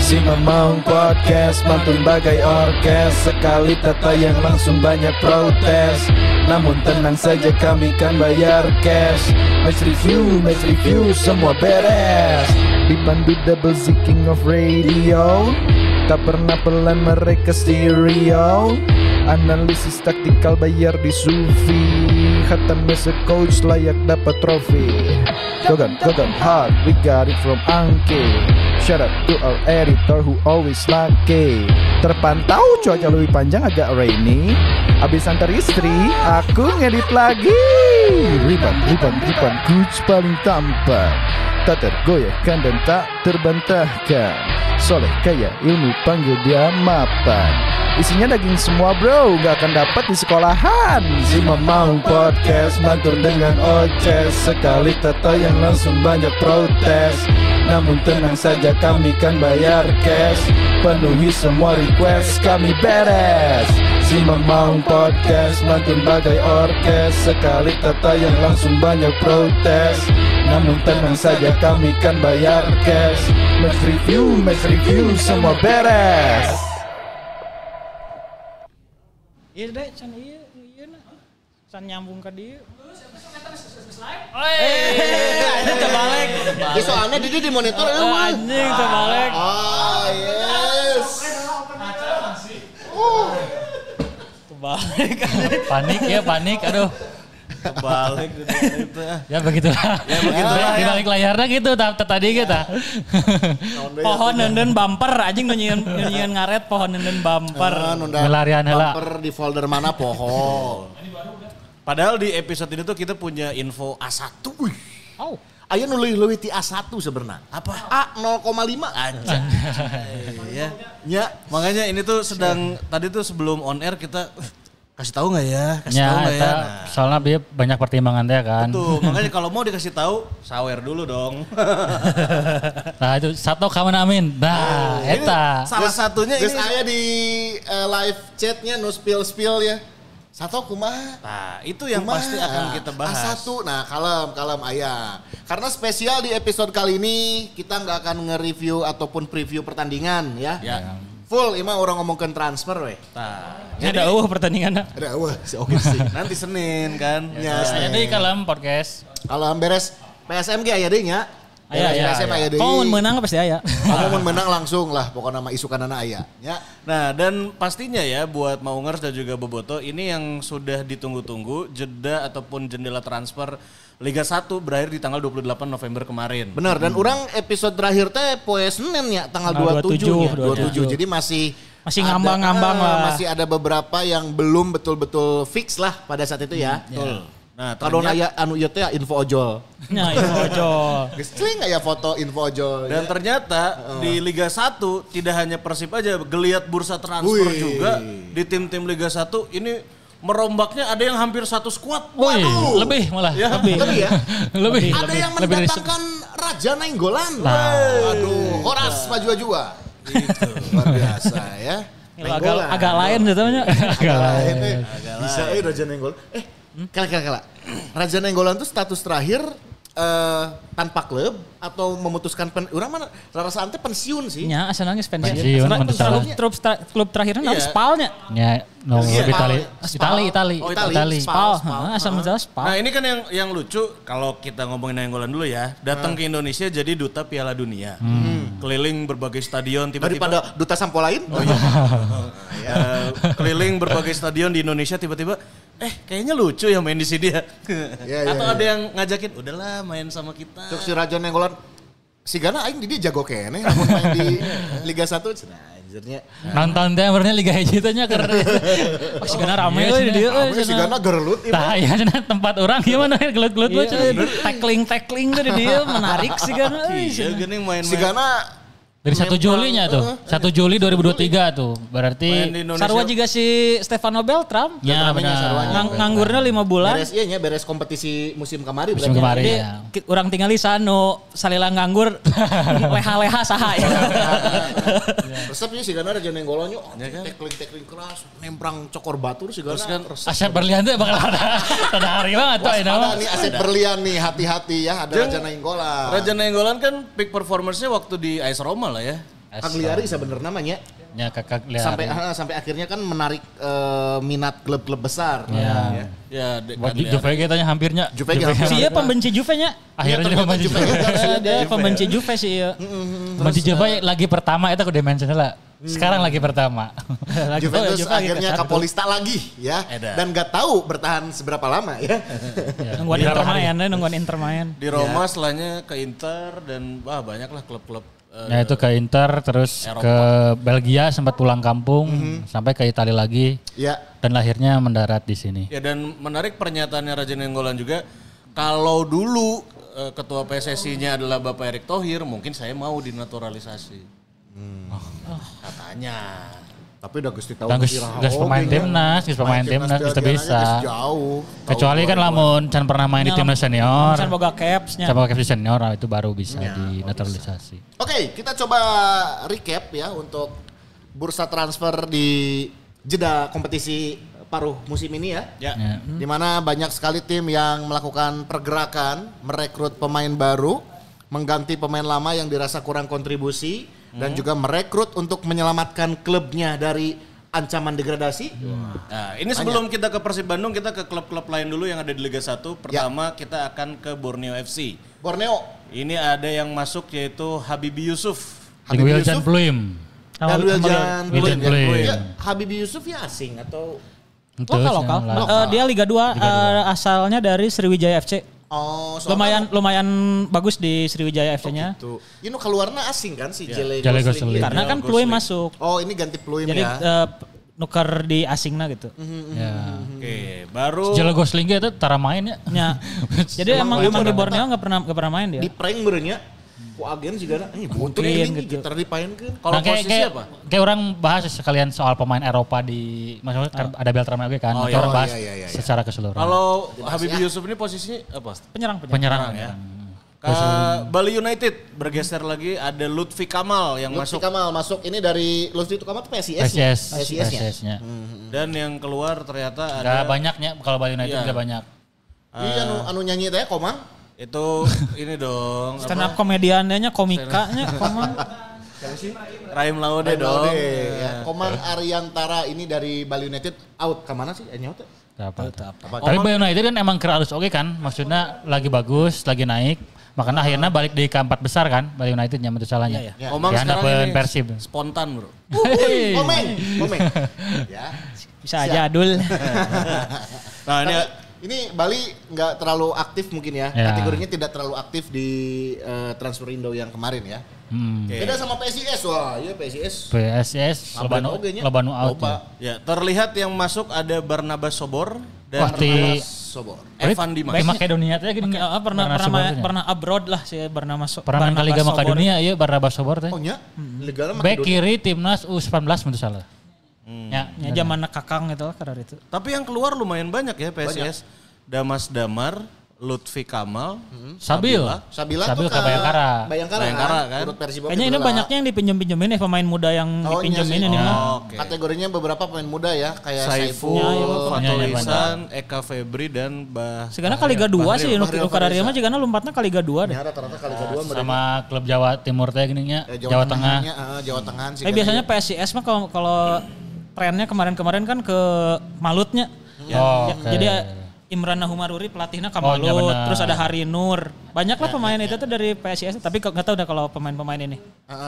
Si Mamang Podcast mantun bagai orkes. Sekali tak tayang langsung banyak protes. Namun tenang saja kami kan bayar cash. Match review semua beres. Dipandu double Z King of Radio. Tak pernah pelan mereka stereo. Analisis taktikal bayar di Sufi. Khatam as a coach layak dapat trofi. Gogan hard, we got it from Angke. Shout out to our editor who always lucky. Terpantau cuaca lebih panjang agak rainy. Abis antar istri, aku ngedit lagi. Riban, coach paling tampan. Tak tergoyahkan dan tak terbantahkan. Soleh kaya ilmu panggil dia mapan. Isinya daging semua bro, gak akan dapat di sekolahan. Si Mamang Podcast mantur dengan oces. Sekali tak tayang langsung banyak protes. Namun tenang saja kami kan bayar cash. Penuhi semua request kami beres. Si Mamang Podcast mantur bagai orkes. Sekali tak tayang langsung banyak protes. Namun tenang saja kami kan bayar cash. Match review semua beres. Iya deh, can iya na. Can nyambung ke dia. Ini terbalik. Ini soalnya di monitor anjing terbalik. Oh yes. Terbalik. Panik, aduh. Terbalik gitu. Ya begitulah. Di balik layarnya gitu tadi kita. Pohon nenden bumper anjing nunyian ngaret pohon nenden bumper. Melarian heula. Bumper di folder mana pohon. Padahal di episode ini tuh kita punya info A1. Wih. Oh. Ayo nulih-nulih ti A1 sebenarnya. Apa? A 0,5 aja. Ya, makanya ini tuh tadi tuh sebelum on air kita kasih tahu nggak ya? Nah. Soalnya dia banyak pertimbangan dia kan. Betul, makanya kalau mau dikasih tahu, sawer dulu dong. Nah itu satu kawan amin. Nah, eta. Salah satunya ini. ini. Saya di live chatnya no spill ya. Satu kumaha. Nah itu yang pasti akan kita bahas. A1, nah kalem ayah. Karena spesial di episode kali ini kita nggak akan nge-review ataupun preview pertandingan ya. Full, ima orang ngomongin transfer weh. Nah, jadi ada pertandingannya. Ada oke sih. Nanti Senin kan. Ya. Jadi kalem podcast. Kalau beres PSMG aya deh nya. Aya. Kalau menang pasti aya. Kalau menang langsung lah pokoknya nama isukanana aya. Ya. Nah dan pastinya ya buat Maungers dan juga Boboto ini yang sudah ditunggu-tunggu jeda ataupun jendela transfer Liga 1 berakhir di tanggal 28 November kemarin. Benar, dan orang episode terakhir teh poe Senin ya tanggal 27. Jadi masih ngambang-ngambang lah. Masih ada beberapa yang belum betul-betul fix lah pada saat itu ya. Betul. Nah, kalau aya anu ieu teh info ojol. Nah, info ojol. Geus celing aya foto info ojol. Dan ternyata di Liga 1 tidak hanya Persib aja, geliat bursa transfer juga di tim-tim Liga 1 ini merombaknya ada yang hampir satu squad. Waduh, lebih malah. Ya, lebih ya. lebih. Ada yang mendatangkan Raja Nainggolan. Waduh, Horas Pajua-jua. Gitu, luar biasa ya. Agak lain katanya. Agak lain. Bisa Raja Nainggolan. Kala. Raja Nainggolan itu status terakhir tanpa klub atau memutuskan orang mana rasa ante pensiun sih. Ya, asalnya pensiun. Klub terakhirnya Iya. Spalnya. Ya, no Itali. Spal. Asal menjelas Spal. Nah, ini kan yang lucu kalau kita ngomongin Nainggolan dulu ya. Datang ke Indonesia jadi duta Piala Dunia. Keliling berbagai stadion tiba-tiba Daripada duta sampo lain. Oh iya. Keliling berbagai stadion di Indonesia tiba-tiba kayaknya lucu ya main di sini ya. Atau ada yang ngajakin, udahlah main sama kita. Terus si Raja Nainggolan, si Gana aing di dia jago kene, namun main di Liga 1. Nah, anjirnya. Nonton teh amarnya Liga hiji teh nya keur. Si Gana rame euy di dieu euy. Si Gana gerelut. Tah ya tempat orang gimana gelut-gelut we tackling tuh di dieu menarik si Gana euy. Iya geuning main. Si Gana dari 1 Juli-nya tuh. 1 Juli 2023 tuh. Berarti sarua juga si Stefano Beltram. Ya benar. Nganggurnya 5 bulan. Beres kompetisi musim kemarin. Musim kemarin ya. Orang tinggal di sana salila nganggur leha-leha saha ya. Resepnya si Gana Raja Nainggolan tackling keras, nemprang cokor batu si Gana. Asep Berlian tuh bakal ada hari banget tuh ada nih Asep Berlian nih, hati-hati ya ada Raja Nainggolan. Raja Nainggolan kan peak performance-nya waktu di AS Roma lah ya. Cagliari sebenarnya namanya. Ya Cagliari. Sampai akhirnya kan menarik minat klub-klub besar. Ya. Ya, Juve katanya hampirnya. Juve Dia pembenci Juve-nya. Akhirnya dia pembenci Juve. Dia pembenci Juve sih ya. Pembenci Juve lagi pertama itu aku dimension lah. Sekarang lagi pertama. Juventus akhirnya Kapolista lagi ya. Dan gak tahu bertahan seberapa lama ya. Nungguan Inter main. Di Roma setelahnya ke Inter dan banyak lah klub-klub. Ya itu ke Inter terus Eropa. ke Belgia sempat pulang kampung sampai ke Italia lagi. Ya. Dan akhirnya mendarat di sini. Ya dan menarik pernyataannya Raja Nainggolan juga. Kalau dulu ketua PSSI-nya adalah Bapak Erick Thohir, mungkin saya mau dinaturalisasi. Katanya. Tapi udah Gusti tahu Gus pemain timnas, itu bisa. Jauh. Kecuali kan lamun can pernah main di timnas senior. Can boga capsnya. Can boga caps di senior itu baru bisa dinaturalisasi. Oke, kita coba recap ya untuk bursa transfer di jeda kompetisi paruh musim ini ya. Ya. Di mana banyak sekali tim yang melakukan pergerakan, merekrut pemain baru, mengganti pemain lama yang dirasa kurang kontribusi dan juga merekrut untuk menyelamatkan klubnya dari ancaman degradasi. Nah, ini sebelum kita ke Persib Bandung, kita ke klub-klub lain dulu yang ada di Liga 1. Pertama kita akan ke Borneo FC. Borneo. Ini ada yang masuk yaitu Habibi Yusuf. Habibi Wiljan Yusuf Pluim. dan Wiljan Wiljan Pluim. Pluim. Ya, Habibi Yusuf ya asing atau Lokal. Dia Liga 2 asalnya dari Sriwijaya FC. oh Lumayan bagus di Sriwijaya FC-nya. gitu. Ini keluarnya asing kan si Jele Jele Gosling. Gosling. Karena kan Pluim masuk. Oh, ini ganti Pluim Jadi ya. nuker di asingna gitu. Ya. Oke, baru Jele Gosling itu tara main ya. Ya. Jadi emang di Borneo nggak pernah main dia. Di prank berenya. Ku agen juga butuh ini gitu. gitar dipainkeun. kalau Nah, posisi apa? Kayak orang bahas sekalian soal pemain Eropa maksudnya ada Beltrame oke kan. Oh, Kita orang bahas iya. secara keseluruhan. Kalau Habibi Yusuf ini posisinya apa? Penyerang. Ya. Ke Bali United bergeser lagi ada Lutfi Kamal yang Lutfi masuk Kamal masuk ini dari Lutfi Kamal tuh PSIS. PSIS-nya. dan yang keluar ternyata Gak ada banyaknya kalau Bali United gak banyak. Iya anu nyanyi teh Komang. itu ini dong Stand up komediannya komikanya Komang. Rahim Laude dong. Ya. Komang Ariantara ini dari Bali United out ke mana sih? Nyaut. Tapi Bali United kan emang keralus oke kan. Maksudnya lagi bagus, lagi naik. Makanya akhirnya balik di keempat besar kan Bali Unitednya menurut salahnya. Iya. Omang Ya, sekarang hadapan ini Persib. spontan bro. Komeng. Ya. Bisa aja Adul. Nah ini Ini Bali nggak terlalu aktif mungkin ya. Ya. Kategorinya tidak terlalu aktif di transfer Indo yang kemarin ya. Beda sama PSIS. Wah, iya PSIS. PSIS Lobanu out. ya terlihat yang masuk ada Barnabas Sobor dan Wah, di Sobor. Evan Dimas. di Makedonia teh gini. Pernah abroad lah sih Pernah main ke Liga Makedonia ieu Barnabas Sobor teh. Oh nya, Liga Back kiri timnas U19 menurut salah. Ya zaman Kakang gitu lah karena itu. Tapi yang keluar lumayan banyak ya PSIS. Damas Damar, Lutfi Kamal, Sabila Sabil tuh ke Bayangkara. Bayangkara kan. Urut Persibo Kayaknya ini bola. banyaknya yang dipinjem-pinjemin ya pemain muda yang dipinjemin ini mah. Oke. Kategorinya beberapa pemain muda ya kayak Saiful, Saiful, Fatul Ya, Ihsan, Eka Febri dan Sekarang kali Liga 2 sih Bahril Nukaria mah jigana lompatnya kali Liga 2 deh. Ya rata-rata kali kedua Sama klub Jawa Timur teh gini nya, Jawa Jawa Tengah. Jawa Tengah sih. Biasanya PSIS mah kalau trennya kemarin-kemarin kan ke Malutnya. Oh, Jadi Imran Nahumaruri pelatihnya ke Oh, iya Malut, benar. terus ada Hari Nur. Banyak lah pemain itu tuh dari PSIS, tapi nggak tahu dah kalau pemain-pemain ini.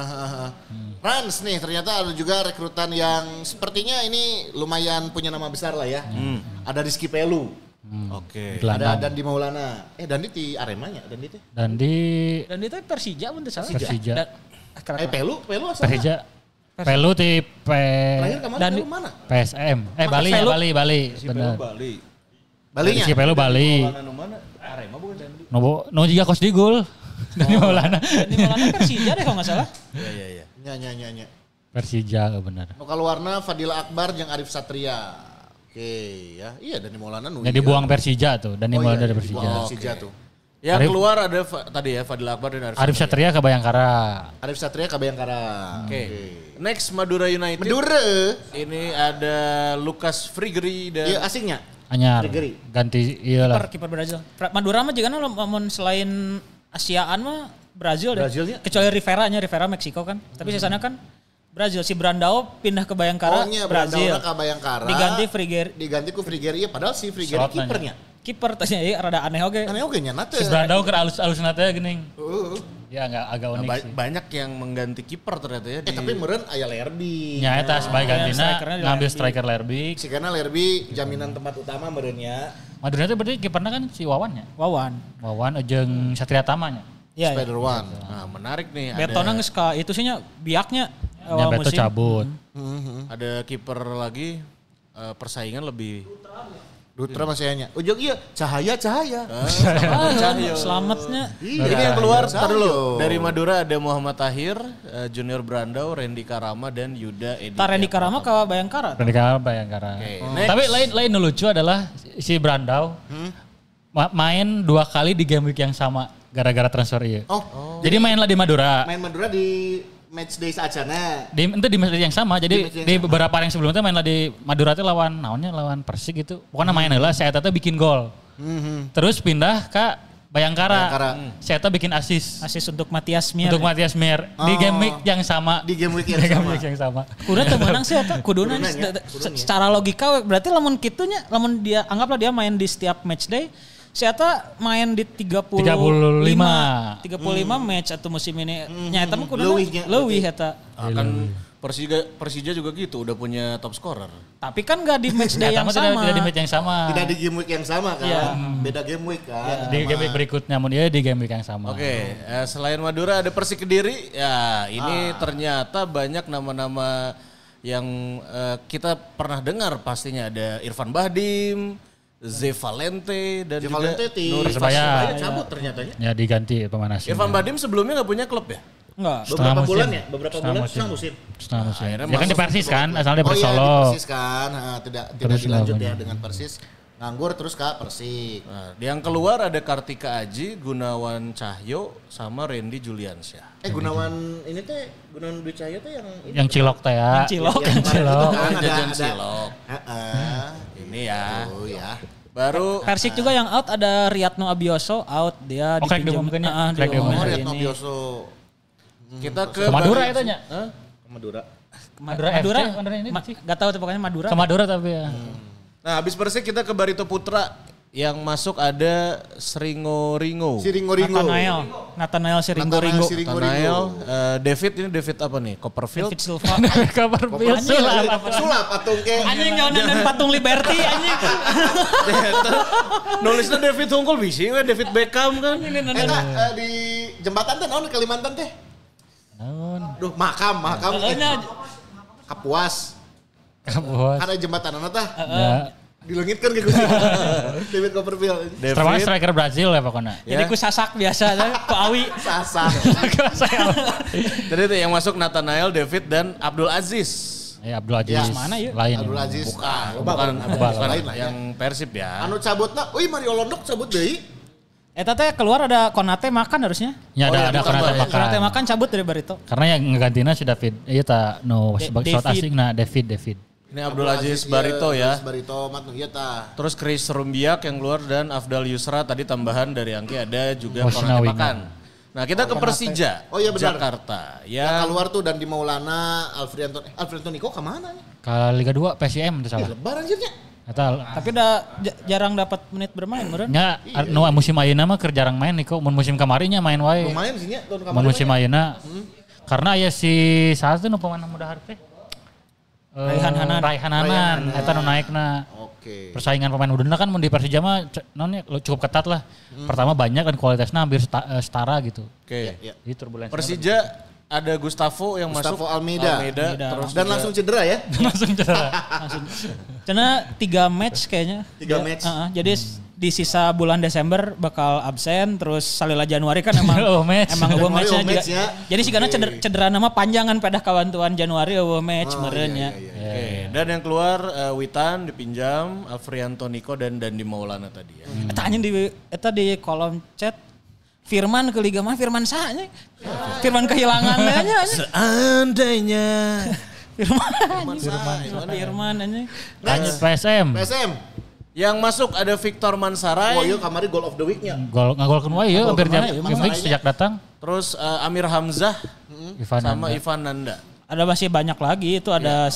Rans nih ternyata ada juga rekrutan yang sepertinya ini lumayan punya nama besar lah ya. Ada Rizky Pelu, Oke. ada Dandi Maulana. Dandi di Aremanya, Dandi teh. Dan di Dan itu Persija pun salah. Persija. Pelu asalnya. Persija. Pelu di Terakhir kemana? Dandi- Pelu mana? PSM. Bali ya, Pelu. Bali. Benar. Bali. Balinya. Si Pelu Bali. Anu mana? Arema bukan Dandi. No juga kos di gol. Dari Maulana. Ini malah Persija deh kalau nggak salah. Iya. Nya. Persija benar. Lokal warna Fadila Akbar yang Arif Satria. Oke ya. Iya Dani Maulana nu. Yang dibuang Persija tuh, dan dibuang dari Persija. Dibuang Persija tuh. Yang keluar ada tadi ya Fadil Akbar dan Arif Satria ke Bayangkara. Arif Satria ke Bayangkara. Oke. Next Madura United. Madura. Ini ada Lucas Frigeri dan Iya asingnya. Anyar. Frigeri. Ganti iyalah. Kiper Brazil. Madura mah juga lamun selain Asiaan mah Brazil deh. Brazilnya? Kecuali Rivera Meksiko kan. Tapi sisanya kan Brazil. Si Brandao pindah ke Bayangkara, Brazil. Ke Bayangkara. Diganti ku Frigeri, padahal si Frigeri kipernya. Kiper tanya ya rada aneh oge. Aneh oge nya nate. Si Brandao ke alus nate geuning. Ya enggak agak unik sih. Banyak yang mengganti kiper ternyata ya. Tapi meureun aya Lerby. Nya eta sebagai gantina ngambil striker Lerby. Si karena Lerby jaminan tempat utama meureun nya. Madura itu berarti kipernya kan si Wawan ya? Wawan jeung Satria Tamanya. Iya. Spider One. Nah, menarik nih. Betona geus ka itu sih nya biaknya Ya Beto cabut. Ada kiper lagi persaingan lebih. Dutra masih hanya. Ujung iya Cahaya. Selamatnya. Ini yang keluar tar dulu. Dari Madura ada Muhammad Tahir, Junior Brandao, Randy Karama dan Yuda Edi. Randy Karama ke Bayangkara. Bayangkara. Tapi lain lucu adalah si Brandao main 2 kali di game week yang sama gara-gara transfer iya. Jadi mainlah di Madura. Main Madura di match day saacana. Itu di match yang sama. Jadi di beberapa hari yang sebelumnya mainlah di Madura itu lawan Persik gitu. Pokoknya main lah saya tata bikin gol. Terus pindah ke Bayangkara. Saya tata bikin asis untuk Matias Mier. Di game week yang sama. Kudu teu menang sih eta. Kuduna secara logika berarti lamun kitunya lamun dia anggaplah dia main di setiap match day. Si Eta main di 35 match atau musim ini. Nyata mah kudu leuwih eta. Kan Persija juga gitu, udah punya top scorer. Tapi kan gak di match day yang sama. Tidak di match yang sama. Tidak di game week yang sama kan. Yeah. Beda game week kan. Di game week berikutnya, namun dia di game week yang sama. Oke, selain Madura ada Persik Kediri. Ya, ini ternyata banyak nama-nama yang kita pernah dengar pastinya. Ada Irfan Bahdim, Ze Valente dan juga Nur Persebaya cabut ternyata ya. Ya diganti pemain asing. Irfan Bahdim sebelumnya gak punya klub ya? Enggak. Beberapa bulan setengah musim. Ya kan di Persis kan, asalnya Persolo. Oh iya di Persis kan, tidak dilanjut ya dengan Persis. Nganggur terus ke Persik. Nah, yang keluar ada Kartika Aji, Gunawan Cahyo, sama Randy Juliansyah. Gunawan Dwi Cahyo tuh yang Cilok teh ya. Cilok. Jajan Cilok. Ini ya. Oh ya. Baru Persik juga yang out ada Riyadno Abioso out dia dipinjam Riyadno Abioso. Kita ke Madura itu nya. Madura ini enggak tahu tuh pokoknya Madura. Ke Madura tapi ya. Nah, habis Persik kita ke Barito Putra. Yang masuk ada Sringo-Ringo. Nathanael Sringo-Ringo. David ini David apa nih? Copperfield. David Silva. Copperfield sulap patung ke. Anjing nyonan patung Liberty anjing. Nulisnya David Hungkul bisi we David Beckham kan. Di jembatan teh naon di Kalimantan teh? Naon? Duh, makam. Kapuas. Karena jembatan ana tah. Dilengitkan ke Gusti. David Copperfield. Termasuk striker Brazil ya pokoknya. Jadi ku sasak biasa ku awi. Sasak. Jadi itu yang masuk Nathanael, David dan Abdul Aziz. Ya Abdul Aziz. Ya. Mana ya? Lain. Abdul Aziz. Bukan lain lah yang Persib ya. Anu cabutna, Mario Londok cabut deui. Eta teh keluar ada Konate makan harusnya. Ya ada Konate makan. Konate makan cabut dari Barito. Karena yang ngegantina si David. Iya tak shot asing David. Ini Abdul Aziz Barito ya. Barito matang iya tah. Terus Chris Rumbiak yang keluar dan Afdal Yusra tadi tambahan dari Angki ada juga Konate makan. Nah kita ke Persija. Oh iya benar. Jakarta. Yang keluar tuh dan di Maulana Alfredo Niko kemana nih? Ke Liga 2 PSM itu salah. Lebar anjirnya. Tapi udah jarang dapat menit bermain meureun. Nya musim ayeuna mah keur jarang main Niko. Mun musim kamarinya main wae. Lumayan sih nya tahun kemarin. Musim ayeuna. Karena aya si saha teh nu pemain muda teh. Raihan Hanan eta nu naikna. Oke. Persaingan pemain mudana kan mun di Persija mah cukup ketat lah. Pertama banyak kan kualitasnya hampir setara gitu. Oke. Jadi turbulensi. Persija ada Gustavo yang masuk. Gustavo Almeida. Terus dan langsung cedera ya. Karena 3 match kayaknya. 3 match. Jadi di sisa bulan Desember bakal absen, terus salila Januari kan emang emang matchnya juga. Ya. Jadi sih karena cedera nama panjangan pada kawantuan Januari match merenya. Oke. Dan yang keluar Witan dipinjam, Alfrianto Niko dan Dandi Maulana tadi ya. Eta di kolom chat Firman ke Liga mah Firman sahanya. Firman kehilangannya nya. Seandainya Firman aja. PSM. Yang masuk ada Victor Mansaray. Oh iya kamari goal of the week-nya. Ngagolkeun wae ya hampir game week sejak datang. Terus Amir Hamzah sama Ivan Nanda. Ada masih banyak lagi itu ada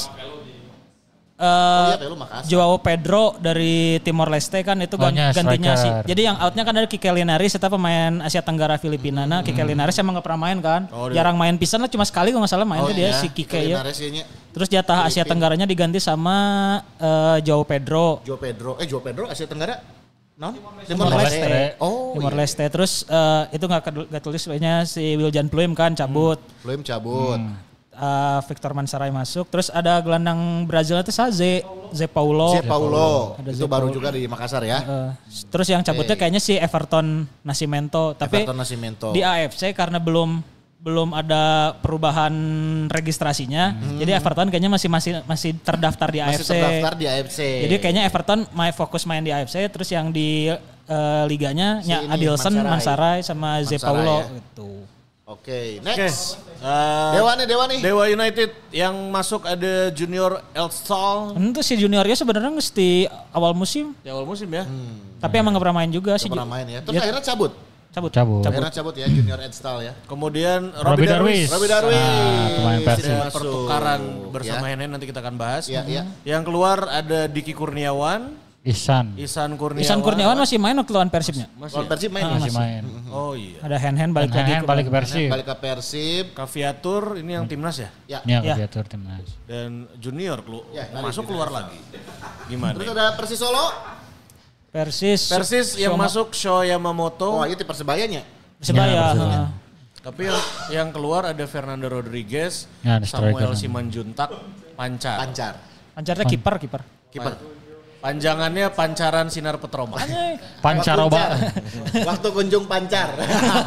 Pelu Makassar. Joao Pedro dari Timor Leste kan itu gantinya sih. Jadi yang outnya kan ada Kike Linares, itu pemain Asia Tenggara Filipina. Nah Kike Linares emang gak pernah main kan. Jarang main pisan lah, cuma sekali kalau gak salah main dia si Kike ya. Terus jatah Asia Tenggaranya diganti sama Joao Pedro. Joao Pedro Asia Tenggara? Non? Timor Leste. Timor Leste. Terus itu gak tulis sebenarnya si Wiljan Pluim kan cabut. Pluim cabut. Victor Mansaray masuk, terus ada gelandang Brazil itu Zé Paulo. Itu baru juga di Makassar ya. Terus yang cabutnya kayaknya si Everton Nascimento, tapi di AFC karena belum ada perubahan registrasinya, jadi Everton kayaknya masih terdaftar di AFC. Jadi kayaknya Everton fokus main di AFC, terus yang di liganya Adilson, Mansaray sama Zé Paulo gitu. Oke, next. Dewa nih. Dewa United yang masuk ada Junior Elstal. Itu si juniornya sebenarnya di awal musim. Di awal musim ya. Tapi emang gak pernah main juga sih. Gak pernah main ya. Terus akhirnya cabut. Akhirnya cabut ya Junior Elstal ya. Kemudian Robbie Darwish. Pemain Persib. Pertukaran bersama Henen nanti kita akan bahas. Yang keluar ada Diki Kurniawan. Isan Kurniawan masih main waktu lawan Persibnya? Masih main. Oh iya. Ada Hen balik ke Persib. Balik ke Persib. Kaviatur ini yang timnas ya? Ya Kaviatur timnas. Dan Junior masuk keluar lagi. Gimana? Terus ada Persis Solo. Persis yang masuk Sho Yamamoto. Oh itu di Persebayanya. Persebaya. Tapi yang keluar ada Fernando Rodriguez, Samuel Simanjuntak, Pancar. Pancarnya kiper. Panjangannya Pancaran Sinar Petroma. Pancaroba. Waktu kunjung pancar.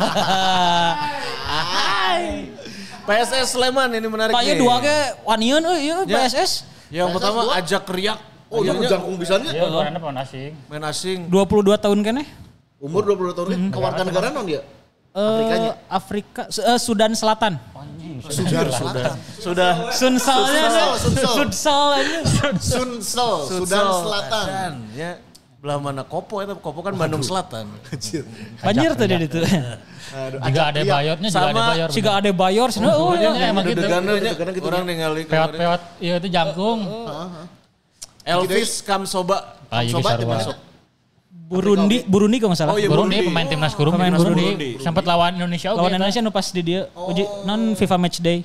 PSS Sleman ini menarik nih. Pak dua ke wanian PSS. Yang pertama ajak riak. Oh iya jangkung bisannya. Iya pemain asing. Main asing. 22 tahun kan ya? Umur 22 tahun kan? Kewarganegaraan non dia? Afrika, Sudan Selatan. Sudah. Sunsel Sudan Selatan. Ya, belah mana Kopo itu? Kopo kan Bandung Selatan. Banjir tadi itu. Jika ada bayornya juga ada bayor. Jika ada bayor, oh ya emang gitu. Orang ningali. Pewat, iya itu jangkung. Elvis Kamsoba. Kamsoba masuk. Burundi kalau nggak salah. Oh iya Burundi pemain timnas Burundi. Sempat lawan Indonesia. Lawan Indonesia nu pas di dia uji non FIFA Match Day.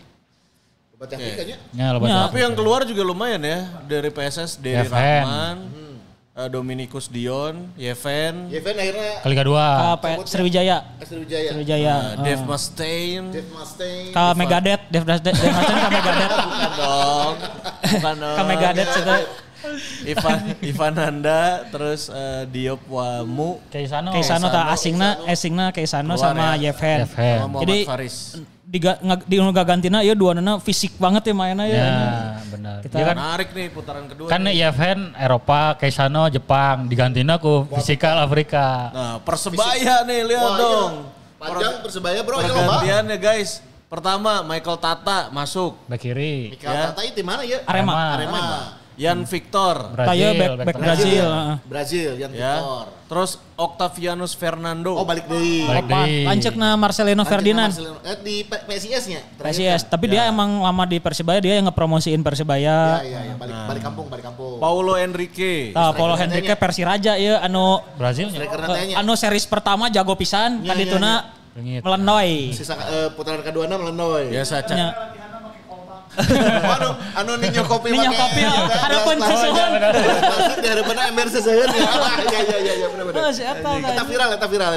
Tapi yang keluar juga lumayan ya dari PSS, Dery Rahman, Dominikus Dion, Yeven akhirnya Liga 2. Sriwijaya. Dave Mustaine. Ka Megadeth, Dave Mustaine ka Megadeth. Bukan dong. Ka Megadeth itu. Ivan Nanda, terus Diop Wamu, Keisano asingna Keisano sama Yeven. Jadi di gantina ya dua nana fisik banget ya mainnya ya. Benar. Kita kan menarik nih putaran kedua. Kan Yeven Eropa, Keisano Jepang, digantina ku fisikal Afrika. Nah, Persebaya nih lihat dong. Panjang Persebaya bro. Pergantiannya guys. Pertama Michael Tata masuk. Back kiri. Michael Tata itu mana ya? Arema. Yan Victor. Back Brazil, Yan Victor. Terus Octavianus Fernando. Oh balik deui. Lancekna Marcelino Ferdinand. Di PSIS-nya. PSIS, tapi dia emang lama di Persebaya, dia yang ngepromosiin Persebaya. Iya, balik kampung. Paulo Henrique. Paulo Henrique Persiraja ya anu Brazil. Anu series pertama jago pisan, kadituna melenoi. Sisa putaran kedua melenoi. Biasa cak. Anu ninyo kopi harapan sesuatu. Di harapan ember sesuatu. Iya benar. Eta viral.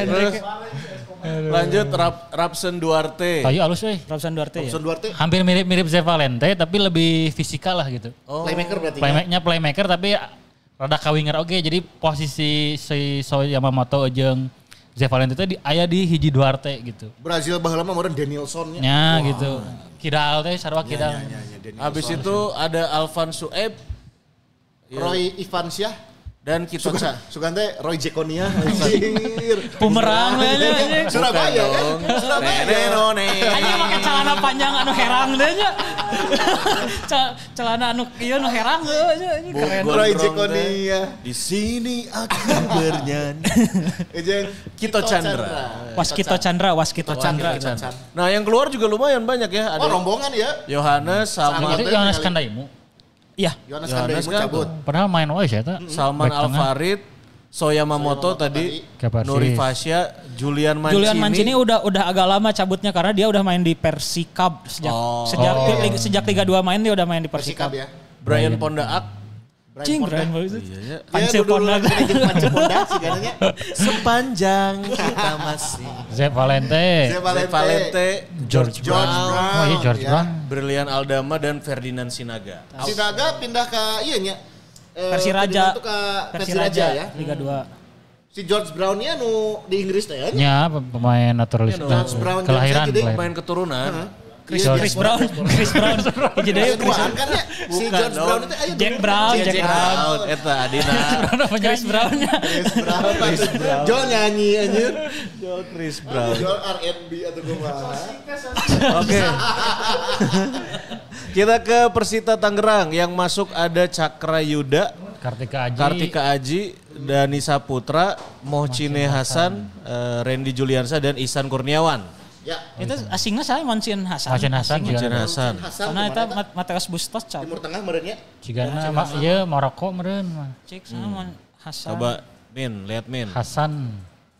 Lanjut Rapsen Duarte. Ayo halus Rapsen Duarte. Hampir mirip Zé Valente tapi lebih fisikal lah gitu. Playmaker berarti. Playmaker tapi rada kawinger oke. Jadi posisi si Sho Yamamoto jeung Zé Valente itu aya di hiji Duarte gitu. Brazil baheula mah modern Danielson nya. Ya gitu. Kidal teh sarua kidal. Habis itu ada Alvan Sueb, Roy Ivansyah dan kita Sugante Roy Jekonia anjir. Bumerang Surabaya kan. Surabaya. Hanya pakai celana panjang anu herang deh nya. Celana anu ieu nu herang keren. Di sini aku bernyanyi. Kito Chandra. Waskito Chandra. Nah, yang keluar juga lumayan banyak ya. Ada rombongan ya. Yohanes sama Yohanes Kandaimu. Iya. Yohanes Kandaimu cabut. Padahal main wae sih eta. Salman Alfarid, Soyamamoto tadi, Nuri Fasya, Julian Mancini udah agak lama cabutnya karena dia udah main di Persikab sejak Liga 2 main dia udah main di Persikab ya. Brian Pondaak. Brian bagus. Pance Pondaak Pance Pondaak sih katanya. Sepanjang kita masih. Zep Valente, George Brown. Oh iya George Brown. Brilian Aldama dan Ferdinand Sinaga. Sinaga pindah ke nya. Persiraja ya. Liga 2. Si George Brown nya nu di Inggris teh ya. Ya, pemain naturalisasi. Kelahiran. Pemain keturunan. Chris Brown. Jadi kan ya. Si George Brown itu ayo Jack Brown. Eta Adina. Chris Brown. Jol nyanyi anjir. Chris Brown. Jol R&B atau gimana. Oke. Kita ke Persita Tangerang yang masuk ada Cakra Yuda, Kartika Aji, Dani Saputra, Mohcine Hasan, Randy Juliansa dan Ihsan Kurniawan. Ya, itu asingnya saya Mohcine Hasan. Karena itu Mateus Bustos cabut. Timur Tengah merenya. Cigana ieu Maroko meureun mah. Cik sama Hasan. Coba lihat Hasan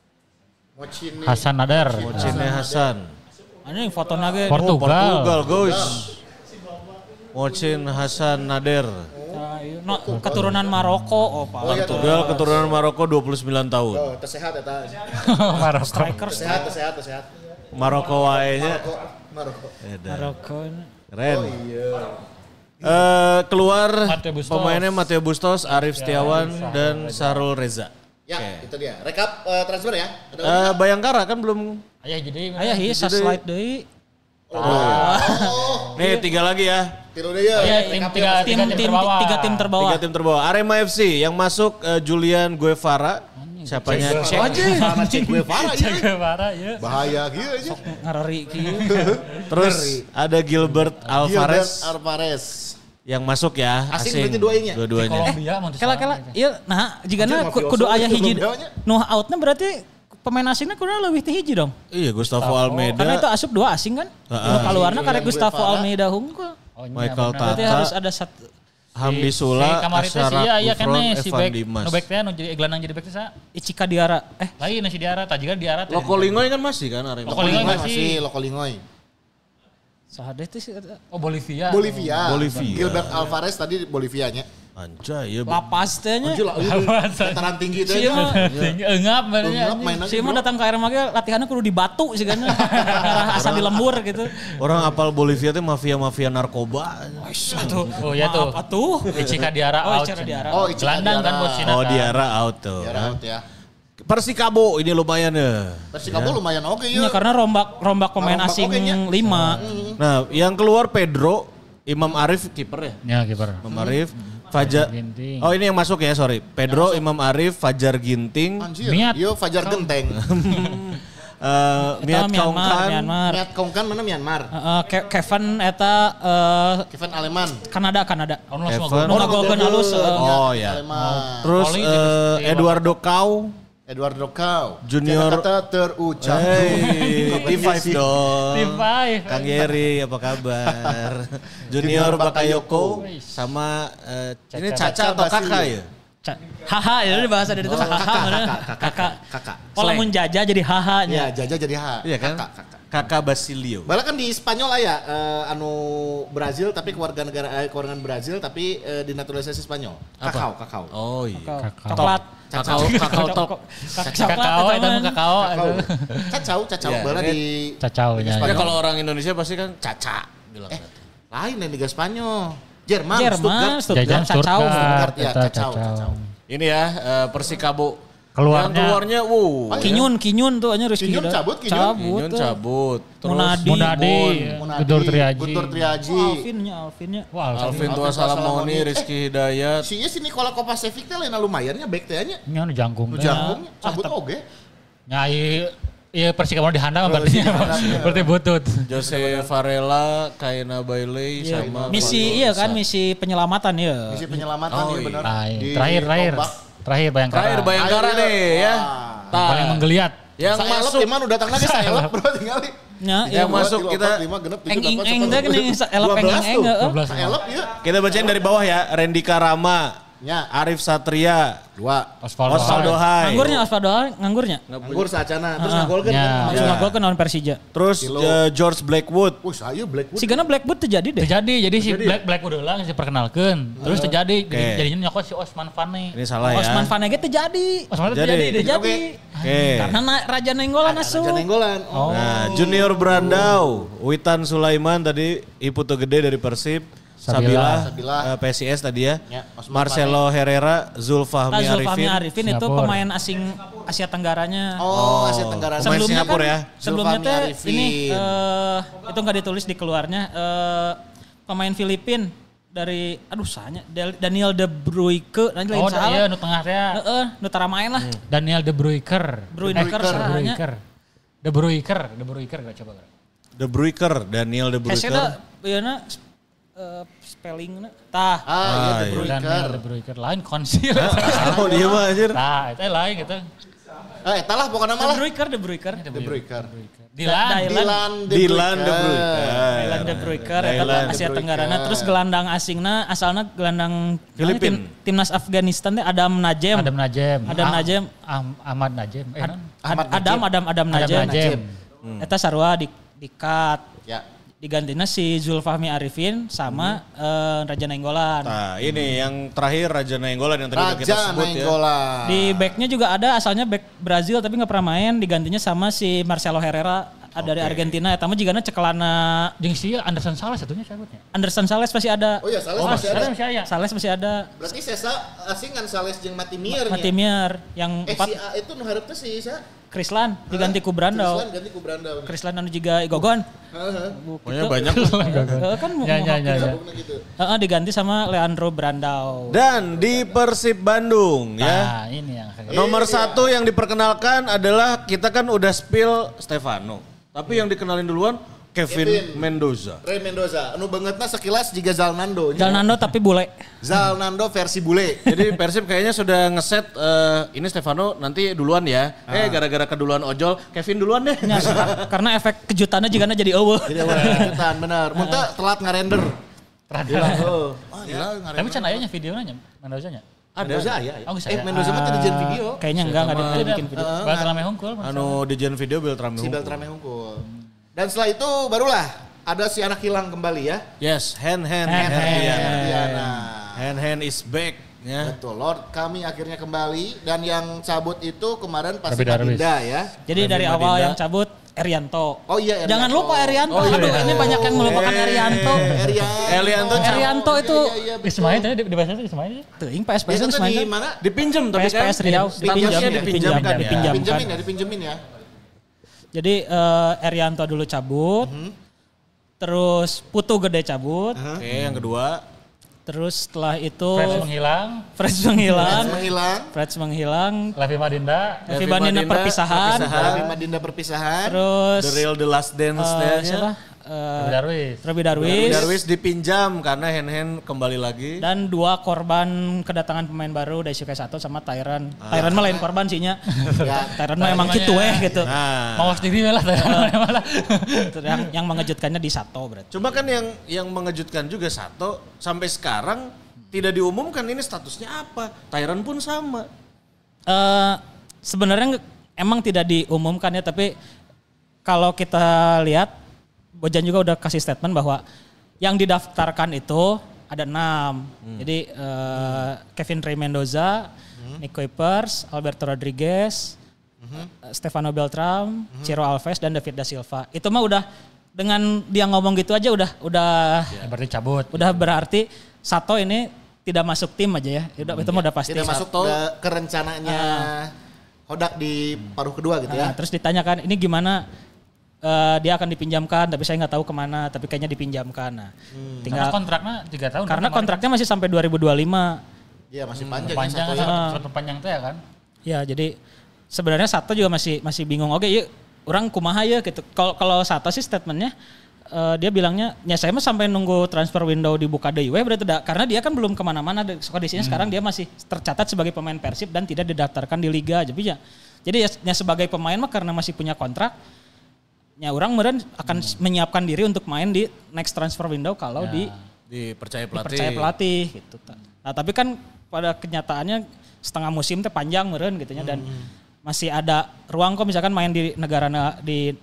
Nader. Mohcine Hasan. Ini foto nage Portugal guys. Mohcine Hasan Nader. Keturunan Maroko Portugal keturunan Maroko 29 tahun. Oh, tersehat eta. Maroko. Striker Tersehat. Maroko wae-nya. Maroko. Keren. Oh iya. Keluar pemainnya Mateo Bustos, Arif Setiawan dan Sarul Reza. Ya, itu dia. Rekap transfer ya. Bayangkara kan belum. Aya slide deui. Nih 3 lagi ya. Tiru deui ya. Tiga tim terbawah. Arema FC yang masuk Julian Guevara. Siapanya Cek Guevara ya. Bahaya gitu aja. Sok ngarari kieu. Terus ada Gilbert Alvarez yang masuk ya. Asing berarti duanya. Dua-duanya. Kela. Ieu nah jigana kudu aya hiji nu outna berarti pemain asingnya kurang lebih ti hiji dong. Iya, Gustavo Almeida. Karena itu asup 2 asing kan. Nu kaluarna karek Gustavo Almeida hungkul. Michael Tata. Berarti harus ada satu Hamdi Sula, Asyara Kufron, Evan Dimas. Nu back teh nu jadi gelandang jadi back teh sa? Ichika Diarra. Lain si Diarra, tah jiga Diarra teh. Loko Lingoy kan masih kan Arema. Loko Lingoy. Sahade teh sih. Oh Bolivia. Gilbert Alvarez tadi Bolivianya. Anjay, ya. Lapas teh nya. Dataran tinggi teh. Eungap benernya. Si mah datang ke Arema ge latihannya kudu di batu sih kan. Ngarah asa di lembur gitu. Orang apal Bolivia teh mafia narkoba. Oh ya tuh. Apa tuh? Ichika Diarra out. Gelandang kan bosina. Oh Diarra out tuh. Diarra out ya. Persikabo ini lumayan ya. Persikabo lumayan oke ya. Karena rombak pemain asing 5. Nah, yang keluar Pedro, Imam Arif kiper ya? Ya kiper. Imam Arif, Fajar. Oh ini yang masuk ya, sorry. Pedro, Imam Arif, Fajar Ginting. Miat. Yo Fajar Genteng. Miat Kongkan. Miat Kongkan mana Myanmar? Kevin eta Kevin Aleman. Kanada. Kevin. Golkeun halus. Oh ya. Terus Eduardo Kau. Junior kata terucap. T5 dong. T5. Kang Yeri apa kabar? Junior Bakayoko sama ini Caca atau Kakak ya? Haha ya bahasa dari itu kakak. Kalau mun Jaja jadi haha nya. Iya, Jaja jadi haha. Iya kan? Kakak Basilio. Malah kan di Spanyol ya anu Brazil tapi kewarganegaraan Brazil tapi dinaturalisasi Spanyol. Kakao. Oh iya. Coklat. Kakao Cacau bala di Cacaunya. Ya kalau orang Indonesia pasti kan caca bilang. Lain yang Liga Spanyol. Jerman Stuttgart. Cacau. Ini ya Persikabo. Keluarnya Kinyun tuh hanya Rizky Kinyun cabut. Terus Munadi. Guntur Triaji. Alvinnya. Alvin Tua Salamoni, Rizky Hidayat. Si Nikola Kovacevic teh lain lumayannya back teh nya. Nya nu jangkung. Cabut oge. Nyai Iya Persik mau dihandang berarti berarti butut. Jose Varela, Kaina Bailey sama misi misi penyelamatan ya. Misi penyelamatan benar. Terakhir Bayangkara nih ya. Paling menggeliat. Yang masuk Iman udah datang lagi saya bro tinggal. Yang masuk kita eng teh geuning elep eng 12 ya. Kita bacain dari bawah ya. Randy Karama, Arif Satria, 2. Osvaldo Hai. Nganggurnya. Nganggur saacana. Terus ngagolkeun kan. Langsung ngagolkeun lawan Persija. Terus George Blackwood. Saya Blackwood. Sigana Blackwood terjadi deh. Jadi si Blackwood ulang diperkenalkeun. Terus terjadi jadinya nyokot si Osman Fane. Ini salah ya. Osman Fane ge terjadi. Terjadi. Karena Raja Nenggolan asup. Raja Nenggolan. Nah, Junior Brandau, Witan Sulaiman tadi Iputu Gede dari Persib. Sabila. PSIS tadi ya. Marcelo Herrera, Zulfahmi Arifin itu pemain asing Asia Tenggaranya. Oh, Asia Tenggara. Pemain Singapura ya. Sebelumnya teh ini itu nggak ditulis di keluarnya pemain Filipin dari Daniel De Bruyke nanti lain salah. Iya nu tengah teh. Nu tara main lah. Daniel De Bruyker. De Bruyker gak coba. De Bruyker, Daniel De Bruyker. Heseda yeuna spelling tah. Daniel De Bruyker lain konsil. Oh dia mah anjir. Tah eta lain gitu. Eta lah pokoknya mah lah. De Bruyker. Dylan De Bruyker eta Asia Tenggara. Terus gelandang asingna asalna gelandang Filipin. Timnas Afghanistan teh Adam Najem. Ahmad Najem. Adam Najem. Eta sarua di cut. Ya. Digantinya si Zulfahmi Arifin sama Raja Nenggolan. Nah ini yang terakhir Raja Nenggolan yang tadi kita sebut ya. Di backnya juga ada asalnya back Brazil tapi gak pernah main. Digantinya sama si Marcelo Herrera dari Argentina. Eta mah jigana cekelana. Jeung si Anderson Sales satunya sebutnya. Anderson Sales masih ada. Oh iya Sales masih ada. Sales masih ada. Berarti Sesa asingan Sales jeung Matimir. Yang 4. Si A itu nu hareup teh si Sa. Krislan diganti ku Brandau. Krislan anu juga Igogon. Pokoknya banyak kan diganti sama Leandro Brandau. Dan di Persib Bandung ya. Ini yang nomor 1 yang diperkenalkan adalah kita kan udah spill Stefano. Tapi yang dikenalin duluan Kevin Mendoza. Ray Mendoza. Anu bangetna sekilas juga Zalnando. Zalnando tapi bule. Zalnando versi bule. Jadi Persib kayaknya sudah ngeset ini Stefano nanti duluan ya. Gara-gara keduluan ojol, Kevin duluan deh. Ya, karena efek kejutannya juga jadi eueuh. Jadi kejutan bener. Muntah telat ngarender. Tapi can ayahnya videonya Mendoza-nya. Ada ya. Mendoza mah tidak video. Kayaknya enggak bikin video. Beltrame Hungkul. Anu dijen video Beltrame Hungkul. Si Beltrame Hungkul. Dan setelah itu barulah ada si anak hilang kembali ya. Yes, hand is back. Ya. Betul, Lord kami akhirnya kembali dan yang cabut itu kemarin pasti Madinda ya. Jadi dari awal yang cabut Erianto. Oh iya Erianto. Jangan lupa Erianto. Ini banyak yang melupakan Erianto. Erianto itu Ismail tadi di bahasa Ismail. Teuing PSPS Ismail. Di mana? Dipinjam tapi kan. PSPS Riau. Dipinjemin ya. Jadi Erianto dulu cabut, terus Putu Gede cabut. Oke, yang kedua. Terus setelah itu Freds menghilang. Levi Madinda perpisahan. Terus The Real The Last Dance-nya. Robi Darwis dipinjam karena Hen kembali lagi. Dan 2 korban kedatangan pemain baru Daisuke Sato sama Tyran. Tyran mah lain korban sihnya. Tyran mah emang gitu gitu. Mawas diri lah Tyran. Yang mengejutkannya di Sato berarti. Cuma kan yang mengejutkan juga Sato sampai sekarang tidak diumumkan ini statusnya apa. Tyran pun sama. Sebenarnya emang tidak diumumkan ya, tapi kalau kita lihat Bojan juga udah kasih statement bahwa yang didaftarkan itu ada 6. Jadi Kevin Ray Mendoza, Nick Kuipers, Alberto Rodriguez, Stefano Beltram, Ciro Alves dan David da Silva. Itu mah udah dengan dia ngomong gitu aja udah berarti cabut. Udah berarti Sato ini tidak masuk tim aja ya. Itu mah udah pasti. Tidak masuk ke rencananya Hodak di paruh kedua gitu ya. Terus ditanyakan ini gimana? Dia akan dipinjamkan, tapi saya nggak tahu kemana, tapi kayaknya dipinjamkan. Nah, tinggal kontraknya 3 tahun. Karena kontraknya masih sampai 2025. Iya masih panjang. Panjang teh ya kan? Ya jadi sebenarnya Sato juga masih bingung. Oke, yuk orang kumaha ya gitu. Kalau Sato sih statementnya dia bilangnya, ya saya mah sampai nunggu transfer window dibuka deui we berarti karena dia kan belum kemana-mana. Kondisinya sekarang dia masih tercatat sebagai pemain Persib dan tidak didaftarkan di liga aja. Jadi ya sebagai pemain mah karena masih punya kontrak, ya orang meren akan menyiapkan diri untuk main di next transfer window kalau dipercaya pelatih gitu. Nah tapi kan pada kenyataannya setengah musim teh panjang meren gitunya dan masih ada ruang kok misalkan main di negara di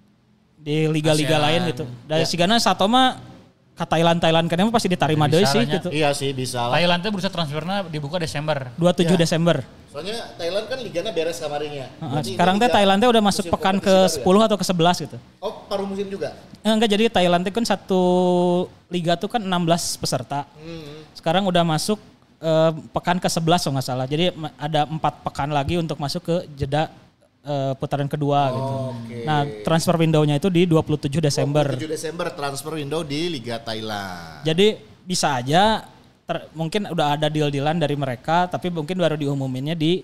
liga-liga lain gitu. Dari sigana Sato mah ke Thailand kan emang pasti diterima deui sih gitu. Iya sih bisa lah. Thailand teh bursa transfernya dibuka Desember. 27 Desember. Soalnya Thailand kan liganya beres kemarinnya. Sekarang teh Thailand teh udah masuk pekan ke-10 atau ke-11 gitu. Oh, paruh musim juga? Enggak, jadi Thailand teh kan satu liga tuh kan 16 peserta. Sekarang udah masuk pekan ke-11 kalau nggak salah. Jadi ada 4 pekan lagi untuk masuk ke jeda putaran kedua gitu. Okay. Nah, transfer window-nya itu di 27 Desember. 27 Desember transfer window di Liga Thailand. Jadi bisa aja mungkin udah ada deal-dealan dari mereka, tapi mungkin baru diumuminnya di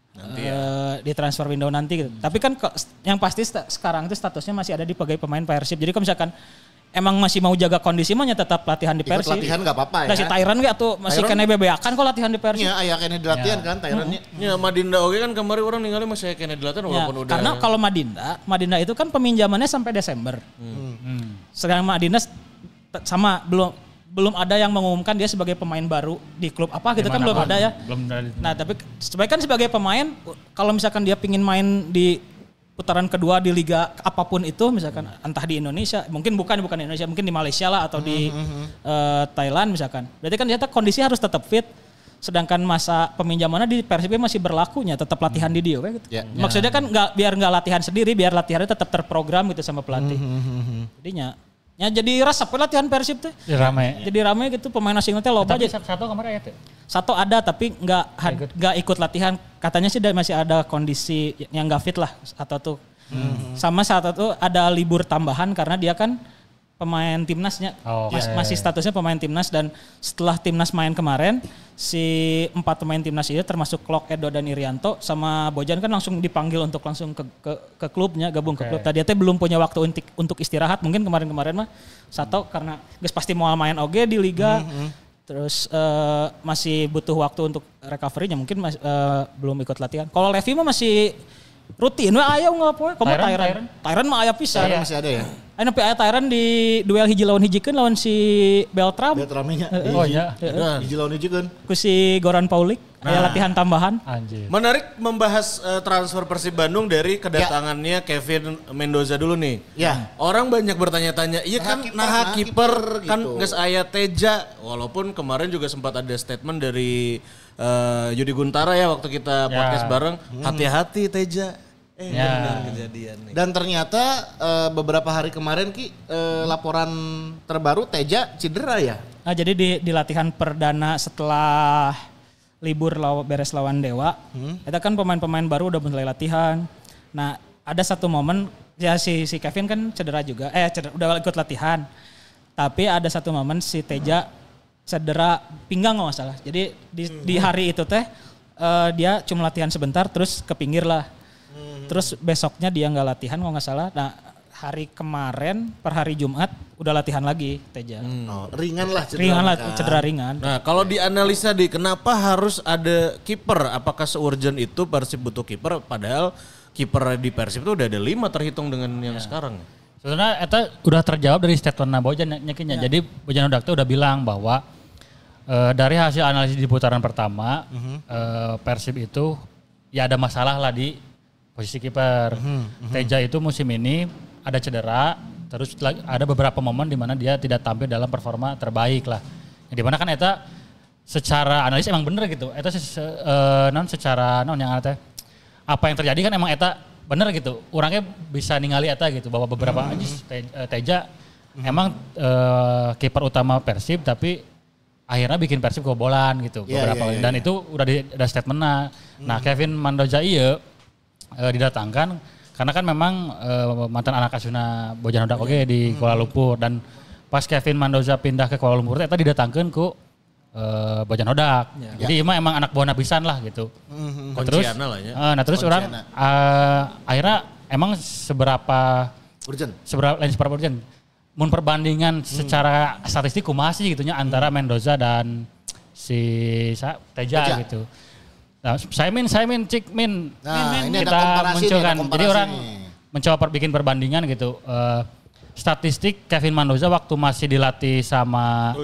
transfer window nanti gitu. Tapi kan yang pasti sekarang itu statusnya masih ada di sebagai pemain Persib. Jadi kalau misalkan emang masih mau jaga kondisi mah tetap latihan di Persib. Latihan enggak apa-apa ya. Nah si Tyran gak tuh masih kena bebeakan kok latihan di Persib. Iya, aya kena dilatihan kan Tyrannya. Ya Madinda oke kan kemarin orang ninggalin masih kena dilatihan walaupun udah. Karena kalau Madinda itu kan peminjamannya sampai Desember. Sekarang Madinda sama belum ada yang mengumumkan dia sebagai pemain baru di klub apa gitu kan belum ada ya. Nah tapi sebenarnya kan sebagai pemain kalau misalkan dia pingin main di putaran kedua di liga apapun itu misalkan entah di Indonesia mungkin bukan di Indonesia mungkin di Malaysia lah atau di Thailand misalkan. Berarti kan ternyata kondisi harus tetap fit. Sedangkan masa peminjamannya di Persib masih berlakunya tetap latihan di dia gitu. Maksudnya kan biar nggak latihan sendiri biar latihannya tetap terprogram gitu sama pelatih. Jadinya ya jadi resep latihan Persib teh. Jadi rame gitu pemain asing teh loba aja. Satu kemarin ya tuh. Satu ada tapi nggak ikut latihan. Katanya sih masih ada kondisi yang nggak fit lah atau tuh. Sama satu tuh ada libur tambahan karena dia kan pemain timnasnya. Masih statusnya pemain timnas dan setelah timnas main kemarin si 4 pemain timnas itu termasuk Klok, Edo dan Irianto sama Bojan kan langsung dipanggil untuk langsung ke klubnya gabung ke klub. Tadi teh belum punya waktu untuk istirahat mungkin kemarin mah Sato karena guys pasti mau main oge di liga. Terus masih butuh waktu untuk recovery-nya mungkin belum ikut latihan. Kalau Levi mah masih rutin aya ngapoe komo Tyran mah aya pisan. Masih ada ya. Aya nepi aya Tyran di duel hiji lawan hijikeun lawan si Beltram. Beltramnya. Oh iya. Hiji lawan hijikeun. Ku si Goran Paulik aya latihan tambahan. Anjir. Menarik membahas transfer Persib Bandung dari kedatangannya Kevin Mendoza dulu nih. Ya. Orang banyak bertanya-tanya, iya kan nah kiper kan gitu. geus aya Teja walaupun kemarin juga sempat ada statement dari Yudi Guntara ya waktu kita podcast bareng, hati-hati Teja. Benar kejadian nih. Dan ternyata beberapa hari kemarin laporan terbaru Teja cedera ya. Nah, jadi di latihan perdana setelah libur beres lawan Dewa, kita kan pemain-pemain baru udah mulai latihan. Nah, ada satu momen ya si Kevin kan cedera juga, udah ikut latihan. Tapi ada satu momen si Teja cedera pinggang nggak masalah. Jadi di hari itu teh dia cuma latihan sebentar terus ke pinggir lah. Terus besoknya dia nggak latihan kalau nggak salah. Nah hari kemarin per hari Jumat udah latihan lagi Teja. Ringan lah cedera. Ringan lah cedera ringan. Nah kalau dianalisa kenapa harus ada kiper? Apakah se-urgent itu Persib butuh kiper? Padahal kiper di Persib itu udah ada 5 terhitung dengan yang sekarang. Sebenarnya itu udah terjawab dari statement Bojan nyakinya. Jadi Bojan Hodak udah bilang bahwa dari hasil analisis di putaran pertama Persib itu ya ada masalah lah di posisi kiper. Teja itu musim ini ada cedera, terus ada beberapa momen di mana dia tidak tampil dalam performa terbaik lah. Di mana kan eta secara analisis emang bener gitu. Eta secara yang ada apa yang terjadi kan emang eta bener gitu. Orangnya bisa ningali eta gitu bahwa beberapa Teja emang kiper utama Persib tapi akhirnya bikin Persib kebobolan gitu dan itu udah ada statementnya. Nah Kevin Mendoza didatangkan karena kan memang mantan anak asuhna Bojan Hodak oge di Kuala Lumpur dan pas Kevin Mendoza pindah ke Kuala Lumpur eta didatangkeun ku Bojan Hodak. Jadi emang anak buahna pisan lah gitu. Terus orang akhirnya emang seberapa urgent. Mun perbandingan secara statistik kumaha sih gitunya antara Mendoza dan si Teja gitu. Nah, saya min cik min. Ini kita ada munculkan. Jadi orang nih. mencoba bikin perbandingan gitu. Statistik Kevin Mendoza waktu masih dilatih sama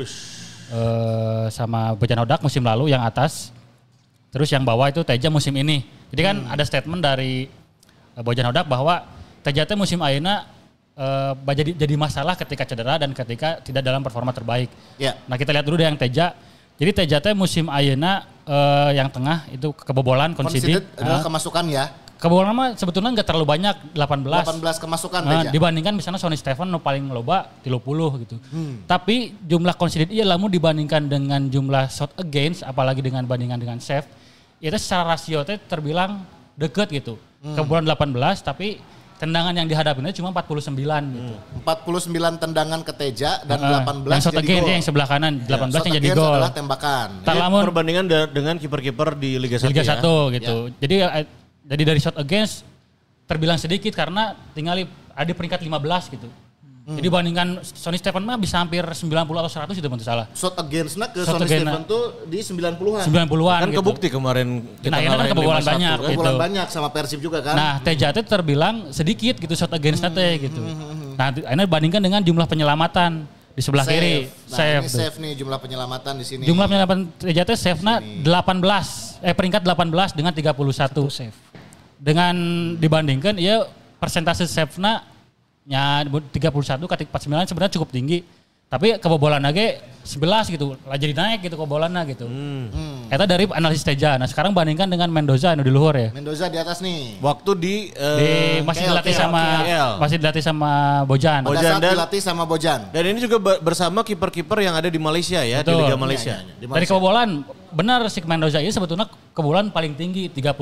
Bojan Hodak musim lalu yang atas. Terus yang bawah itu Teja musim ini. Jadi kan ada statement dari Bojan Hodak bahwa Teja teh musim ayeuna jadi masalah ketika cedera dan ketika tidak dalam performa terbaik. Yeah. Nah kita lihat dulu deh yang Teja. Jadi Teja teh musim ayeuna yang tengah itu kebobolan conceded adalah kemasukan ya. Kebobolan mah sebetulnya nggak terlalu banyak 18 kemasukan Teja. Dibandingkan misalnya Sonny Stephen paling loba 30 gitu. Tapi jumlah conceded lamun dibandingkan dengan jumlah shot against apalagi dengan bandingan dengan save itu secara rasio teh terbilang deket gitu. Kebobolan 18 tapi tendangan yang dihadapinya cuma 49 gitu. 49 tendangan ke Teja dan 18 dan shot jadi gol. yang sebelah kanan 18 yang jadi gol. Adalah tembakan. Perbandingan dengan kiper-kiper di Liga 1 Liga 1 ya? gitu. Ya. Jadi dari shot against terbilang sedikit karena tinggal ada di peringkat 15 gitu. Jadi bandingkan Sonny Stephen mah bisa hampir 90 atau 100 itu tentu salah. Shot against-nya ke Sonny Stephen tuh di 90-an. 90-an kan gitu. kebukti kemarin kita kan kebobolan banyak gitu. Kebobolan banyak sama Persib juga kan. Nah, Teja teh terbilang sedikit gitu shot against-nya teh gitu. Nah, ini bandingkan dengan jumlah penyelamatan di sebelah kiri. Nah, ini save nih jumlah penyelamatan di sini. Jumlah penyelamatan Teja teh save-nya 18. Peringkat 18 dengan 31 save. Dengan dibandingkan ya persentase save-nya nya 31 ke 49 sebenarnya cukup tinggi. Tapi kebobolan lagi 11 gitu. Lah jadi naik gitu kebobolannya gitu. Eta dari analisis Teja. Nah, sekarang bandingkan dengan Mendoza yang di luhur ya. Mendoza di atas nih. Waktu masih dilatih sama Bojan. Pada saat dilatih sama Bojan. Dan ini juga bersama kiper-kiper yang ada di Malaysia ya, betul. di Liga Malaysia. Di Dari kebobolan benar si Mendoza ini sebetulnya kebobolan paling tinggi 31.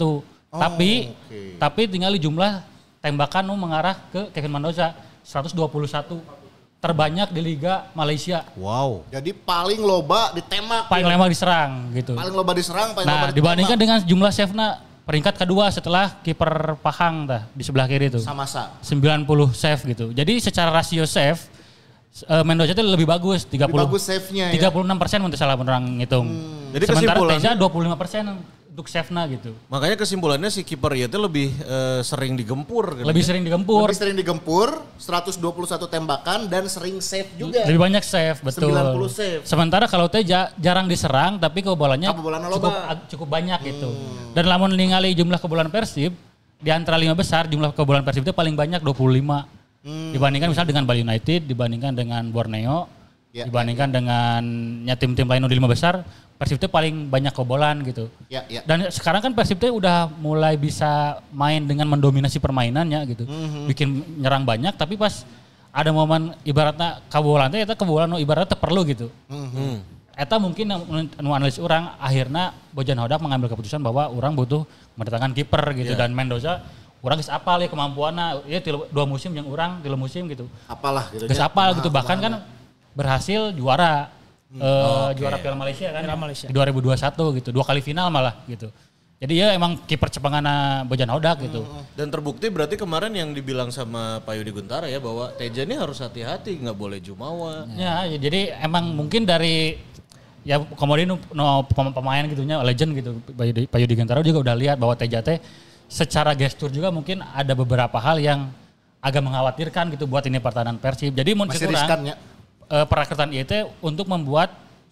Tapi tinggal jumlah tembakan mengarah ke Kevin Mendoza 121. Terbanyak di Liga Malaysia. Wow. Jadi paling loba ditembak. Paling lama diserang gitu. Paling loba diserang, paling loba ditembak. Dibandingkan dengan jumlah save-nya peringkat kedua setelah kiper Pahang di sebelah kiri itu. Sama-sama. 90 save gitu. Jadi secara rasio save Mendoza itu lebih bagus 30. Lebih bagus save-nya ya. 36% untuk salah orang ngitung. Jadi sementara Teja 25% untuk save-nya gitu. Makanya kesimpulannya si kiper itu lebih sering digempur. Lebih sering digempur. Lebih sering digempur, 121 tembakan dan sering save juga. Lebih banyak save, betul. 90 save. Sementara kalau Teja jarang diserang tapi kebobolannya cukup banyak gitu. Dan lamun ningali jumlah kebobolan Persib, di antara 5 besar jumlah kebobolan Persib itu paling banyak 25. Dibandingkan misalnya dengan Bali United, dibandingkan dengan Borneo, dibandingkan dengan tim-tim lain di 5 besar, Persib itu paling banyak kebobolan gitu. Dan sekarang kan Persib itu udah mulai bisa main dengan mendominasi permainannya gitu. Bikin nyerang banyak tapi pas ada momen ibaratnya kebobolan itu kebobolan ibaratnya perlu gitu. Eta mungkin analis orang akhirnya Bojan Hodak mengambil keputusan bahwa orang butuh mendatangkan kiper gitu dan Mendoza orang geus apal ya kemampuannya ya 2 musim yang orang 3 musim gitu. Apalah gitu. Geus apal gitu bahkan kan berhasil juara juara Piala Malaysia kan di 2021 gitu 2 kali final malah gitu. Jadi ya emang kiper cepengana Bojan Hodak gitu. Dan terbukti berarti kemarin yang dibilang sama Pak Yudi Guntara ya bahwa Teja ini harus hati-hati nggak boleh jumawa. Ya jadi emang mungkin dari ya kemudian pemain gitunya legend gitu Pak Yudi Guntara juga udah lihat bahwa Teja teh secara gestur juga mungkin ada beberapa hal yang agak mengkhawatirkan gitu buat ini pertahanan Persib. Jadi mungkin kurang perekrutan itu untuk membuat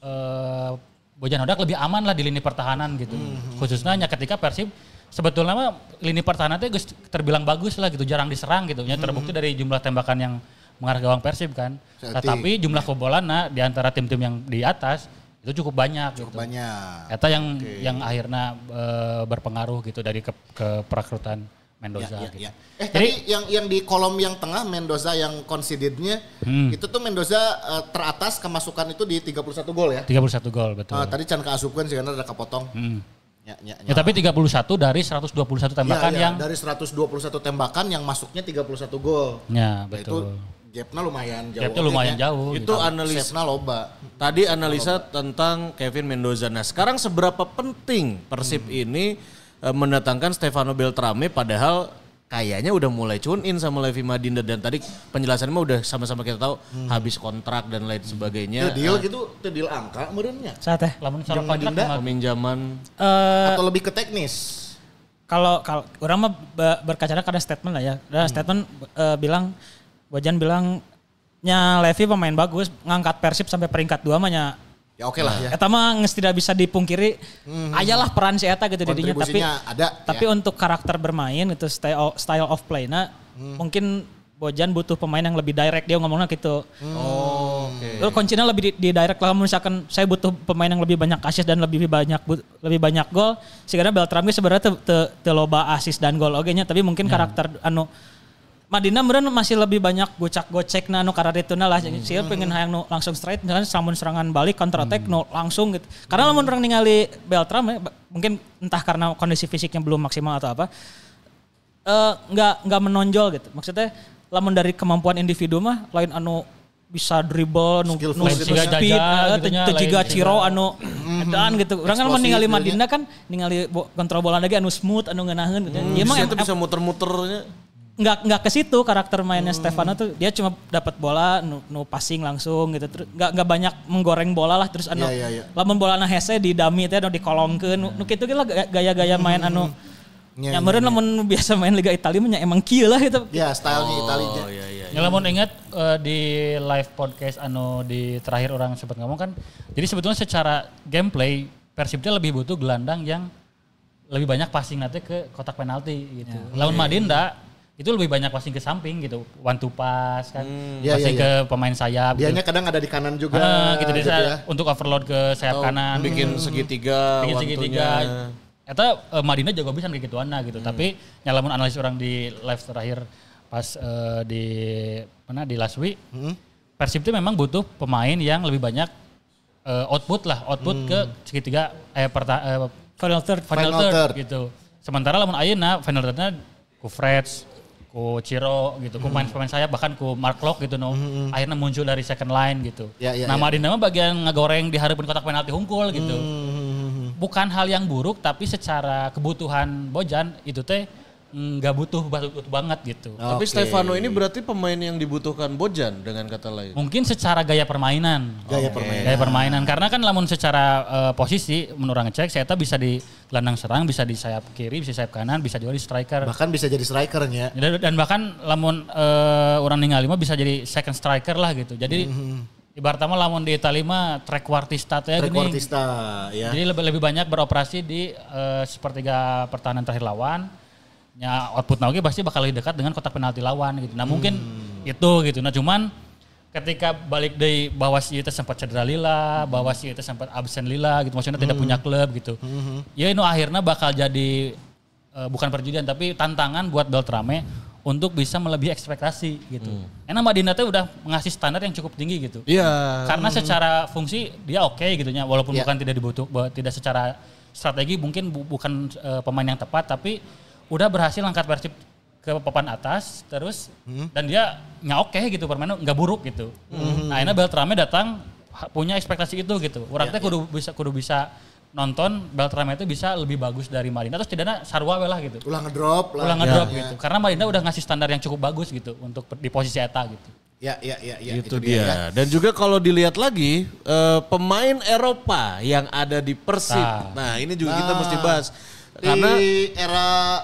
Bojan Hodak lebih aman lah di lini pertahanan gitu. Khususnya ketika Persib sebetulnya lini pertahanan itu terbilang bagus lah gitu, jarang diserang gitu. Terbukti dari jumlah tembakan yang mengarah gawang Persib kan. Tapi jumlah kebobolan di antara tim-tim yang di atas itu cukup banyak gitu. Eta yang akhirnya berpengaruh gitu dari ke perekrutan Mendoza gitu. Jadi tadi yang di kolom yang tengah Mendoza yang conceded-nya itu tuh Mendoza teratas kemasukan itu di 31 gol ya. 31 gol betul. Tadi can keasupkan sih karena ada kepotong. Ya tapi 31 dari 121 tembakan yang dari 121 tembakan yang masuknya 31 gol. Ya betul. Itu gapnya lumayan jauh. Gapnya lumayan jauh. Itu analisa loba. Tadi analisa tentang Kevin Mendoza. Nah, sekarang seberapa penting Persib ini mendatangkan Stefano Beltrame padahal kayaknya udah mulai tune in sama Levi Madinda dan tadi penjelasannya mah udah sama-sama kita tahu habis kontrak dan lain sebagainya. Deal gitu, deal angka merenya. Saat teh. Lamun soal kontrak peminjaman atau lebih ke teknis. Kalau orang mah berkaca karena statement lah ya. Ada statement bilang Bojan bilangnya Levi pemain bagus, ngangkat Persib sampai peringkat 2 mah nya. Ya oke lah ya. Eta mah geus tidak bisa dipungkiri. Ayalah peran si eta gitu didinya tapi untuk karakter bermain itu style of play-na mungkin Bojan butuh pemain yang lebih direct, dia ngomongnya gitu. Terus kuncinya lebih di direct lah, misalkan saya butuh pemain yang lebih banyak assist dan lebih banyak gol. Sekarang Beltram ge sebenarnya teu loba assist dan gol oge nya, tapi mungkin karakter Madinda meureun masih lebih banyak gocek-gocekna anu kararituna lah. Sieun pengen hayang nu langsung straight, misalnya samun serangan balik counter attack nu langsung gitu. Karena lamun orang ningali Beltram mungkin entah karena kondisi fisiknya belum maksimal atau apa, nggak menonjol gitu. Maksudnya lamun dari kemampuan individu mah lain anu bisa dribble nu speed teu jiga Ciro anu edan gitu. Urang kan ningali Madinda kan ningali kontrol bola lagi anu smooth anu ngeunaheun gitu. Ieu mah bisa muter-muternya. Nggak ke situ karakter mainnya Stefano tuh, dia cuma dapat bola nu passing langsung gitu, terus nggak banyak menggoreng bola lah, terus anu lamun bola na hese di dummy teh anu dikolongkeun nu kitu ge lah gaya-gaya main anu nya meureun lamun biasa main Liga Italia mah emang kieu lah gitu. Ya stylenya Italia. Ya lamun ingat di live podcast anu di terakhir orang sempat ngomong kan, jadi sebetulnya secara gameplay Persib lebih butuh gelandang yang lebih banyak passing nanti ke kotak penalti gitu. Lawan Madinda itu lebih banyak passing ke samping gitu, one to pass kan, passing ke pemain sayap. Dianya kadang ada di kanan juga. Gitu ya. Untuk overload ke sayap kanan. Bikin segitiga. Eta Madinda juga bisa kayak gituan gitu. Tapi nyalamun analis orang di live terakhir pas di last week, Persib itu memang butuh pemain yang lebih banyak output ke segitiga final third gitu. Sementara lamun ayeuna final thirdnya ku Freds, ku Ciro gitu, ku pemain sayap bahkan ku Mark Locke gitu akhirnya muncul dari second line gitu. Madinda mah bagian ngegoreng dihareupeun kotak penalti hungkul gitu. Bukan hal yang buruk, tapi secara kebutuhan Bojan itu teh nggak butuh banget gitu. Tapi Stefano ini berarti pemain yang dibutuhkan Bojan dengan kata lain. Mungkin secara gaya permainan. Gaya permainan. Karena kan lamun secara posisi menurut ngecek saya bisa di gelandang serang, bisa di sayap kiri, bisa sayap kanan, bisa juga di striker. Bahkan bisa jadi strikernya. Dan bahkan lamun orang ningali mah bisa jadi second striker lah gitu. Jadi ibaratnya lamun di Italia mah trequartista ya gini. Trequartista ya. Jadi lebih banyak beroperasi di sepertiga pertahanan terakhir lawan. Ya output oke pasti bakal lebih dekat dengan kotak penalti lawan gitu. Nah mungkin itu gitu. Nah cuman ketika balik dari bahwa si itu sempat cedera lila, bahwa si itu sempat absen lila gitu. Maksudnya tidak punya klub gitu. Ya ini akhirnya bakal jadi bukan perjudian tapi tantangan buat Beltrame untuk bisa melebihi ekspektasi gitu. Karena Madinda tuh udah ngasih standar yang cukup tinggi gitu. Iya. Karena secara fungsi dia oke gitu ya. Walaupun bukan tidak secara strategi mungkin bukan pemain yang tepat tapi udah berhasil angkat Persib ke papan atas terus dan dia oke gitu permainan nggak buruk gitu. Nah ini Beltrame datang punya ekspektasi itu gitu. Orang teh kudu bisa nonton Beltrame itu bisa lebih bagus dari Madinda terus tidaknya sarua lah gitu. Ulah ngedrop gitu. Karena Madinda udah ngasih standar yang cukup bagus gitu untuk di posisi eta gitu. Ya. Itu dia. Ya. Dan juga kalau dilihat lagi pemain Eropa yang ada di Persib. Nah ini juga kita mesti bahas. Karena di era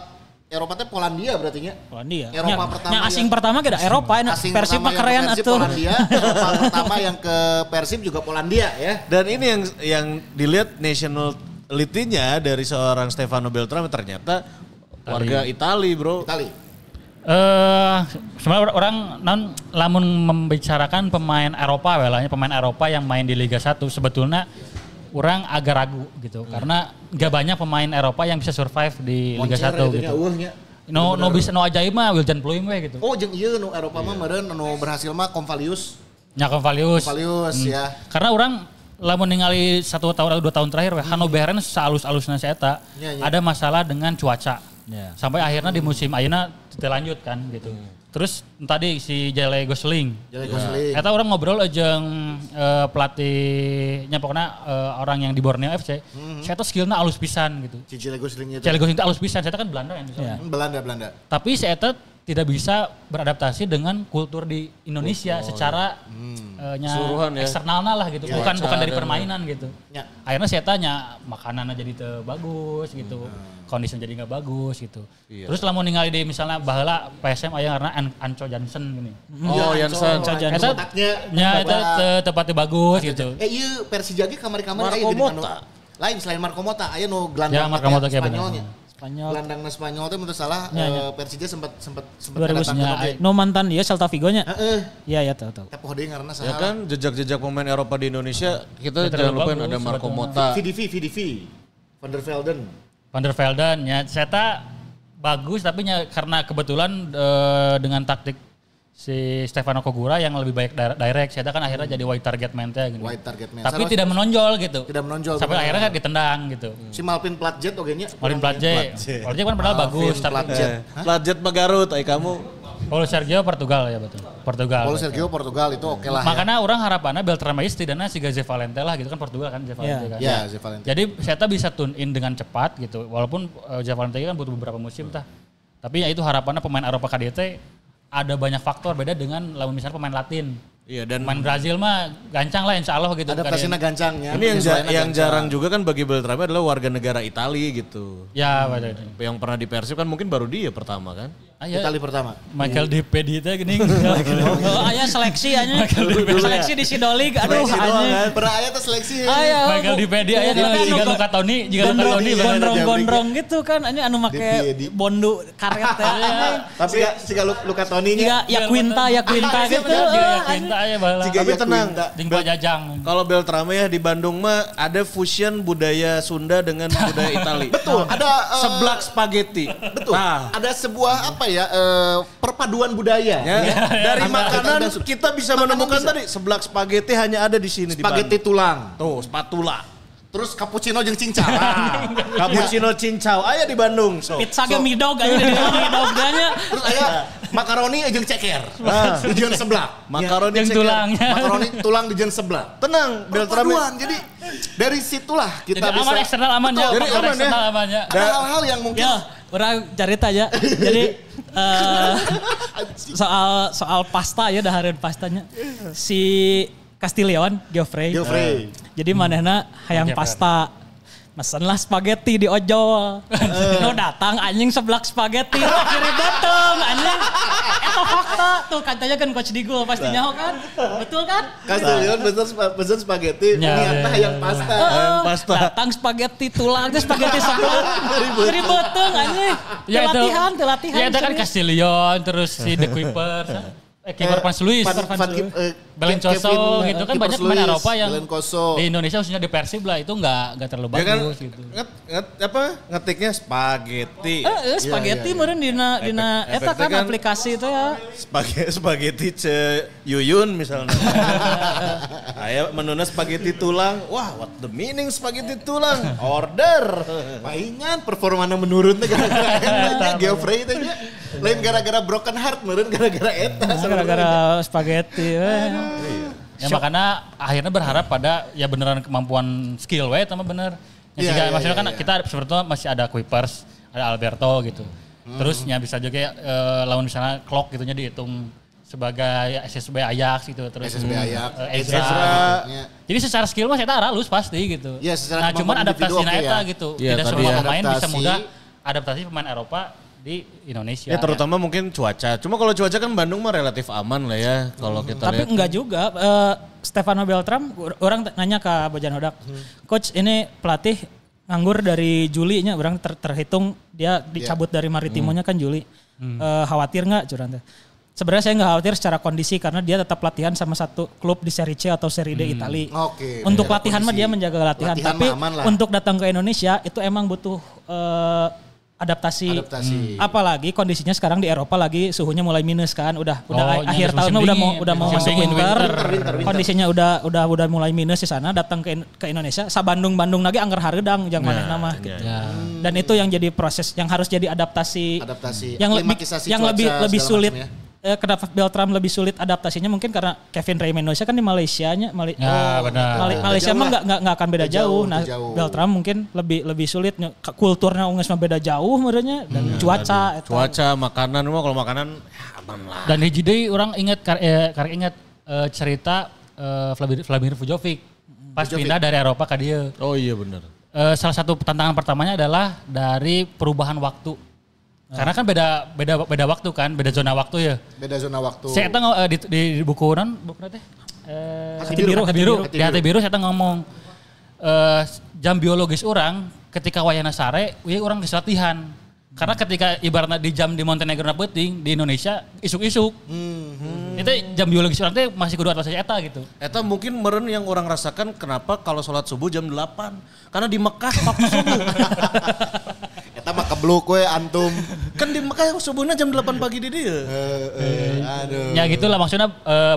Eropa teh Polandia berarti nya. Polandia. Eropa pertama. Yang asing pertama ke Eropa, Persib mah keren atuh. Eropa pertama yang ke Persib juga Polandia ya. Dan ini yang dilihat nationality-nya dari seorang Stefano Beltrame ternyata warga Itali, Bro. Sebenarnya orang lamun membicarakan pemain Eropa pemain Eropa yang main di Liga 1 sebetulnya orang agak ragu gitu karena gak banyak pemain Eropa yang bisa survive di Liga 1 gitu. No bisa ajaib mah Wiljan Pluim we gitu. Oh jeung ieu nu Eropa mah meureun anu berhasil mah Convalius. Ya Convalius ya. Karena orang lamun ningali 1 tahun atau 2 tahun terakhir Hannoveren sealus-alusna si eta ada masalah dengan cuaca. Sampai akhirnya di musim ayeuna teu lanjut kan gitu. Terus tadi si Jale Gosling. Eta orang ngobrol aja pelatihnya pokoknya orang yang di Borneo FC. Saya tuh skillnya alus pisan gitu. Si Jale Gosling itu. Jale Gosling itu alus pisan. Saya kan Belanda kan. Ya. Belanda. Tapi saya tidak bisa beradaptasi dengan kultur di Indonesia secara keseluruhan ya. eksternalnya lah gitu. Bukan dari permainan gitu. Ya. Akhirnya saya tanya makanannya jadi bagus gitu. Kondisinya jadi nggak bagus gitu. Iya. Terus lah mau ningali di misalnya baheula PSM aya karena Anco Jansen gini. Oh, Jansen. Eta tepatnya bagus gitu. Iya Persija ge kamari-kamari Marco Motta. Lain selain Marco Motta aya nu gelandang. Ya Marco Motta kayak Spanyolnya. Spanyol. Gelandangna Spanyol teh mun teu salah Persija sempat 2000 no mantan dia Celta Vigo nya. Iya tahu. Tapi deui ngaranna saha. Ya kan jejak-jejak pemain Eropa di Indonesia kita jangan lupain ada Marco Motta. VDV. Van der Velden Ya saya bagus tapi karena kebetulan dengan taktik si Stefano Kogura yang lebih baik direct. Saya kan akhirnya jadi wide target man teh gitu. Tapi tidak menonjol gitu. Sampai akhirnya kan ditendang gitu. Si Malvin Platjet oge nya. Malvin Platjet kan padahal bagus tapi Platjet Garut kamu. Paulo Sergio Portugal ya betul. Paulo Sergio Portugal itu oke lah. Makanya orang harapannya Beltrame setidaknya si Ze Valente lah gitu kan Portugal kan Ze Valente kan. Iya, Ze Valente. Jadi saya bisa tune in dengan cepat gitu. Walaupun Ze Valente kan butuh beberapa musim tah. Tapi ya itu harapannya pemain Eropa KDT ada banyak faktor beda dengan lawan misalnya pemain Latin. Iya dan pemain Brazil mah gancang lah insya Allah gitu. Adaptasinya gancangnya. Ini yang jarang juga kan bagi Beltrame adalah warga negara Italia gitu. Ya betul. Yang pernah di Persib kan mungkin baru dia pertama kan. Italia pertama. Michael Di Pedi teh geuning. Aya seleksi anya. Seleksi di Sidolik aduh anya. Pernah aya teh seleksi. Michael Di Pedi aya jika Luka Toni, gondrong gitu kan anya anu make bondu karet teh. Tapi siga Luka Toni nya. Ya Quinta gitu. Aya baheula. Tapi tenang, Ding Jajang. Kalau Beltrame ya di Bandung mah ada fusion budaya Sunda dengan budaya Italia. Betul, ada seblak spaghetti. Betul. Ada sebuah perpaduan budaya. Ya. Dari makanan kita bisa menemukan tadi seblak spaghetti hanya ada di sini di Bandung. Spaghetti tulang. Tuh, spatula. Terus cappuccino jeung cincau. Cappuccino cincau aya di Bandung. Pizza ge midog aya di midog nya. Terus aya makaroni jeung ceker. Dijieun seblak. Makaroni jeung tulangnya. Makaroni tulang dijieun seblak. Tenang, Beltrame. Jadi dari situlah kita jadi bisa aman eksternal amannya. Jadi aman ya. Ada hal-hal yang mungkin orang carita aja. Jadi soal pasta ya dahareun pastanya. Si Castillion, Geoffrey. Jadi manehna hayang pasta. Mesenlah spaghetti di ojol. Nu datang anjing seblak spaghetti. Kiri datang anjing. Eta fakta. Tuh katanya kan Coach Digul pastinya kan. Betul kan? Castillion pesen spaghetti. Niatnya hayang pasta. Datang spaghetti tulangnya spaghetti seblak. Kiri datang anjing. Latihan. Ya itu kan Castillion terus si The Kuipers. Kiper Van Luis, Belencoso gitu kan banyak pemain Eropa yang di Indonesia khususnya di Persib lah itu nggak terlalu bagus gitu. Ngetiknya spaghetti. Spaghetti meureun dina eta kan aplikasi itu ya. Spaghetti Yuyun misalnya. Aya menuna spaghetti tulang. Wah, what the meaning spaghetti tulang? Order. Paingan performana menurun teh gara-gara Geoffrey teh nya. Lain gara-gara broken heart meureun gara-gara eta. Gara-gara spaghetti. Ya makanya akhirnya berharap pada ya beneran kemampuan skill we sama bener. Ya, maksudnya kan kita sebetulnya masih ada Kuipers, ada Alberto gitu. Terus ya bisa juga lawan misalnya Klok gitunya dihitung sebagai SSB Ajax gitu terus SSB Ajax, Ezra. Jadi secara skill mah saya halus pasti gitu. Ya, nah cuman adaptasi eta gitu. Ya, tidak semua pemain bisa mudah adaptasi pemain Eropa di Indonesia. Ya terutama mungkin cuaca. Cuma kalau cuaca kan Bandung mah relatif aman lah ya kalau kita Tapi lihat. enggak juga. Stefano Beltram, orang nanya ke Bojan Hodak, Coach ini pelatih nganggur dari Juli nya, orang terhitung dia dicabut dari Maritimonya kan Juli. Khawatir nggak curang teh? Sebenarnya saya nggak khawatir secara kondisi karena dia tetap latihan sama satu klub di Serie C atau Serie D Italia. Untuk latihan mah dia menjaga latihan tapi untuk datang ke Indonesia itu emang butuh adaptasi. Apalagi kondisinya sekarang di Eropa lagi suhunya mulai minus kan, udah akhir tahun udah mau masuk winter. Kondisinya udah mulai minus di sana, datang ke Indonesia, sa Bandung lagi angker hareudang jeung manehna mah gitu. Dan itu yang jadi proses yang harus jadi adaptasi. Yang lebih sulit kenapa Beltram lebih sulit adaptasinya mungkin karena Kevin Ray Mendoza kan di Malaysianya. Malaysia mah nggak akan beda jauh. Nah, Beltram mungkin lebih sulit, kulturnya geus mah beda jauh menurutnya, dan cuaca, makanan mah kalau makanan aman lah. Dan hiji deui urang ingat cerita Vladimir Vujovic pas pindah dari Eropa ke dia. Oh iya benar. Salah satu tantangan pertamanya adalah dari perubahan waktu. Karena kan beda waktu kan, beda zona waktu ya. Beda zona waktu. Saya di buku teh. Hati biru saya ngomong jam biologis orang ketika wayana sare, orang geus latihan. Karena ketika ibaratnya di jam di Montenegro penting, di Indonesia isuk-isuk. Itu jam biologis orang teh masih kudu atas eta gitu. Eta mungkin meren yang orang rasakan kenapa kalau sholat subuh jam 8. Karena di Mekah waktu subuh. Eta mah kebluk we antum. Kan di Mekah subuhnya jam 8 pagi di dia. Aduh. Ya gitulah maksudnya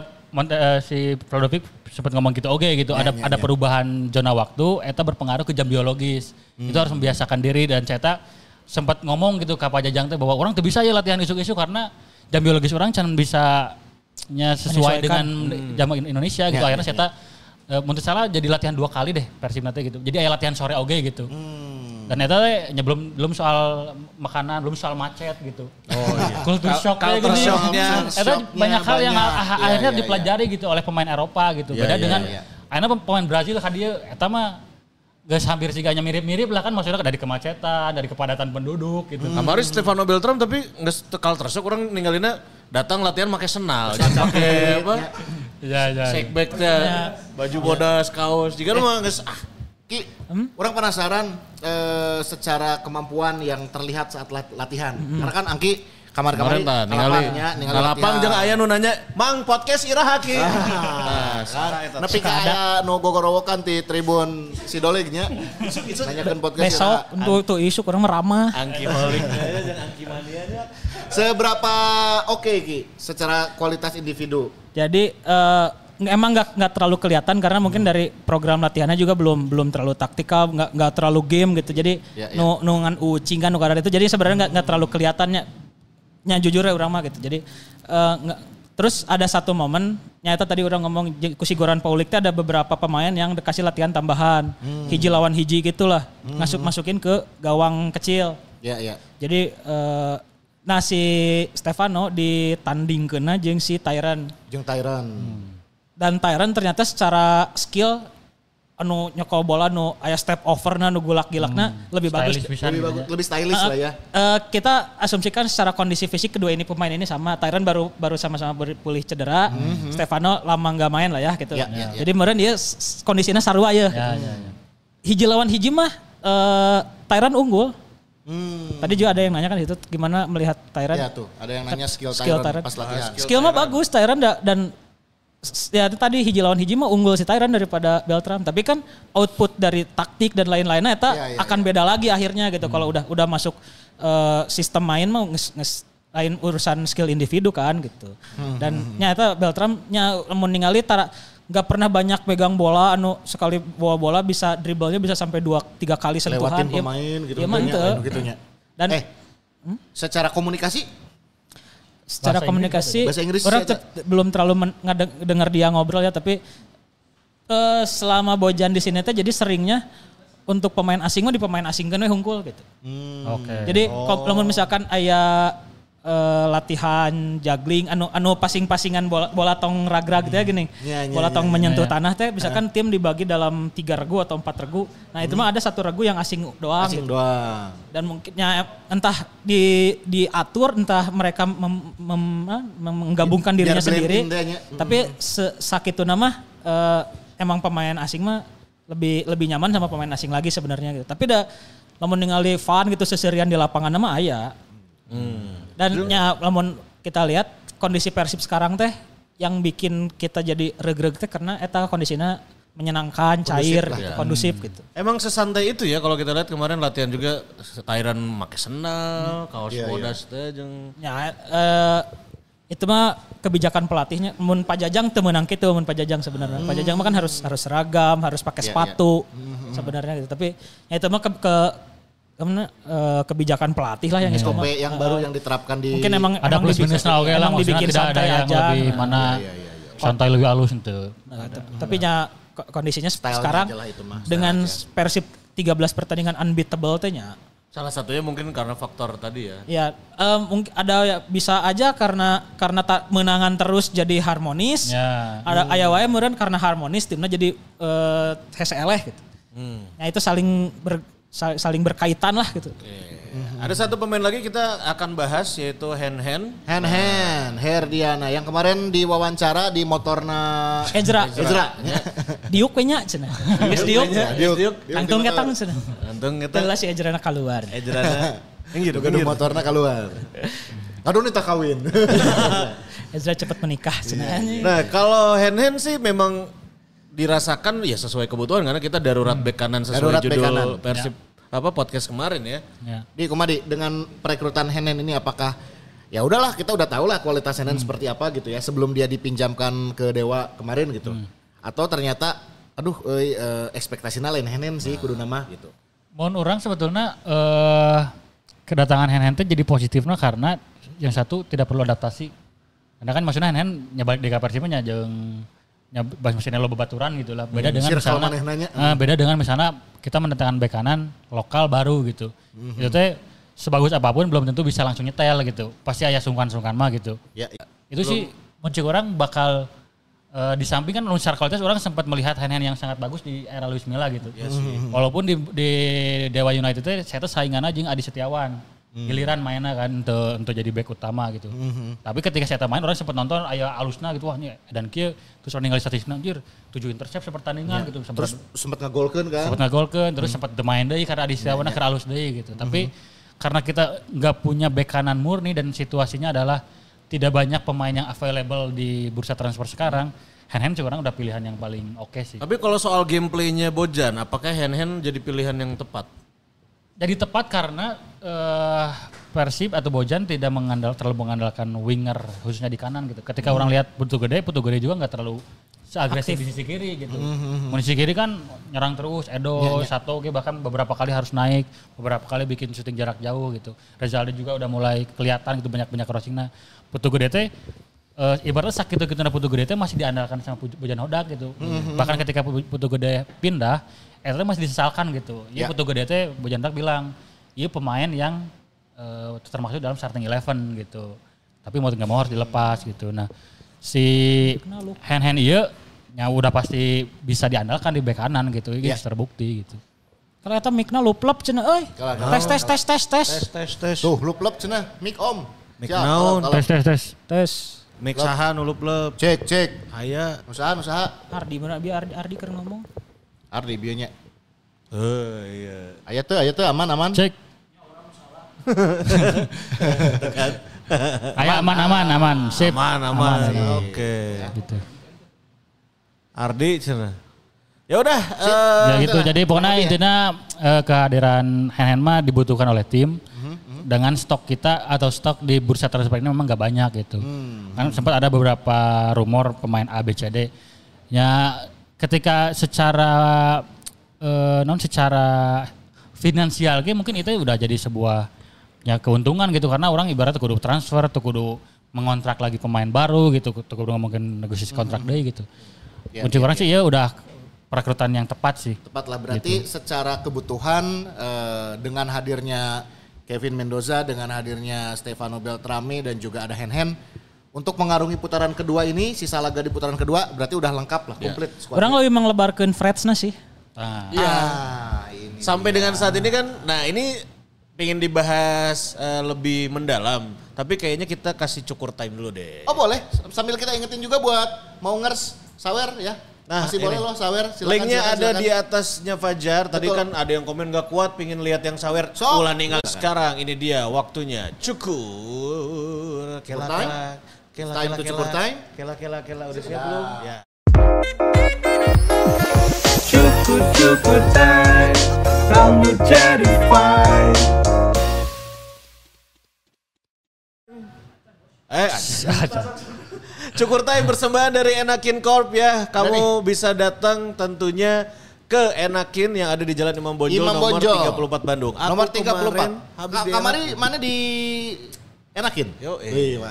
si Vladimir sempat ngomong gitu gitu. Ada perubahan zona waktu, eta berpengaruh ke jam biologis. Itu harus membiasakan diri, dan saya sempat ngomong gitu ke Pak Jajang teh bahwa orang tuh bisa ya latihan isuk-isuk karena jam biologis orang can bisa sesuai dengan jam Indonesia gitu. Akhirnya saya menurut salah jadi latihan 2 kali deh Persib nanti gitu. Jadi aya latihan sore oge gitu. Dan eta belum soal makanan, belum soal macet gitu. Oh iya. Culture shock eta banyak hal yang akhirnya dipelajari gitu oleh pemain Eropa gitu. Beda dengan akhirnya pemain Brazil dia eta mah guys hampir siganya mirip-mirip lah kan, maksudnya dari kemacetan, dari kepadatan penduduk gitu. Kemarin Stefano Beltram tapi nggak tekal tersuk orang ninggalinnya datang latihan pakai senal, jangan pakai apa? Shake baju bodas, kaos. Jika mah nggak Ki, orang penasaran secara kemampuan yang terlihat saat latihan. Karena kan Angki kamar-kamar ningali lapang jeung aya nu nanya, "Mang podcast iraha ki?" Nepi ka aya nu gogorowokan ti Tribun Sidolik nya. Nanyakeun podcast besok untuk isu kurang ramah. Angki balik jeung Angki mania nya. Seberapa oke Ki secara kualitas individu? Jadi emang nggak terlalu kelihatan karena mungkin dari program latihannya juga belum terlalu taktikal, nggak terlalu game gitu. Jadi nungan ucingan nu itu jadi sebenarnya nggak terlalu kelihatannya. Jujur ya orang mah gitu. Jadi terus ada satu momen nyata tadi orang ngomong ku si Goran Paulik teh ada beberapa pemain yang dikasih latihan tambahan. Hiji lawan hiji gitulah. Masukin ke gawang kecil. Iya. Jadi si Stefano ditandingkeunna jeung si Tyran. Dan Tyran ternyata secara skill anu nyokol bola aya step overna nu gulak-gilakna lebih bagus. Lebih stylish lah ya. Kita asumsikan secara kondisi fisik kedua pemain ini sama. Tyran baru sama-sama pulih cedera. Stefano lama nggak main lah ya gitu. Jadi meureun dia kondisinya sarua ya. Hiji lawan hiji mah Tyran unggul. Tadi juga ada yang nanya kan itu gimana melihat Tyran. Iya tuh, ada yang nanya skill Tyran pas latihan. Skill mah bagus Tyran dan ya tadi hiji lawan hiji mah unggul si Tyran daripada Beltram, tapi kan output dari taktik dan lain-lainnya akan beda lagi akhirnya gitu. Kalau udah masuk sistem main mah lain urusan skill individu kan gitu. Dan nyata Beltram mun ningali nggak pernah banyak pegang bola, sekali bawa bola bisa dribblenya bisa sampai 2-3 kali sentuhan. Lewatin pemain gitu. Iya mantep. Dan secara komunikasi secara komunikasi orang belum terlalu dengar dia ngobrol ya, tapi selama Bojan di sini jadi seringnya untuk pemain asing mah di pemain asing kan hungkul gitu. Jadi kalau misalkan aya latihan juggling anu passing-passingan bola tong ragrag gitu ya gini. Bola tong menyentuh tanah teh misalkan tim dibagi dalam 3 regu atau 4 regu. Nah itu mah ada 1 regu yang asing doang. Dan mungkinnya entah diatur, entah mereka menggabungkan dirinya sendiri. Tapi sakitu nama emang pemain asing mah lebih nyaman sama pemain asing lagi sebenarnya gitu. Tapi lamun ningali fun gitu seserian di lapangan mah aya. Dan namun kita lihat kondisi Persib sekarang teh yang bikin kita jadi regreg teh karena eta kondisinya menyenangkan, cair, kondusif gitu. Emang sesantai itu ya kalau kita lihat kemarin latihan juga Tyran make senal, kaos bodas teh jeung itu mah kebijakan pelatihnya. Mun Pak Jajang teu meunang kitu, mun Pak Jajang sebenarnya. Pak Jajang mah kan harus seragam, harus pakai sepatu sebenarnya gitu. Tapi ya itu mah kebijakan pelatih lah yang SOP yang baru yang diterapkan di mungkin emang ada plus minusnya oke lah, maksudnya dibikin tidak ada yang aja. lebih mana santai lebih halus itu. Tapi kondisinya Stylenya sekarang itu mah, dengan Persib 13 pertandingan unbeatable tehnya. Salah satunya mungkin karena faktor tadi ya. Ya, mungkin ada bisa aja karena menangan terus jadi harmonis. Ya. Ada aya wae meureun karena harmonis timnya jadi hese eleh gitu. Nah itu saling berkaitan lah gitu. Ada satu pemain lagi kita akan bahas yaitu Hen Herdiana yang kemarin diwawancara di motorna Ezra. Diuk we nya cenah. Geus diuk. Tangtung ketang cenah. Antung kita Telah si Ezra keluar. Ejrana gitu motorna keluar. Aduh nih tak kawin. Ezra cepat menikah cenah. Nah, kalau Hen sih memang dirasakan ya sesuai kebutuhan karena kita darurat bek kanan sesuai Darurat bek judul kanan. Persib podcast kemarin ya. Di Kumadi dengan perekrutan Henen ini apakah ya udahlah kita udah tahu lah kualitas Henen seperti apa gitu ya sebelum dia dipinjamkan ke Dewa kemarin gitu. Atau ternyata ekspektasinya lain Henen sih kudu nama gitu. Mohon orang sebetulnya kedatangan Hen itu jadi positifnya karena yang satu tidak perlu adaptasi. Karena kan maksudnya Hen nyabalik di Persibnya jeung mesinnya lo bebaturan gitu lah. Beda dengan misalnya beda dengan misalnya kita mendatangkan bek kanan lokal baru gitu. Itu teh sebagus apapun belum tentu bisa langsung nyetel gitu. Pasti aya sungkan-sungkan mah gitu. Ya, itu sih muncul orang bakal di samping kan secara kualitas orang sempat melihat Hen yang sangat bagus di era Luis Milla gitu. Walaupun di Dewa United itu saya tuh saingan aja Adi Setiawan. Giliran mainnya kan untuk jadi back utama gitu. Tapi ketika saya main orang sempat nonton aya alusna gitu wah nih dan kieu terus orang ningali statistikna anjir 7 intercept pertandingan gitu. Terus sempat ngagolkeun kan? Terus sempat main deui karena Adi Setiawan keur alus deui gitu. Tapi karena kita enggak punya back kanan murni dan situasinya adalah tidak banyak pemain yang available di bursa transfer sekarang. Hen sekarang udah pilihan yang paling oke sih. Tapi kalau soal gameplaynya Bojan, apakah Hen jadi pilihan yang tepat? Jadi tepat karena Persib atau Bojan tidak terlalu mengandalkan winger khususnya di kanan gitu. Ketika orang lihat Putu Gede juga nggak terlalu agresif di sisi kiri gitu. Di sisi kiri kan nyerang terus, Edo, Sato, bahkan beberapa kali harus naik, beberapa kali bikin syuting jarak jauh gitu. Rezaldi juga udah mulai kelihatan gitu banyak crossingnya. Putu Gede teh ibaratnya sakit gitu Putu Gede teh masih diandalkan sama Bojan Hodak gitu. Bahkan ketika Putu Gede pindah itu masih disesalkan gitu. Iya Putu Gede teh Bojan Hodak bilang, iya pemain yang termasuk dalam starting 11 gitu. Tapi mau nggak mau harus dilepas gitu. Nah si Hen iya ya udah pasti bisa diandalkan di bek kanan gitu. Ini terbukti gitu. Kalau eta mikna luplep cenah euy. Tes. Tuh luplep cenah mik om. Mik naon? Tes. Mik saha nu luplep. Cek. Aya. Usaha. Ardi mana biar Ardi keur ngomong. Ardi bionya. Iya. Aya tuh aman. Cek. Aya aman. Sip. Aman. Oke. Gitu. Ardi cenah. Ya udah. Ya gitu. Jadi pokoknya intinya kehadiran Hen mah dibutuhkan oleh tim. Dengan stok kita atau stok di bursa transfer ini memang gak banyak gitu. Kan sempat ada beberapa rumor pemain A, B, C, D. Ya ketika secara finansial mungkin itu udah jadi sebuah ya keuntungan gitu karena orang ibarat kudu transfer tuh kudu mengontrak lagi pemain baru gitu tuh kudu mungkin negosiasi kontrak deh gitu. Kunci orang sih ya udah perekrutan yang tepat sih. Tepat lah berarti gitu. Secara kebutuhan dengan hadirnya Kevin Mendoza dengan hadirnya Stefano Beltrame dan juga ada Hen untuk mengarungi putaran kedua ini sisa laga di putaran kedua berarti udah lengkap lah komplit. Orang lebih menglebarkan Fredsna sih. Ini sampai dengan saat ini kan, nah ini pengen dibahas lebih mendalam, tapi kayaknya kita kasih cukur time dulu deh. Oh boleh, sambil kita ingetin juga buat mau ngers sawer ya. Nah, masih boleh loh sawer, silakan. Linknya ada di atasnya Fajar. Tadi kan ada yang komen gak kuat pengen lihat yang sawer. Ulah ninggal sekarang, ini dia waktunya cukur. Kela. Udah siap belum? Ya. Cukur time, rambut jadi fine. Cukur time persembahan dari Enakin Corp ya. Kamu bisa datang tentunya ke Enakin yang ada di Jalan Imam Bonjol nomor 34 Bandung. Nomor 34. Kamari mana di Enakin? Yo,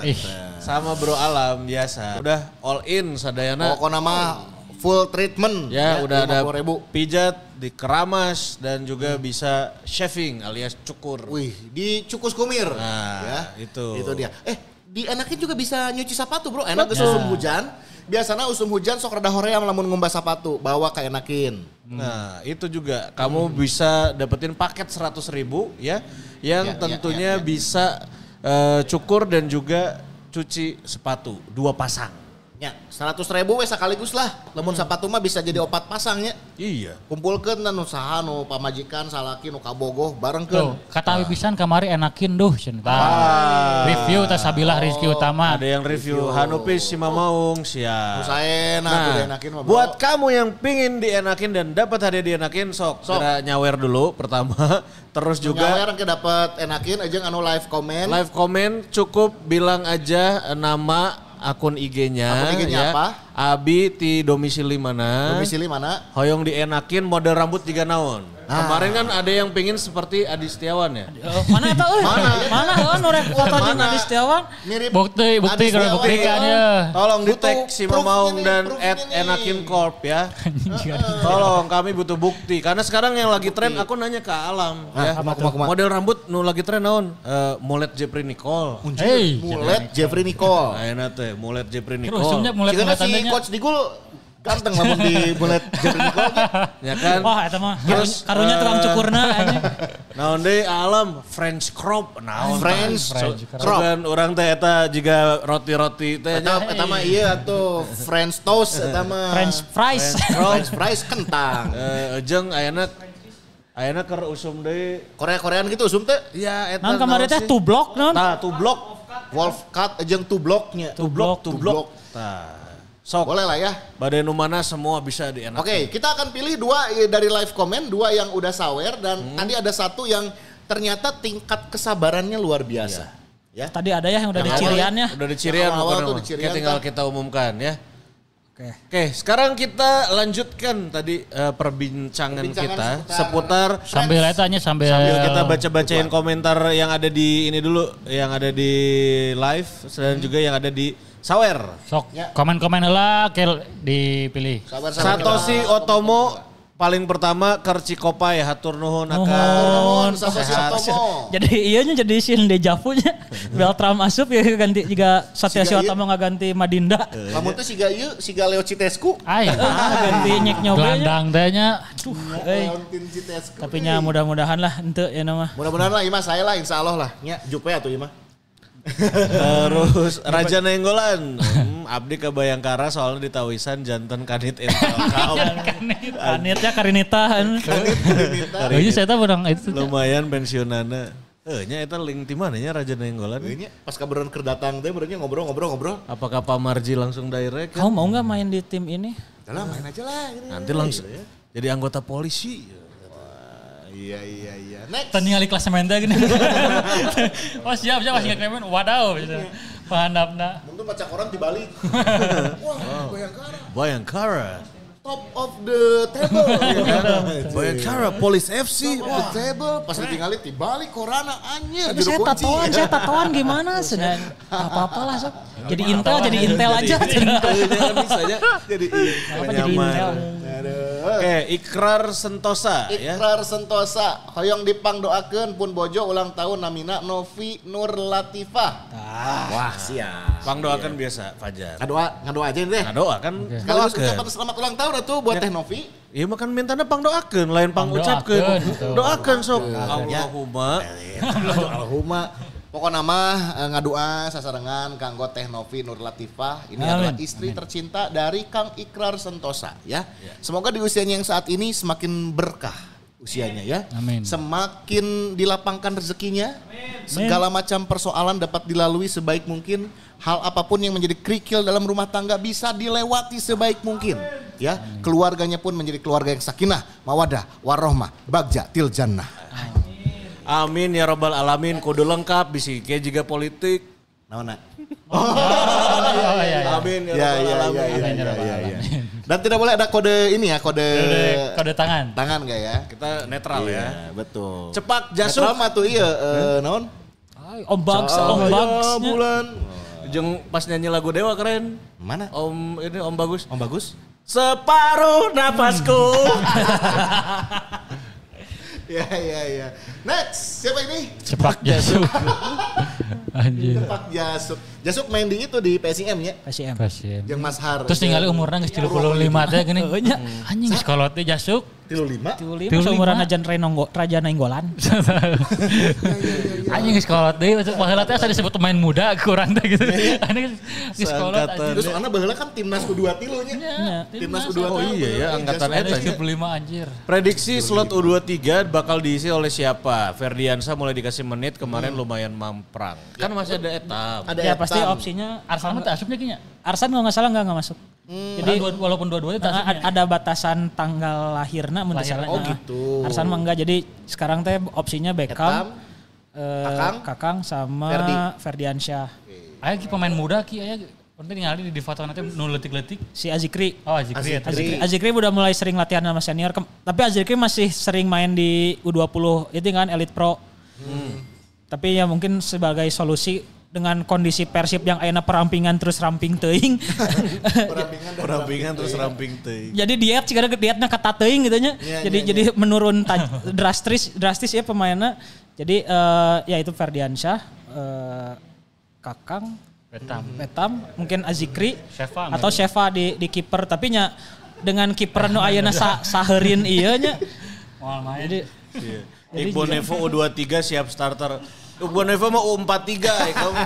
sama Bro Alam biasa. Udah all in sadayana. Pokoknya mah full treatment. Ya udah ada pijat, dikeramas dan juga bisa shaving alias cukur. Wih, di Cukus Kumir. Nah, ya, itu dia. Di Enakin juga bisa nyuci sepatu, Bro. Enak usum hujan. Biasanya usum hujan sok rada hoream lamun ngumbah sepatu, bawa ke Enakin. Nah, itu juga kamu bisa dapetin paket 100.000 ya yang tentunya bisa cukur dan juga cuci sepatu 2 pasang. Ya, 100.000 sekaligus lah. Lamun sepatu mah bisa jadi 4 pasangnya. Iya. Kumpulkeun dan usaha nu pamajikan salaki nu kabogoh barengkeun. Kata pisan kamari Enakin duh cenah. Review teh Sabilah Rizky Utama. Ada yang review Hanupis si Mamaung sia. Usahaena Enakin mah. Buat kamu yang pingin dienakin dan dapat hadiah dienakin sok nyawer dulu pertama. Terus juga nyawer ke dapat Enakin aja anu live comment. Live comment cukup bilang aja nama akun IG-nya ya. Apa? Abi ti domisili mana? Hoyong dienakin model rambut juga naon. Kemarin kan ada yang pingin seperti Adi Setiawan ya. Mana eta euy? Mana nu rek foto jeung Adi Setiawan? Mirip bukti kalau buktikan ya. Tolong di-tag si Mamaung dan @enakincorp ya. Tolong kami butuh bukti karena sekarang yang lagi tren aku nanya ke Alam ya. Model rambut nu lagi tren naon? Mulet Jeffrey Nicole. Mulet Jeffrey Nicole. Ayeuna teh mulet Jeffrey Nicole. Terus mulet si Coach Digul ganteng lamun di bulet Jeffrey Nicole ya kan. Wah eta mah karunya tukang cukurna anjing. Naon deui Alam French crop naon French crop kan urang teh eta jiga roti-roti teh eta mah ieu atuh French toast eta mah French fries kentang jeung ayeuna keur usum deui Korea-korean gitu usum teh iya eta naon kamari teh tublok naon tublok wolf cut jeung tubloknya tublok tah sok boleh lah ya. Badai nu mana semua bisa dienakin. Oke, kita akan pilih 2 dari live comment, 2 yang udah sawer dan tadi ada 1 yang ternyata tingkat kesabarannya luar biasa. Ya. Tadi ada ya yang udah diciriannya. Udah dicirian pokoknya tinggal kita umumkan ya. Oke, sekarang kita lanjutkan tadi perbincangan kita seputar sambil kita baca-bacain komentar yang ada di ini dulu, yang ada di live dan juga yang ada di Sawer. Sok komen-komen lah dipilih. Satoshi Otomo paling pertama Kerci Kopai hatur nuhun akan sehat. Jadi iya nya jadi sin dejavu nya. Beltram asup ya ganti juga Satoshi Otomo ngaganti Madinda. Lamun teh siga Leo Citescu. Ganti nyek nyoba nya. Gelandang teh nya. Tapi nya mudah-mudahan lah henteu ya mah. Mudah-mudahan lah ieu mah saya lah insyaallah lah nya jupe atuh ieu mah. Terus Raja Nenggolan abdi ke Bayangkara soalnya di Tawisan jantan kanit entel kau. Kanitnya Karinita. Ini saya tahu orang itu. Lumayan pensiunana. Nya eta link di mana nya Raja Nenggolan? Nya pas kabaran keur datang teh benernya ngobrol. Apakah Pak Marji langsung direct? Kamu mau enggak main di tim ini? Udah main aja lah. Nanti langsung jadi anggota polisi. Iya. Next. Ningali klasemen teh gini. Oh siap masih klasemen. Wadaw gitu. Pahandapna. Mungkin baca koran dibalik. Wah, Bayangkara. Top of the table. Bayangkara Police FC. Top of the table. Pas ditinggali dibalik korana anjir. Tapi saya tatoan gimana sedan. Apa-apa lah sok. Jadi intel aja. Jadi intel. Oke, Ikrar Sentosa. Hoyong dipang doakeun pun bojo ulang tahun namina Novi Nur Latifah. Wah, siap. Pang doakeun biasa Fajar. Ngadoa aja deh. Ngadoa kan. Sekaligus ucapan selamat ulang tahun atuh buat Teh Novi. Iya makan mintana pang doakeun, lain pang ucapkeun. Doakeun sok. Allahumma. Pokoknya mah ngadoa sasarengan kanggo Teh Novi Nur Latifah. Ini adalah istri tercinta dari Kang Ikrar Sentosa ya. Semoga di usianya yang saat ini semakin berkah usianya ya. Amin. Semakin dilapangkan rezekinya. Segala macam persoalan dapat dilalui sebaik mungkin. Hal apapun yang menjadi kerikil dalam rumah tangga bisa dilewati sebaik mungkin. Ya, keluarganya pun menjadi keluarga yang sakinah, mawadah, warohmah, bagja, til jannah. Amin ya robbal alamin, kudu lengkap bisi ke juga politik. Naona. Amin ya robbal alamin. Dan tidak boleh ada kode ini ya, kode tangan. Tangan enggak ya? Kita netral ya. Betul. Cepak Jasuk. Netral mah tuh naon? Om Bugs. Bulan. Jeung pas nyanyi lagu Dewa keren. Mana? Om Bagus. Om Bagus? Separuh napasku. Ya. Next, siapa ini? Cepak Jasuk. Anjir. Cepak Jasuk. Jasuk main di itu di PSIM ya? PSIM. Yang Mas Har. Terus tinggal umurnya geus 35 teh gini. Anjing geus kolot teh Jasuk. 35? Seumuran ajan Raja Nainggolan. Anjing geus kolot deui masuk baheula teh asa disebut pemain muda kurang teh gitu. Anjing geus kolot. Terus ana baheula kan timnas U23 nya. Timnas U23. Oh iya ya, angkatan eta 35 anjir. Prediksi slot U23 bakal diisi oleh siapa? Ferdiansyah mulai dikasih menit kemarin lumayan mamprang. Kan masih ada Etam. Ya pasti opsinya Arsan mah asupnya kayaknya. Arsan kalau nggak salah nggak masuk. Jadi walaupun dua-duanya ada batasan tanggal lahirna mun salah. Oh gitu. Arsan mah enggak. Jadi sekarang teh opsinya Beckham, Kakang sama Ferdiansyah. Aya pemain muda ki aya penting ningali di foto nanti nu leutik-leutik si Azikri. Oh Azikri. Azikri udah mulai sering latihan sama senior, tapi Azikri masih sering main di U20 itu kan Elite Pro. Tapi ya mungkin sebagai solusi dengan kondisi Persib yang ayeuna perampingan terus ramping teuing. Perampingan terus ramping teuing. Jadi dietnya kata teuing gitu nya. Jadi menurun drastis ya pemainnya. Jadi ya itu Ferdiansyah, Kakang, Betam, mungkin Azikri atau Sheva di kiper, tapi nya dengan kiper nu ayeuna saheureun ieu nya. Jadi Iqbal Nevo U23 siap starter. Iqbal Nevo mah U43 ya kamu.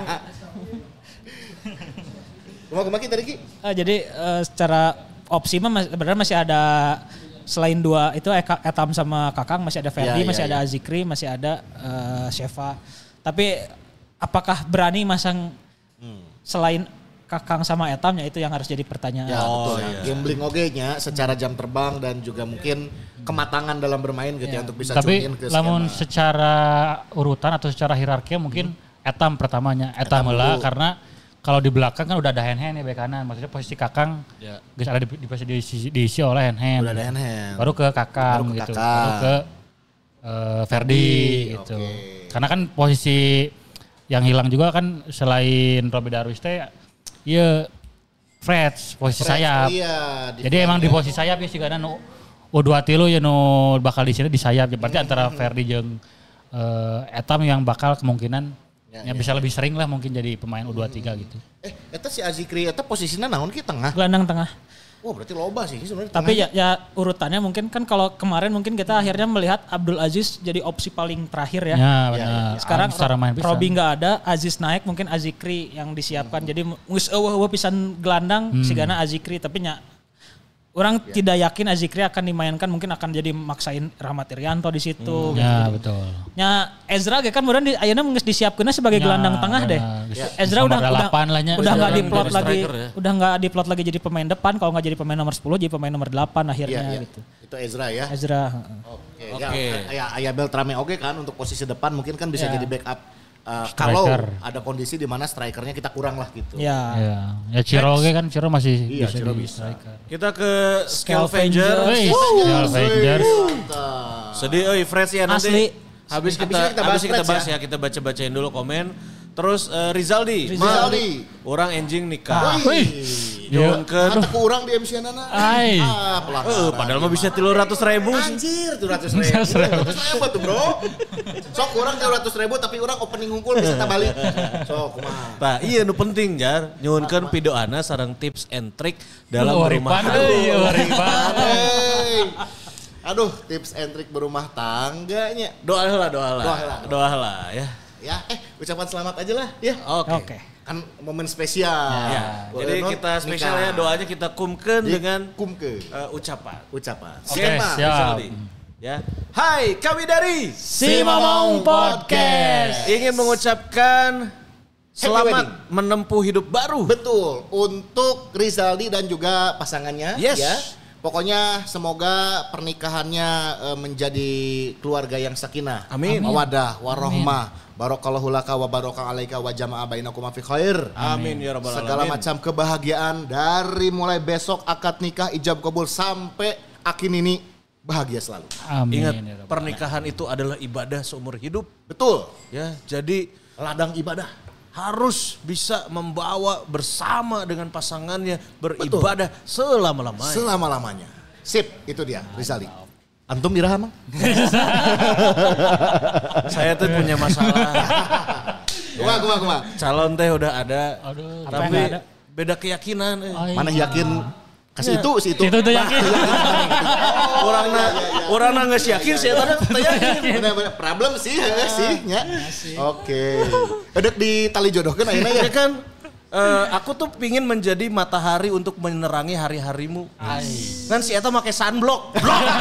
Kumaha tadi Ki? Jadi secara opsi mah sebenarnya masih ada selain dua itu Etam sama Kakang, masih ada Ferdi, masih ada Azikri, masih ada Sheva. Tapi apakah berani masang selain Kakang sama Etam ya itu yang harus jadi pertanyaan. Ya, betul. Gambling oge-nya secara jam terbang dan juga mungkin kematangan dalam bermain gitu ya untuk bisa tapi tune in ke skema. Tapi lamun secara urutan atau secara hierarki mungkin Etam pertamanya. Etam lah karena kalau di belakang kan udah ada hand-hand ya bek kanan. Maksudnya posisi Kakang guys ada diisi oleh hand-hand. Udah ada hand-hand. Baru ke Kakang gitu. Baru ke Ferdi gitu. Karena kan posisi yang hilang juga kan selain Robby Darwis teh iya Freds posisi sayap. Jadi emang di posisi sayap ya sih karena U23 ya bakal di sini di sayap. Berarti antara Ferdi jeung Etam yang bakal kemungkinan bisa lebih sering lah mungkin jadi pemain U23 gitu. Eta si Azikri eta posisinya naon ki tengah? Gelandang tengah. Wah berarti loba sih sebenarnya. Tapi ya urutannya mungkin kan kalau kemarin mungkin kita akhirnya melihat Abdul Aziz jadi opsi paling terakhir ya. Ya benar. Sekarang Robby nggak ada, Aziz naik mungkin Azikri yang disiapkan. Jadi geus eueuh pisan gelandang sigana Azikri tapi orang tidak yakin Azikri akan dimainkan, mungkin akan jadi maksain Rahmat Irianto di situ. Ya gitu. Betul. Nya Ezra kan kemudian ayeuna geus disiapkeunna sebagai gelandang tengah deh. Ezra udah enggak diplot lagi, udah enggak diplot lagi jadi pemain depan, kalau enggak jadi pemain nomor 10 jadi pemain nomor 8 akhirnya gitu. Itu Ezra ya. Ezra. Oke. Ya aya Beltrame oke kan untuk posisi depan mungkin kan bisa jadi backup. Kalau ada kondisi di mana strikernya kita kurang lah gitu. Ya Ciro kan Ciro masih bisa. Kita ke Scalvenger. Sedih Freds ya nanti. Asli. Habis kita bahas ya, kita baca-bacain dulu komen. Terus Rizaldi. Orang enjing nikah. Nyunkeun. Atau kurang di MC-na. Padahal mah bisa 300.000. Anjir 300.000 tuh bro. Sok kurang 300.000 tapi orang opening ngumpul bisa kita balik. Sok kumaha. Tah iya nu penting Jar. Nyunkeun pidoana sareng tips and trick dalam berumah tangga. Aduh tips and trick berumah tangganya. Doa lah ya. Ya, ucapan selamat aja lah ya. Oke. Kan momen spesial. Ya. Jadi kita spesial ya, doanya kita kumkeun dengan ucapan. Oke, siap. Ya. Hai, kami dari Si Momong Podcast ingin mengucapkan selamat menempuh hidup baru. Betul, untuk Rizaldi dan juga pasangannya yes. ya. Pokoknya semoga pernikahannya menjadi keluarga yang sakinah. Amin. Mawaddah, warahmah, barakallahu laka wa baraka alaika wa jama'a bainakum fi khair. Amin ya rabbal alamin. Segala macam kebahagiaan dari mulai besok akad nikah ijab kabul sampai akin ini bahagia selalu. Amin. Ingat, pernikahan itu adalah ibadah seumur hidup. Betul. Ya, jadi Ladang ibadah. harus bisa membawa bersama dengan pasangannya beribadah selama-lamanya. Selama-lamanya. Sip, itu dia Rizali. Antum iraha mang? Saya tuh punya masalah. Kuma. Calon teh udah ada. Aduh, Tapi beda keyakinan. Mana yakin kasih itu si itu. Itu tuh yakin. Orangna geus yakin saya teh yakin. Bener-bener problem sih nya. Oke. Edek di tali jodohkeun ayeuna ya. Ya kan aku tuh pingin menjadi matahari untuk menerangi hari-harimu. Kan si eta make sunblock.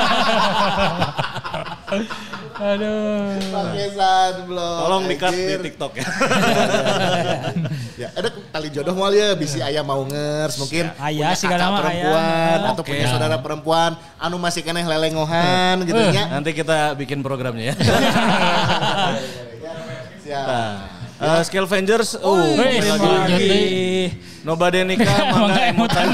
Aduh. Pakai sunblock. Tolong di-cut di TikTok ya. Ya, edek tali jodoh moal ya bisi aya mau ngers mungkin Aya punya sih kakak kana mah perempuan aya. atau punya saudara perempuan anu masih keneh lelengohan gitu nya. Nanti kita bikin programnya ya. Siap. Skill Avengers, Wih, Lagi. Nobade nikah, mangga emutan.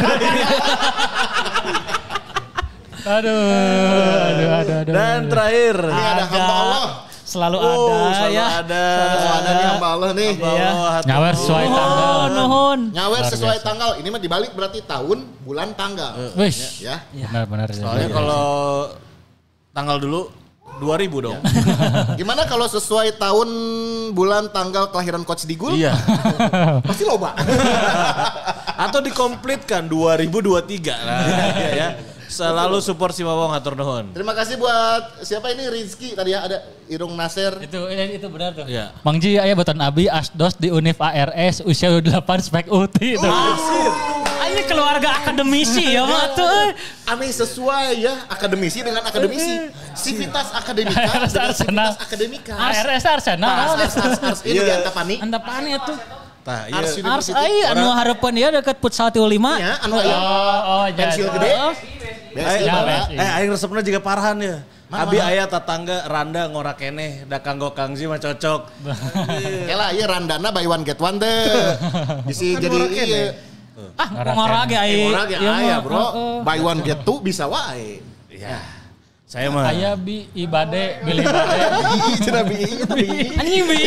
Aduh. Dan terakhir, Ini ada hamba Allah. Selalu ada selalu ya. ada. Selalu ada nih hamba Allah nih. Nyawer sesuai tanggal. Nuhun. Nyawer sesuai tanggal. Ini mah dibalik berarti tahun, bulan, tanggal. Wih. Ya. Benar. Soalnya kalau tanggal dulu 2000 dong. Gimana kalau sesuai tahun, bulan, tanggal kelahiran Coach Digul? Iya. Pasti loba. Atau dikomplitkan 2023 lah. Ya. Selalu support si Wawong hatur nuhun. Terima kasih buat siapa ini Rizky tadi ya ada Irung Nasir. Itu benar tuh. Iya. Mang Ji aya botan abi asdos di Univ ARS usia 8 spek UTI tuh. Ini keluarga akademisi ya mah tuh. Ame sesuai ya akademisi dengan akademisi. Sivitas akademika dengan sivitas akademika. ARS Arsenal. Ars ini di Antapani. Antapani atuh. Tah, iya. Ars Ars University. anu harapan dia dekat Futsal 5. Ya, anu aya. Pensil gede. BSI Bala. Aing resepna juga parhan ya. Abi aya tatangga Randa ngora keneh da kanggo Kangzi mah cocok. Kela ieu randana buy one get one teh. Bisi jadi ieu. Ngora ge ai. Ngora ge aya, Bro. Buy one get two bisa wae. Iya. Saya mah Aya bi ibade bilih bade. Cenah bi itu bi. Anjing bi.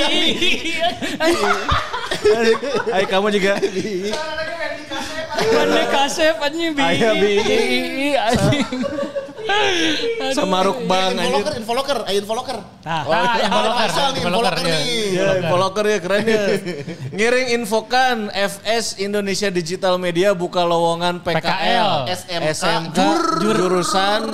Hai kamu juga. Pandai kasep anjing bi. Aya bi. Anjing. Sama Rukbang anjir. Infoloker. Nah, Infoloker nih. Ya, infoloker ya keren ya. Ngiring infokan FS Indonesia Digital Media buka lowongan PKL, SMK, jurusan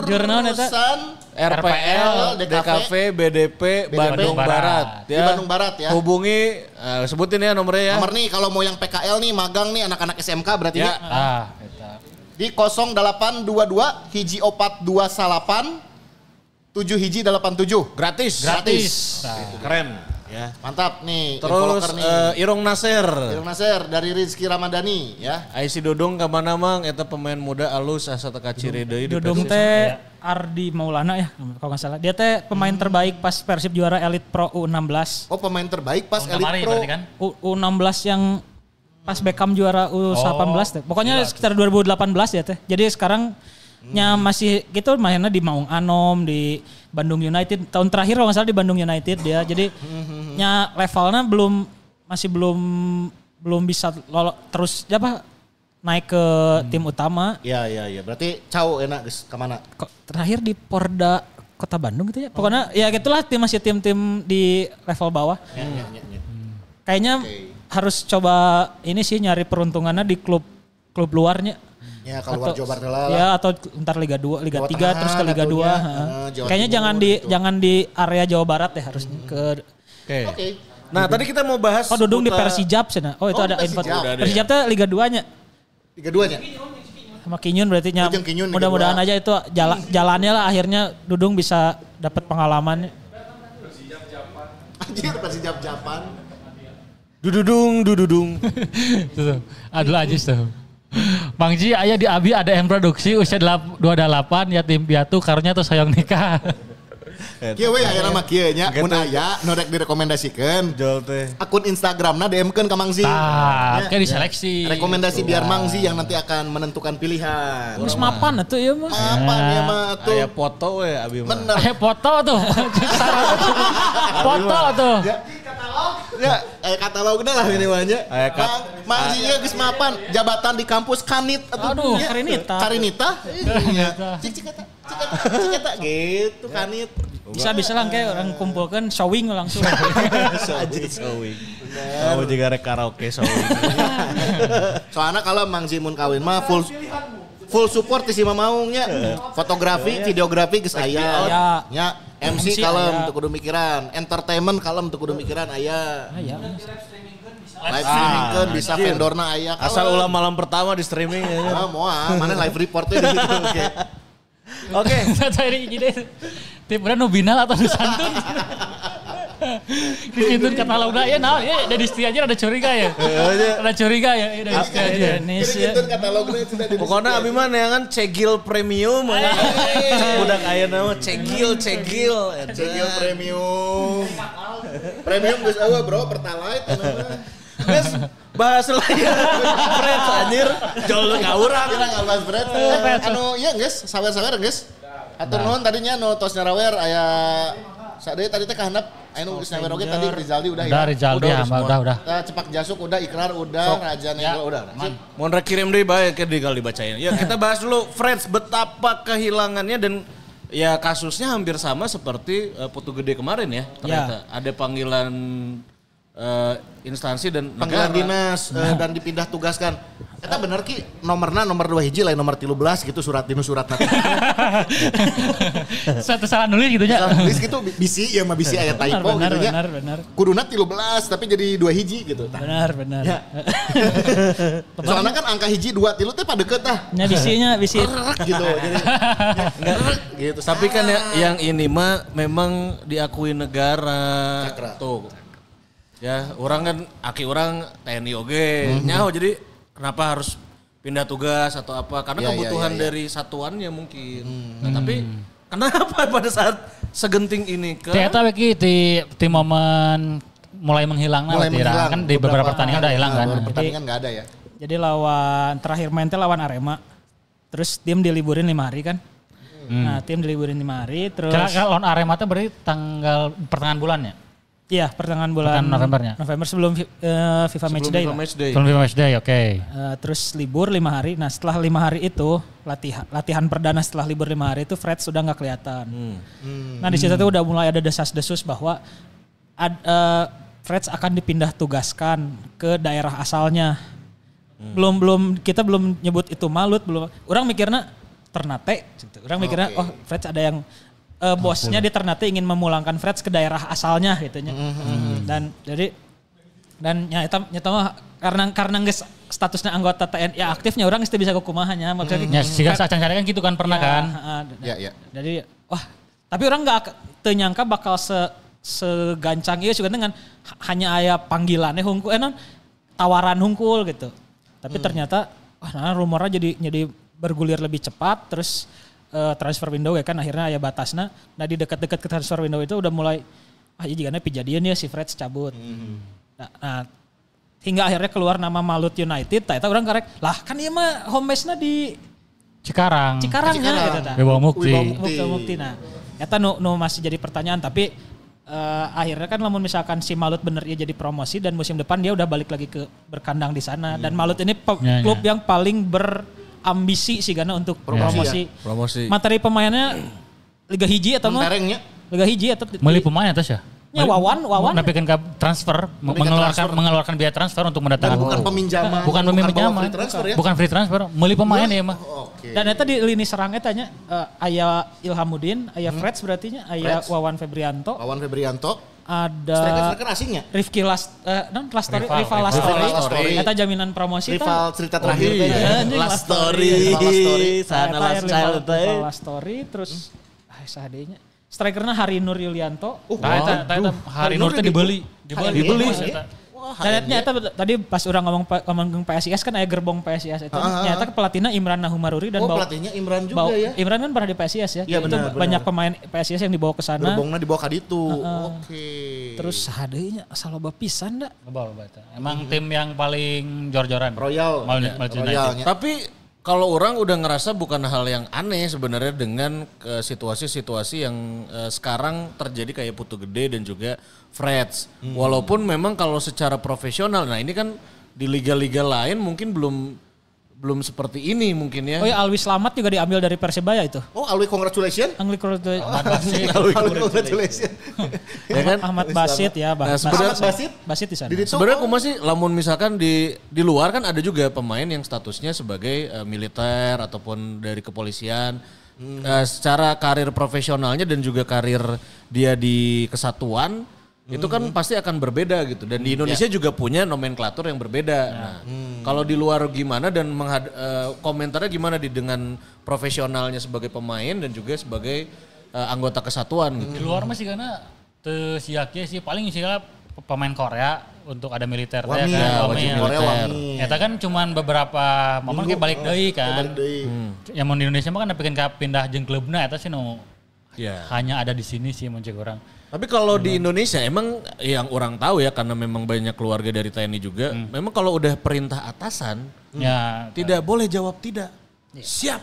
RPL, DKV, BDP, Bandung Barat. Di Bandung Barat ya. Hubungi, sebutin ya nomornya ya. Nomor nih kalau mau yang PKL nih magang nih anak-anak SMK berarti Ya. di 0822 hiji 428 7 hiji 87. Gratis. Keren. Ya. Mantap nih. Terus infoloker nih. Irung Nasir. Irung Nasir dari Rizky Ramadhani ya. Aisi Dodong ka mana mang eta pemain muda alus asa teka ciri deui di Dodong Persib. teh Ardi Maulana ya kalau nggak salah. Dia teh pemain terbaik pas Persib juara Elite Pro U16. Oh pemain terbaik pas Elite Elite Pro. kan? U16 yang pas Beckham juara U18 teh. Pokoknya sekitar 2018 ya teh. Jadi sekarang masih gitu mainnya di Maung Anom, di Bandung United. Tahun terakhir kalau nggak salah di Bandung United dia. Jadi levelnya masih belum bisa terus naik ke tim utama. Iya. Berarti Cau enak guys kemana? Terakhir di Porda Kota Bandung gitu ya. Pokoknya ya gitulah masih tim-tim di level bawah. Kayaknya harus coba ini sih nyari peruntungannya di klub luarnya. Ya kalau luar Jawa Barat lah. Ya atau ntar Liga 2, Liga Jawa 3 Tengah terus ke Liga 2. Jawa Kayaknya Timur, jangan di area Jawa Barat ya harus ke. Oke. Nah tadi kita mau bahas. Oh Dodong di Persijap sih. Oh itu ada info. Persijap tuh Liga 2-nya. Liga 2-nya. Sama Kinyun berarti Kinyun, mudah-mudahan aja itu jalannya lah akhirnya Dodong bisa dapat pengalaman. Anjir Persijap Japan. Dududung. Tuh. Adalah Ajis tuh. Mang Ji aya di Abi ADM Produksi usia 28 yatim piatu karunya tuh sayang nikah. Kieu we aya nama kieu nya mun aya nu rek direkomendasikeun. Jol teh. Akun Instagramna DM-keun ka Mang Zi. Tah, kayak diseleksi. Rekomendasi biar Mang Zi yang nanti akan menentukan pilihan. Geus mapan atuh ieu mah. Mapan ya mah tuh. Aya foto we Abi mah. Bener. Foto tuh. Foto tuh. Ya, katalogna lah minimalnya. Aya Mang Zi geus mapan jabatan di kampus Kanit Aduh, Karinita. Karinita. Iya. Cik eta gitu Kanit. Bisa lah kayak orang kumpulkan showing langsung. Showing. Kamu juga rek karaoke showing. Soalnya kalau Mang Zi mun kawin mah full support si Mamaungnya. Fotografi, videografi geus aya. Nya MC kalem teu kudu mikiran, entertainment kalem teu kudu mikiran aya. Live streaming kan bisa vendorna aya. Asal ulah malam pertama di streaming ya. Moal, mana live reportnya di situ. Oke. Tadi gini. Tipenya nu binal atau nu santun. Di situ katalogna ya nah ya dari Isti aja ada curiga ya. Ada curiga ya dari Isti aja. Itu katalognya sudah di. Pokoknya Abi mah neangan cegil premium. Budak aya nama cegil. Cegil premium. Premium geus eueuh bro, Pertalite namanya. Guys, bahas lain. Friends anjir, jol ka urang. Kita enggak bahas berat. Anu ieu geus, sawer-sawer geus. Atur nuhun tadinya nu tos nyarawer aya sadeu tadi teh kahandap anu geus nyawer oge tadi Rizaldi udah. Udah Rizaldi ya, udah. Cepak Jasuk udah, Ikrar udah, Raja Negro udah. Mohon rek kirim deui bae ke digal dibacain. Ya kita bahas dulu Friends betapa kehilangannya dan ya kasusnya hampir sama seperti Putu Gede kemarin ya. Ternyata ada panggilan instansi dan panggilan dinas dan dipindah tugaskan. Eta bener Ki, nomor 2 hiji lain nomor 13 gitu surat dinu suratna. Satu salah nulis gitu nya. Salah nulis gitu bisi ya mah bisi aya typo gitu nya. Benar. Kuduna 13 tapi jadi 2 hiji gitu. Benar. Ya. Soalnya kan angka hiji 2 3 teh padeukeut tah. Nya bisi gitu. Jadi gitu. Tapi kan yang ini mah memang diakui negara. Cakra. Tuh. Ya, orang kan aki orang TNI oge. Nyaho jadi kenapa harus pindah tugas atau apa? Karena kebutuhan dari satuannya mungkin. Nah, tapi kenapa pada saat segenting ini ke Ternyata beki di momen mulai menghilang kan di beberapa pertandingan udah hilang kan. Pertandingan enggak ada ya. Jadi lawan terakhir main teh lawan Arema. Terus tim diliburin 5 hari kan. Nah, tim diliburin 5 hari terus kalau lawan Arema teh berarti tanggal pertengahan bulannya. Iya, pertengahan bulan November sebelum FIFA Matchday. Sebelum FIFA Matchday, oke. Terus libur 5 hari. Nah, setelah 5 hari itu latihan perdana setelah libur 5 hari itu Fred sudah nggak kelihatan. Nah, di situ tuh udah mulai ada desas-desus bahwa Fred akan dipindah tugaskan ke daerah asalnya. Kita belum nyebut itu Malut, belum. Orang mikirnya Ternate gitu. Orang mikirnya Fred ada yang bosnya di Ternate ingin memulangkan Fred ke daerah asalnya gitunya. Dan nyata mah karena geus statusnya anggota TNI aktifnya orang geus bisa kukumahanya maksudnya. Ya siga sacan-sacan kan gitu kan pernah kan. Iya. Jadi tapi orang enggak teu nyangka bakal segancang ieu juga dengan hanya aya panggilannya hungkul tawaran hungkul gitu. Tapi ternyata rumornya jadi bergulir lebih cepat terus transfer window ya kan akhirnya ya batasnya. Nah di dekat-dekat ke transfer window itu udah mulai jigana pijadian ya si Fred cabut. Nah hingga akhirnya keluar nama Malut United. Eta orang karek lah kan ieu mah home base-na di Cikarang ya gitu tah. Wibawa Mukti. Nah eta nu masih jadi pertanyaan tapi akhirnya kan lamun misalkan si Malut bener ya jadi promosi dan musim depan dia udah balik lagi ke berkandang di sana dan Malut ini klub yang paling ambisi sih karena untuk promosi. Materi pemainnya Liga Hiji atau mah? Liga Hiji atau meuli pemain atas ya? Ya Wawan napikeun ka transfer mengeluarkan biaya transfer untuk mendatangkan. Bukan peminjaman. Bukan free transfer, meuli pemain ya mah. Dan eta di lini serang eta nya aya Ilhamuddin, aya Freds berarti nya, aya Wawan Febrianto. Ada striker asingnya Rifki Lastori eta jaminan promosi rival cerita terakhir Lastori sana Lastori terus sahadenya strikerna Hari Nur Yulianto eta Hari Nur teh dibeli Ternyata tadi pas orang ngomong PSIS kan ada gerbong PSIS itu. Ternyata pelatihnya Imran Nahumaruri dan pelatihnya Imran juga ya. Imran kan pernah di PSIS ya. Iya benar. Banyak pemain PSIS yang dibawa ke sana. Gerbongnya dibawa ke ditu. Oke. Terus hadeunya asal loba pisan da. Loba eta. Emang tim yang paling jor-joran. Royal. Tapi kalau orang udah ngerasa bukan hal yang aneh sebenarnya dengan situasi-situasi yang sekarang terjadi kayak Putu Gede dan juga Freds. Walaupun memang kalau secara profesional, nah ini kan di liga-liga lain mungkin belum seperti ini mungkin ya. Oh ya, Alwi Slamet juga diambil dari Persebaya itu. Oh, Alwi congratulations. Alwi congratulations. Ya kan? Ahmad Basit ya, Basit di sana. Sebenarnya aku masih lamun misalkan di luar kan ada juga pemain yang statusnya sebagai militer ataupun dari kepolisian. Secara karir profesionalnya dan juga karir dia di kesatuan itu kan pasti akan berbeda gitu. Dan di Indonesia juga punya nomenklatur yang berbeda. Nah, kalau di luar gimana dan komentarnya gimana dengan profesionalnya sebagai pemain dan juga sebagai anggota kesatuan gitu. Di luar masih karena siaknya sih paling istilah pemain Korea untuk ada militer wajib militer. Eta kan cuman beberapa momen kayak balik deui kan. Yang mau di Indonesia mah kan bikin pindah jeung klubna eta sih hanya ada di sini sih mun cek orang. Tapi kalau di Indonesia emang yang orang tahu ya karena memang banyak keluarga dari TNI juga, memang kalau udah perintah atasan tidak boleh jawab tidak. Siap.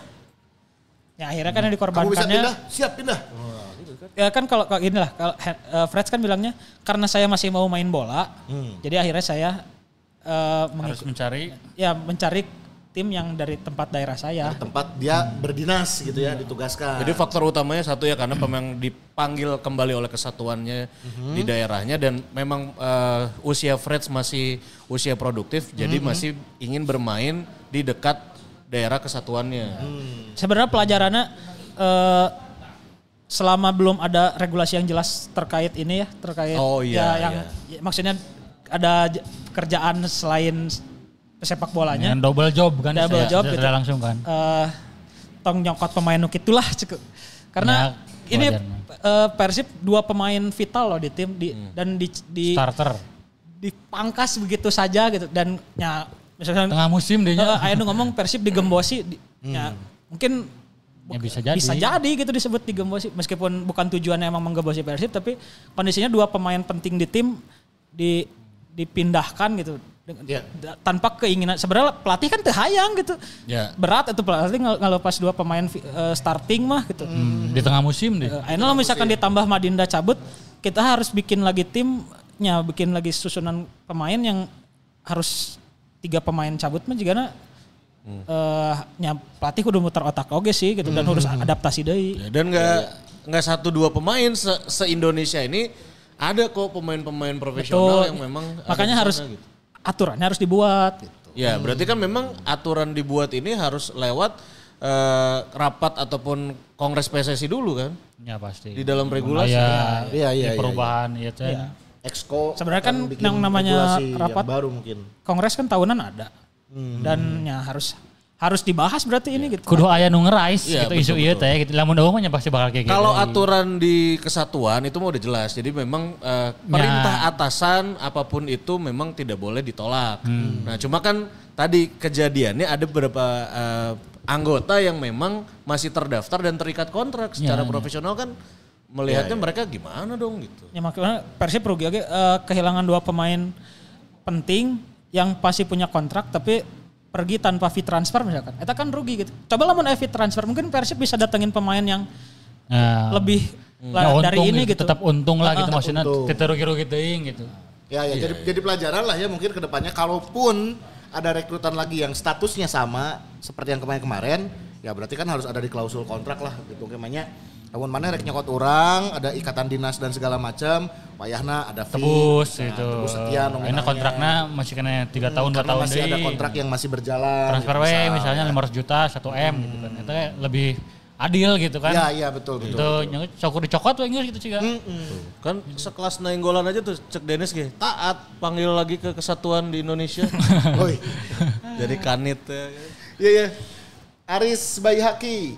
Ya akhirnya kan yang dikorbankannya. Siap pindah. Ya kan kalau gini lah, kalau Freds kan bilangnya karena saya masih mau main bola, jadi akhirnya saya harus mencari tim yang dari tempat daerah saya. Dari tempat dia berdinas gitu ya, ditugaskan. Jadi faktor utamanya satu ya karena memang dipanggil kembali oleh kesatuannya di daerahnya dan memang usia Freds masih usia produktif, jadi masih ingin bermain di dekat daerah kesatuannya. Sebenarnya pelajarannya selama belum ada regulasi yang jelas terkait ini ya, terkait maksudnya ada kerjaan selain sepak bolanya. Dengan double job kan. Double job gitu. Langsung kan. Tong nyokot pemain nuk itulah. Karena ini Persib 2 pemain vital loh di tim dan di starter. Dipangkas begitu saja gitu dan misalnya tengah musim deh nya. Aya ngomong Persib digembosi mungkin bisa jadi gitu disebut digembosi meskipun bukan tujuannya emang menggembosi Persib tapi kondisinya 2 pemain penting di tim dipindahkan gitu. Tanpa keinginan sebenarnya pelatih kan terhayang gitu berat itu pelatih ngelepas 2 pemain starting mah gitu di tengah musim deh. Akhirnya kalau misalkan ditambah Madinda cabut kita harus bikin lagi timnya bikin lagi susunan pemain yang harus 3 pemain cabut mah jigana pelatih kudu muter otak oge sih gitu dan harus adaptasi deui. Dan enggak 1-2 pemain se-Indonesia ini ada kok pemain-pemain profesional yang memang makanya harus gitu. Aturannya harus dibuat gitu. Ya, berarti kan memang aturan dibuat ini harus lewat rapat ataupun kongres PSSI dulu kan? Ya pasti. Di dalam regulasi. Iya. Perubahan ya. Exco sebenarnya kan yang namanya rapat baru mungkin. Kongres kan tahunan ada. Dan harus dibahas berarti ini gitu. Kudu aya nu ngerais gitu isu ieu teh gitu. Lamun eueuh mah pasti bakal kayak gitu. Kalau aturan di kesatuan itu mah udah jelas. Jadi memang perintah atasan apapun itu memang tidak boleh ditolak. Nah, cuma kan tadi kejadiannya ada beberapa anggota yang memang masih terdaftar dan terikat kontrak secara profesional kan melihatnya mereka gimana dong gitu. Ya makanya Persib rugi kehilangan 2 pemain penting yang pasti punya kontrak tapi pergi tanpa fee transfer misalkan. Eta kan rugi gitu. Coba lamun fee transfer mungkin Persib bisa datengin pemain yang lebih dari ini gitu. Tetap untung lah gitu maksudnya tidak rugi-rugi teuing gitu. Jadi pelajaran lah ya mungkin kedepannya kalaupun ada rekrutan lagi yang statusnya sama seperti yang kemarin-kemarin ya berarti kan harus ada di klausul kontrak lah gitu kemanya. Namun mana rek nyokot orang, ada ikatan dinas dan segala macam, wayahna ada fee. Tebus itu. Tebus sekian nominalnya. Karena kontraknya masih kena 3 tahun 2 tahun masih ada kontrak yang masih berjalan. Transfer gitu, misalnya 500 juta 1M gitu kan. Itu lebih adil gitu kan. Iya betul. Itu cokot dicokot we gitu ciga. Kan sekelas Nainggolan aja tuh cek Dennis ge. Taat panggil lagi ke kesatuan di Indonesia. Jadi kanit. Iya. Aris Baihaki.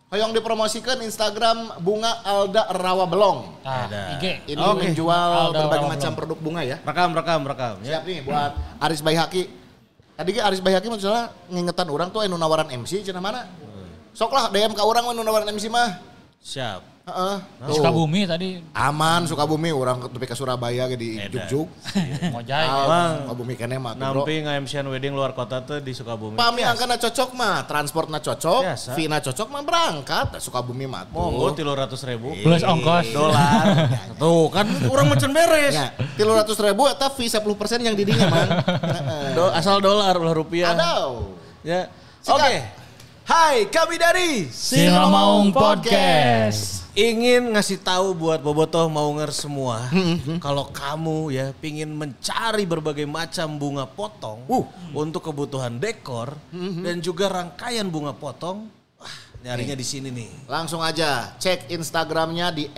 Hoyong dipromosikan Instagram Bunga Alda Rawa Belong. IG. Ini menjual berbagai macam produk bunga ya. Rekam. Siap nih buat Aris Baihaqi. Tadi ke Aris Baihaqi maksudnya ngingetan orang tuh anu nawaran MC cenah mana. Sok lah DM ka urang anu nawaran MC mah. Siap. Sukabumi tadi. Aman Sukabumi orang tepi ke Surabaya ge di Jugjug. Mojai. Sukabumi kene mah. Nampi nge-MC-an wedding luar kota tuh di Sukabumi. Pami angkana cocok mah, transportna cocok, Biasa. fee-na cocok mah berangkat Sukabumi mah. Monggo 300.000. Plus ongkos. Dolar. Tuh kan orang macam beres. Ya, 300.000 eta fee 10% yang didinya man. Asal dolar ulah rupiah. Aduh. Ya. Oke. Hai, kami dari Singamaung Podcast. Ingin ngasih tahu buat bobotoh maunger semua, kalau kamu ya pingin mencari berbagai macam bunga potong untuk kebutuhan dekor dan juga rangkaian bunga potong, nyarinya di sini nih. Langsung aja cek Instagramnya di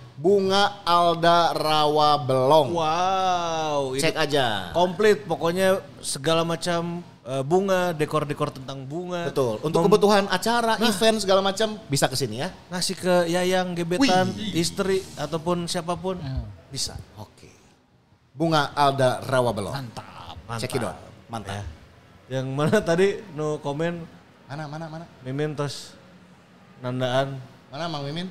@bunga_alda_rawa_belong. Wow, Cek aja. Komplit pokoknya segala macam bunga, dekor-dekor tentang bunga. Betul. Untuk kebutuhan acara, event segala macam bisa ke sini ya. Ngasih ke yayang, gebetan, istri ataupun siapapun bisa. Oke. Bunga Alda Rawa Belong. Mantap. Cekidot. Mantap. Yang mana tadi no komen Mana? Mimin tos nandaan. Mana Mang Mimin?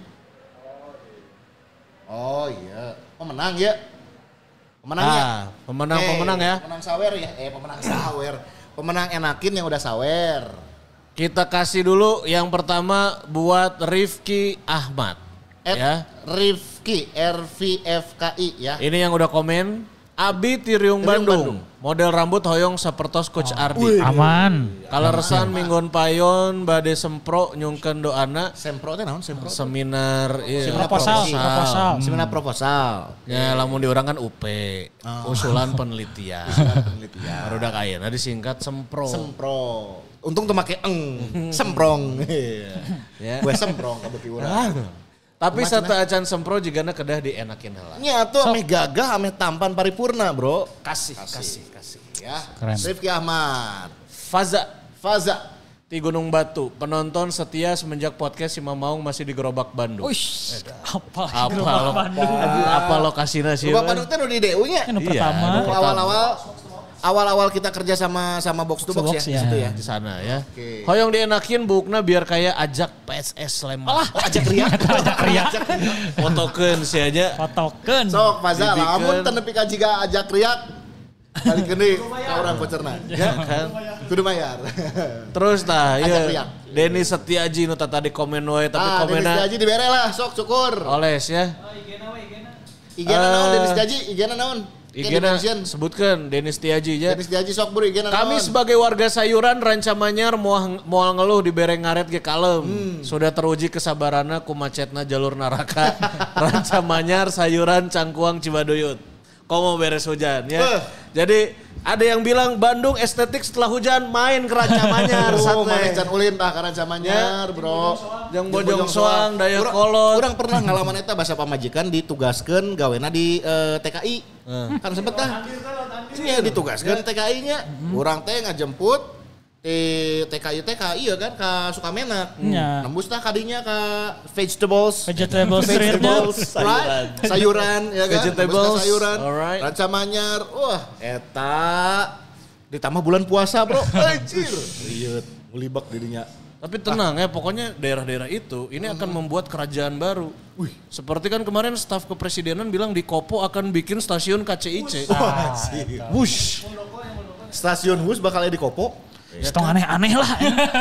Oh iya. Pemenang ya. Pemenangnya. Pemenang ya. Pemenang sawer ya. Pemenang sawer. Pemenang enakin yang udah sawer. Kita kasih dulu yang pertama buat Rifki Ahmad. Ya. Rifki, RVFKI ya. Ini yang udah komen. Abi Tiriung Bandung. Model rambut hoyong sapertos Coach Ardi. Aman. Kaleresan minggon payon bade sempro nyungkeun doana. Sempro teh naon sempro? Seminar Proposal. Seminar proposal. Ya lamun di orang kan UP. Usulan penelitian. Barudak ayeuna disingkat sempro. Sempro. Untung tuh make semprong. Ya. Gue semprong kabeuti urang. Tapi satu acan sempro jigana kedah dienakin heula. Nya tuh ame gagah ame tampan paripurna, Bro. Kasih. Ya. Keren. Rifki Ahmad. Faza di Gunung Batu. Penonton setia semenjak podcast si Mamaung masih di Gerobak Bandung. Uish, apa Bandung? Apa lokasinya sih? Gerobak Bandung teh nu di DU nya. Kan pertama. Awal-awal kita kerja sama Box to Box ya, situ ya. Di sana ya. Oke. Hoyong dienakin bukna biar kayak ajak PSS Lembang. Ajak riak. Fotokeun si aja. Fotokeun. Sok Faza, Dibikeun. lamun teu nepi ka jiga ajak riak. Balik deui ka urang voucherna. Ya kan. Kudu bayar. Terus tah Ajak ieu riak. Denny Setiaji nu tadi komen wae tapi komenna Denis Jaji dibere lah, sok syukur. oles ya. IG-na naon Denis Jaji? IG-na naon? IG-na sebutkeun Denny Setiaji ya. Denis Jaji sok buru IG-na naon? Kami sebagai warga sayuran Ranca Manyar moal ngeluh di bereng ngaret ge kalem. Sudah teruji kesabaranna ku macetna jalur naraka. Ranca Manyar sayuran Cangkuang Cibaduyut. Komo beres hujan ya. Jadi ada yang bilang Bandung estetik setelah hujan main ke Ranca Manyar Mana santai. can ulin tah ka Ranca Manyar, Bro. Yang Bojong Soang, Dayakolot. Urang pernah ngalaman eta basa pamajikan ditugaskeun gawena di TKI. Kan sempet tah. Nya ditugaskeun TKI-nya. Urang teh ngajemput di TKI ya kan ka Sukamenak. Nya. Nembus tah kadinya ka vegetables Street. right? Sayuran ya kan. Vegetables, Nembus ka sayuran. alright. Ranca Manyar. Wah, eta ditambah bulan puasa, Bro. Anjir. Rieut, mulibak dirinya. Tapi tenang ya, pokoknya daerah-daerah itu ini akan membuat kerajaan baru. Seperti kan kemarin staf kepresidenan bilang di Kopo akan bikin stasiun KCIC. Wush. Stasiun Wush bakal ada di Kopo. Setong aneh-aneh lah.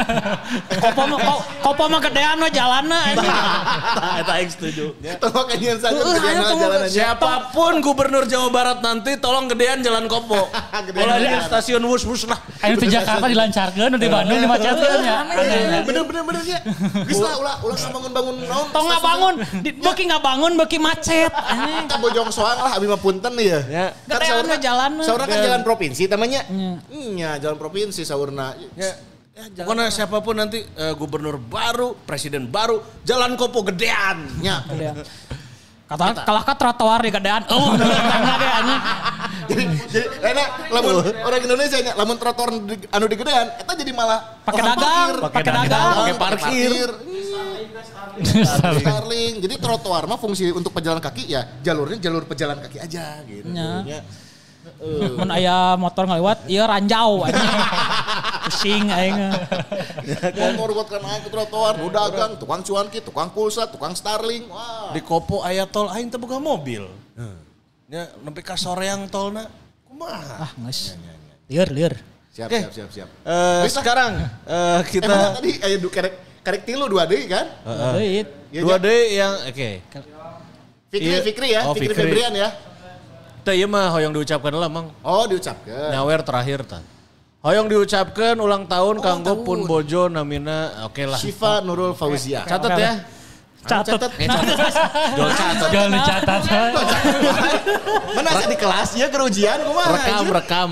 Kopo mah gedean mah jalanna. Eta aing setuju. Tolong kalian saja gedean jalan aja. Siapapun gubernur Jawa Barat nanti tolong gedean jalan Kopo. Mulai di stasiun Wush lah. Ayo di Jakarta dilancarkeun, di Bandung dimacetkeun ya. Bener ya. Geus lah ulah bangun naon. Tong ngabangun, beuki ngabangun beuki macet. Ka Bojong Soang lah abi mah punten ya. Gedean mah jalanna. Saurna kan jalan provinsi tamanya. Nya jalan provinsi saurna. Ya, pokoknya siapapun nanti gubernur baru, presiden baru, jalan Kopo gedean. nya. Kalah ka trotoar di gedean. Jadi enak lamun orang Indonesia nya lamun trotoar anu digedean eta jadi malah pakai dagang, pakai parkir. Starling. Jadi trotoar mah fungsi untuk pejalan kaki ya jalurnya jalur pejalan kaki aja gitu. Ya. Mun aya motor ngalewat, ieu ranjau anjing. Pusing aing. Motor buat kan ke trotoar, nu dagang, tukang cuanki, tukang pulsa, tukang Starling. Wah. Di Kopo aya tol aing teh boga mobil. Nya nepi ka soreang tolna. Kumaha? Geus. Lieur. Siap. Sekarang kita tadi aya karek tilu 2 deui kan? Heeh. 2 deui yang oke. Fikri ya, Fikri Febrian ya. Teh ieu mah hoyong diucapkeun lah Mang. Oh, diucapkeun. Nyawer terakhir tah. Hoyong diucapkeun ulang tahun kanggo Pun Bojo namina oke lah. Syifa Nurul Fauzia. Catat ya. Catat. Jangan dicatat. Mana di kelas ya ke ujian kumaha? Rekam.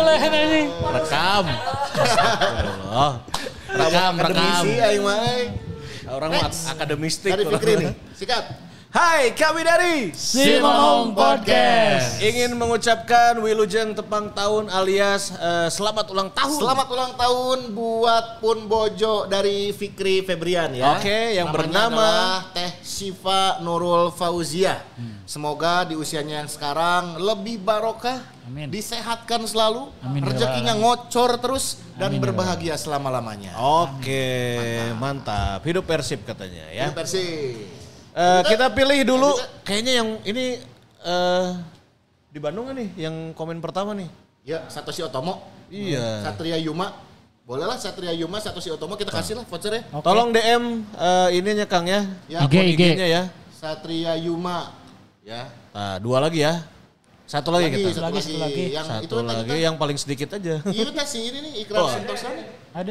Rekam. Akademisi aing mah. Orang mah akademistik. Dari Fikri nih. Sikat. Hai, kami dari Simahong Podcast. Ingin mengucapkan wilujeng tepang tahun alias selamat ulang tahun. Selamat ulang tahun buat Pun Bojo dari Fikri Febrian ya. Oke, yang namanya bernama Teh Syifa Nurul Fauzia. Semoga di usianya yang sekarang lebih barokah, amin. Disehatkan selalu, amin, rezekinya ngocor terus dan amin, berbahagia selama-lamanya. Oke, mantap. Hidup Persib katanya ya. Hidup Persib. Kita pilih dulu, kayaknya yang ini di Bandung nih, yang komen pertama nih. Ya, Satoshi Otomo. Iya. Satria Yuma. Bolehlah Satria Yuma, Satoshi Otomo kita kasih lah vouchernya. Okay. Tolong DM ininya Kang ya. IG-nya ya. Satria Yuma. Ya. Nah, 2 lagi ya. Satu lagi kita. Satu lagi. Yang satu itu lagi yang paling sedikit aja. Iya udah sih ini nih Ikrar Sentosa. Ada.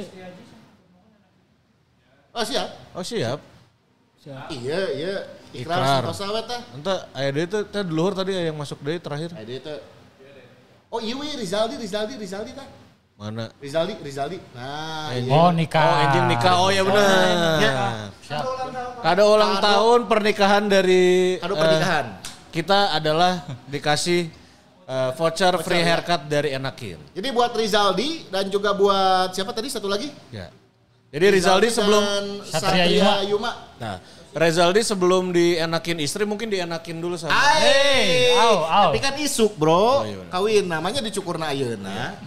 Oh siap. Oh siap. Iya. Ikrar Sentosa we tah. Ente aya deui teh duluhur tadi yang masuk deui terakhir. Aya deui teh. Oh iya we Rizaldi tah. Mana? Rizaldi. Nah, Oh nikah. Oh anjing nikah. Oh ya benar. Ya. Kado ulang tahun pernikahan dari Kado pernikahan. Kita adalah dikasih voucher free haircut dari Enakin. Jadi buat Rizaldi dan juga buat siapa tadi satu lagi? Ya. Jadi Rizaldi sebelum Satria Yuma. Nah, Rizaldi sebelum dienakin istri mungkin dienakin dulu sama. Tapi kan isuk bro, kawin namanya dicukurna ayeuna.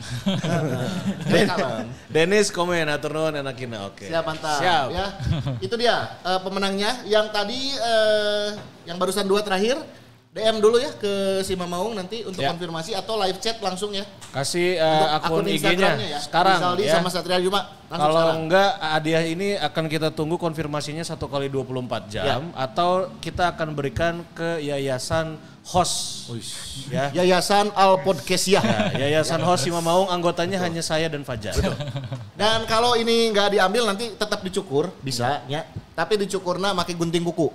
Dennis komen atur nuhun enakina oke. Siap mantap. Siap. Ya. Itu dia pemenangnya yang tadi yang barusan 2 terakhir. DM dulu ya ke si Mamaung nanti untuk konfirmasi atau live chat langsung ya. Kasih akun IG-nya ya. sekarang Rizaldi ya. sama Satria Yuma. Kalau enggak hadiah ini akan kita tunggu konfirmasinya 1 kali 24 jam atau kita akan berikan ke Yayasan HOS. Ya. Yayasan Al Podcasia. Ya, Yayasan HOS si Mamaung anggotanya hanya saya dan Fajar. Dan kalau ini nggak diambil nanti tetap dicukur bisa ya. Tapi dicukurna pakai gunting kuku.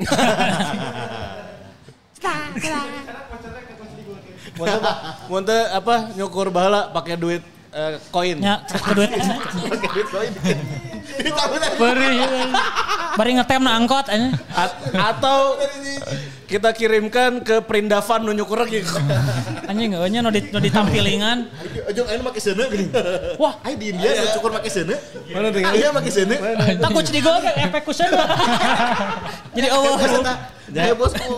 Muntah apa nyukur bahala pakai duit koin. Ya, pakai duit. Pakai duit koin. Bari ngetem na angkot aja. Atau kita kirimkan ke Perindavan nu nyukur lagi. Anjing nya nu ditampilingan. Ujung ayeuna make seuneu gini. Wah, ai di India nu cukur make seuneu. Mana tinggal? Aya make seuneu. takut di gol efek ku seuneu. Jadi Ya bosku.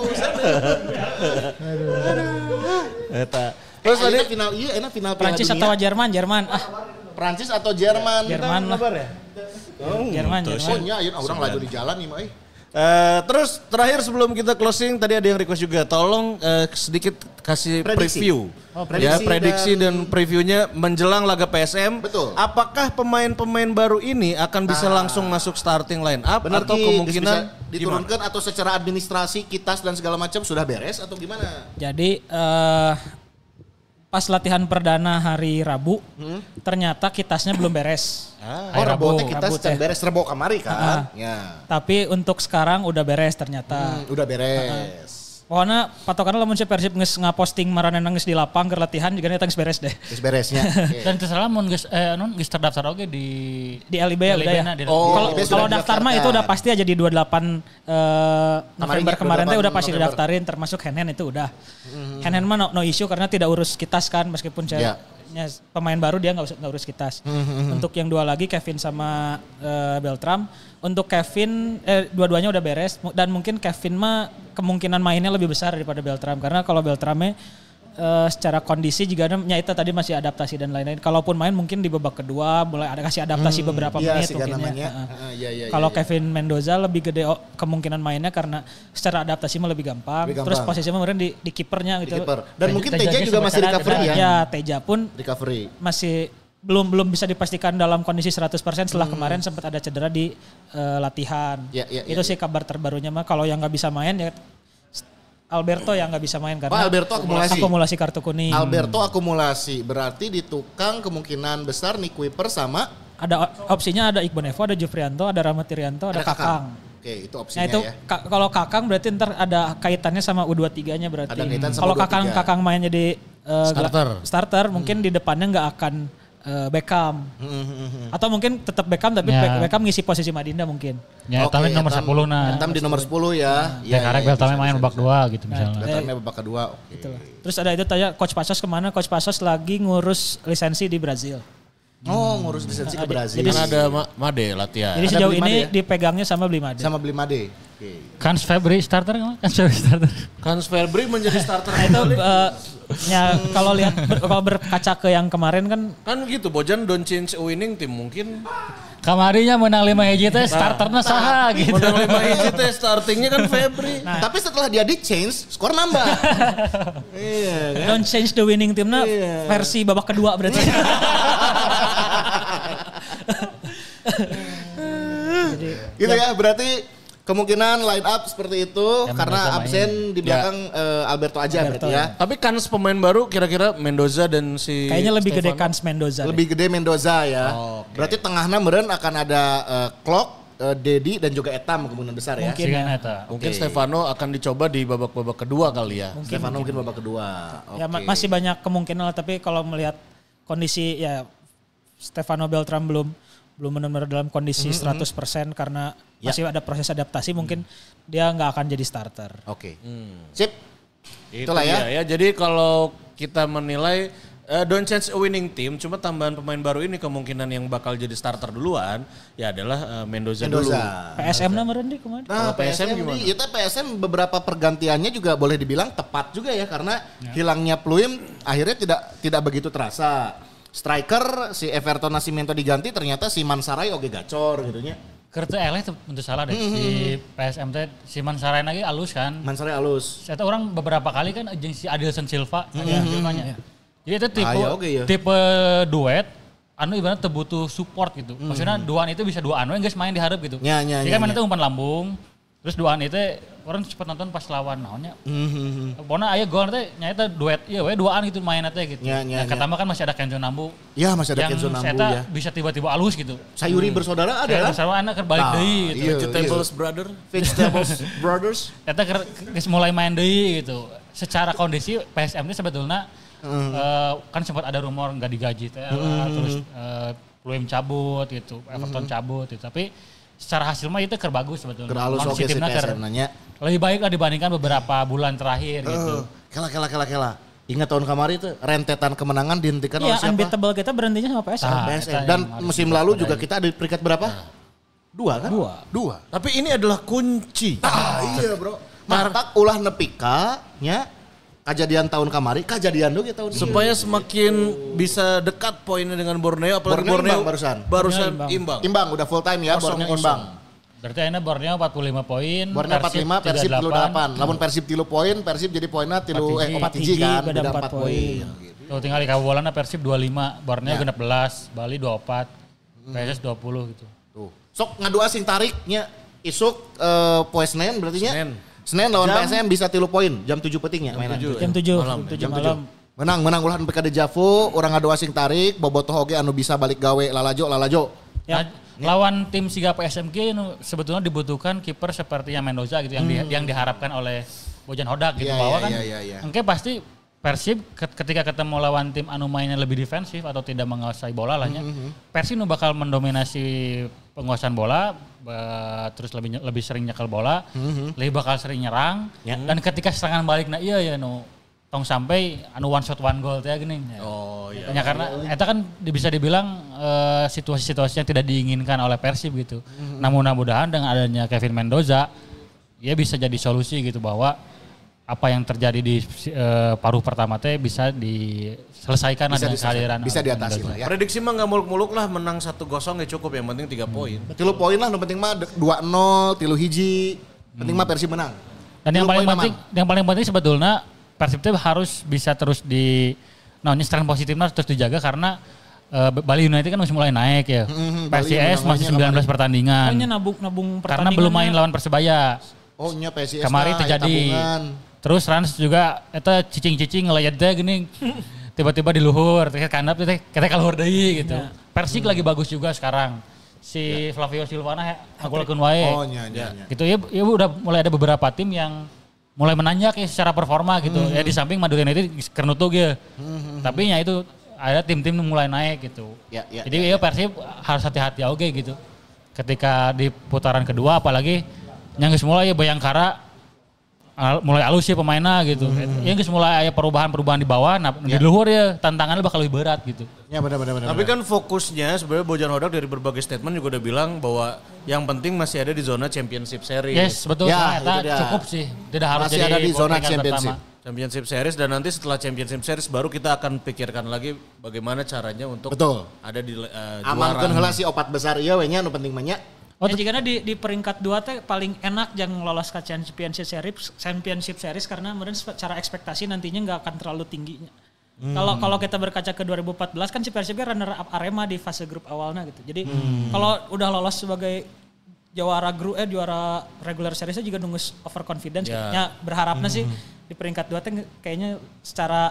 Eta. Terus tadi final enak final Prancis atau Jerman? Prancis atau Jerman? Jerman lah. Jerman. Oh iya, orang laju di jalan nih, Mai. Terus terakhir sebelum kita closing tadi ada yang request juga tolong sedikit kasih preview. Prediksi dan previewnya menjelang laga PSM. Betul. Apakah pemain-pemain baru ini akan bisa langsung masuk starting line up atau kemungkinan diturunkan atau secara administrasi kitas dan segala macam sudah beres atau gimana? Jadi pas latihan perdana hari Rabu ternyata kitasnya belum beres. Rabu kitas can beres Rebo kamari kan. Ya. Tapi untuk sekarang udah beres ternyata. Udah beres. Pokoknya patokannya lamun si Persib geus ngaposting maranehna geus di lapang keur latihan juga nya geus beres deh. Geus beresnya. Dan terserah mun geus geus terdaftar oge di LIB ya udah ya. Kalau daftar mah itu udah pasti aja di 28 November kemarin teh udah pasti didaftarin termasuk hand itu udah. Hand mah no issue karena tidak urus kitas kan meskipun pemain baru dia nggak urus kitas. Untuk yang dua lagi Kevin sama Beltram. Untuk Kevin dua-duanya udah beres dan mungkin Kevin mah kemungkinan mainnya lebih besar daripada Beltram karena kalau Beltramnya secara kondisi juga itu tadi masih adaptasi dan lain-lain. Kalaupun main mungkin di babak kedua mulai ada kasih adaptasi beberapa menit mungkin ya. Kalau Kevin Mendoza lebih gede kemungkinan mainnya karena secara adaptasi mah lebih gampang. Terus posisinya kemarin di kipernya gitu. Dan mungkin Teja juga masih recovery ya. Ya Teja pun recovery. Masih belum bisa dipastikan dalam kondisi 100% setelah kemarin sempat ada cedera di latihan. Itu sih kabar terbarunya mah. Kalau yang nggak bisa main ya Alberto yang nggak bisa main karena Alberto akumulasi kartu kuning. Alberto akumulasi berarti di tukang kemungkinan besar nih Kuiper sama ada opsinya ada Iqbal Evo, ada Jufrianto, ada Rahmat Irianto, ada Kakang. Oke, itu opsinya itu, ya. Kalau Kakang berarti ntar ada kaitannya sama U23-nya berarti. Ada kaitan sama kalau Kakang mainnya di starter mungkin di depannya nggak akan Beckham. Atau mungkin tetap Beckham tapi Beckham ngisi posisi Madinda mungkin. Ya, Etam nomor 10 nah. Etam di nomor 10 ya. Ya karena Beltram main babak 2 gitu misalnya. Beltram babak kedua. Itulah. Terus ada itu tanya Coach Pasos kemana? Coach Pasos lagi ngurus lisensi di Brazil. Oh, ngurus lisensi ke Brazil. Jadi ada Made latihan. Jadi sejauh ini dipegangnya sama Blimade. Sama Blimade. Kans Febri starter kan? Kans Febri menjadi starter. Nah itu kalau lihat kalau berkaca ke yang kemarin kan gitu Bojan don't change a winning team mungkin kamarinya menang 5 hiji teh starternya saha gitu. Menang 5 hiji teh startingnya kan Febri. Tapi setelah dia di change skor nambah. Iya kan? Don't change the winning teamnya versi babak kedua berarti. Jadi, gitu ya berarti kemungkinan line up seperti itu karena absen di belakang Alberto aja berarti ya. Tapi kans pemain baru kira-kira Mendoza dan si kayaknya lebih gede kans Mendoza. Lebih gede Mendoza ya. Berarti tengahnya meren akan ada Klok, Dedi dan juga Etam kemungkinan besar ya. Mungkin Stefano akan dicoba di babak-babak kedua kali ya. Stefano mungkin babak kedua. Ya masih banyak kemungkinan lah tapi kalau melihat kondisi ya Stefano Beltram belum benar-benar dalam kondisi 100% karena masih ada proses adaptasi mungkin dia nggak akan jadi starter. Oke. Sip. Itulah ya. Jadi kalau kita menilai don't change a winning team, cuma tambahan pemain baru ini kemungkinan yang bakal jadi starter duluan ya adalah Mendoza. dulu. PSM nama Rendi kemarin. Nah, PSM gimana? Itu PSM beberapa pergantiannya juga boleh dibilang tepat juga ya karena hilangnya Pluim akhirnya tidak begitu terasa. Striker si Everton Nascimento diganti ternyata si Mansaray oge gacor gitu nya. Kerja eleh tentu salah deh si PSM teh si Mansaray lagi alus kan. Mansaray alus. Saya tahu orang beberapa kali kan jeung si Adilson Silva Silvanya. Jadi itu tipe duet anu ibarat butuh support gitu. Maksudnya duaan itu bisa duaan we geus main di hareup gitu. Jadi kan mana itu umpan lambung. Terus duaan itu orang cepat nonton pas lawan naonnya. Pokoknya aya gol teh nyaeta duet ieu we duaan gitu mainnya teh gitu. Katama kan masih ada Kenzo Nambu. Iya, masih ada Kenzo Nambu ya. Bisa tiba-tiba alus gitu. Sayuri bersaudara ada kan? Bersama anak balik deui gitu. Vegetables Brothers. Eta geus mulai main deui gitu. Secara kondisi PSM itu sebetulnya kan sempat ada rumor enggak digaji teh terus Pluim cabut gitu, Everton cabut gitu. Tapi secara hasil mah itu bagus sebetulnya. Keralus oke si PSM nanya. Lebih baik lah dibandingkan beberapa bulan terakhir gitu. Kela. Ingat tahun kemarin itu rentetan kemenangan dihentikan oleh siapa? Iya, unbeatable kita berhentinya sama PSM. Dan musim lalu juga kita ada di peringkat berapa? 2 kan? 2. Tapi ini adalah kunci. Iya bro. Matak ulah nepika nya kejadian tahun kemarin, kejadian dulu tahun ini. Supaya semakin bisa dekat poinnya dengan Borneo, apalagi Borneo barusan imbang. Imbang, udah full time ya, Borneo imbang. Berarti ini Borneo 45 poin, Borneo 45, Persib 38. Lamun Persib 3 poin, Persib jadi poinnya 4 hiji kan, beda 4 poin. Tuh tinggal di kabolanna Persib 25, Borneo 16, Bali 24, PSS 20 gitu. Tuh. Sok ngadu asing tariknya isuk poe Senin berarti nya. Senin lawan PSM bisa 3 poin, jam 7 petingnya mainan. Jam 7 malam. Menang ulah PKD Javu, orang ngadu asing tarik, bobotoh oge anu bisa balik gawe lalajo. Ya. Lawan tim Siga PSMG sebetulnya dibutuhkan kiper seperti yang Mendoza gitu yang diharapkan oleh Bojan Hodak gitu bahwa kan engke pasti Persib ketika ketemu lawan tim anu mainnya lebih defensif atau tidak menguasai bola lahnya, Persib nu bakal mendominasi penguasaan bola, terus lebih sering nyekel bola, lebih bakal sering nyerang, dan ketika serangan balik tong sampai anu one shot one goal teh gini. Oh iya. Ya, karena eta kan bisa dibilang situasi-situasi yang tidak diinginkan oleh Persib gitu. Namun mudah-mudahan dengan adanya Kevin Mendoza, ya bisa jadi solusi gitu bahwa apa yang terjadi di paruh pertama teh bisa diselesaikan dengan kehadiran. Bisa diatasi lah ya. Prediksi mah nggak muluk-muluk lah, menang 1-0 ya cukup, yang penting 3 poin. 3 poin lah, yang penting mah 2-0, 3-1, penting mah Persib menang. Dan yang paling penting sebetulnya Persib teh harus bisa terus tren positifnya terus dijaga karena Bali United kan masih mulai naik ya. PSIS masih 19 pertandingan. Nabung karena belum main lawan Persebaya. Oh nya PSIS kemarin terjadi. Terus Rans juga eta cicing-cicing ngeliat deh gini. Tiba-tiba di luhur, kandap kita kaluhur deui gitu. Persik lagi bagus juga sekarang. Si Flavio Silvana ngagolkeun wae. Oh nya. Gitu ya udah mulai ada beberapa tim yang mulai menanjak ya secara performa gitu. Ya di samping Madura United kernutuk ya. Tapi ya itu ada tim-tim mulai naik gitu. Jadi Persib harus hati-hati oke gitu. Ketika di putaran kedua apalagi yang geus mulai Bayangkara mulai alus ya pemainnya gitu. Yang geus mulai aya perubahan-perubahan di bawah, di luhur ya tantangannya bakal lebih berat gitu. Ya benar. Tapi kan fokusnya sebenarnya Bojan Hodak dari berbagai statement juga udah bilang bahwa yang penting masih ada di zona Championship Series. Yes, betul. Ya, cukup sih. Tidak harus masih jadi ada di zona Championship Series, dan nanti setelah Championship Series baru kita akan pikirkan lagi bagaimana caranya untuk ada di juara. Amankan heula si 4 besar ieu we nya nu penting mah nya. Jika di peringkat 2 teh paling enak yang lolos ke Championship Series karena kemudian secara ekspektasi nantinya nggak akan terlalu tingginya. Kalau kita berkaca ke 2014 kan si Persib runner up Arema di fase grup awalnya gitu. Jadi kalau udah lolos sebagai juara regular seriesnya juga nunggu overconfidence. Ya berharapnya sih di peringkat 2 teh kayaknya secara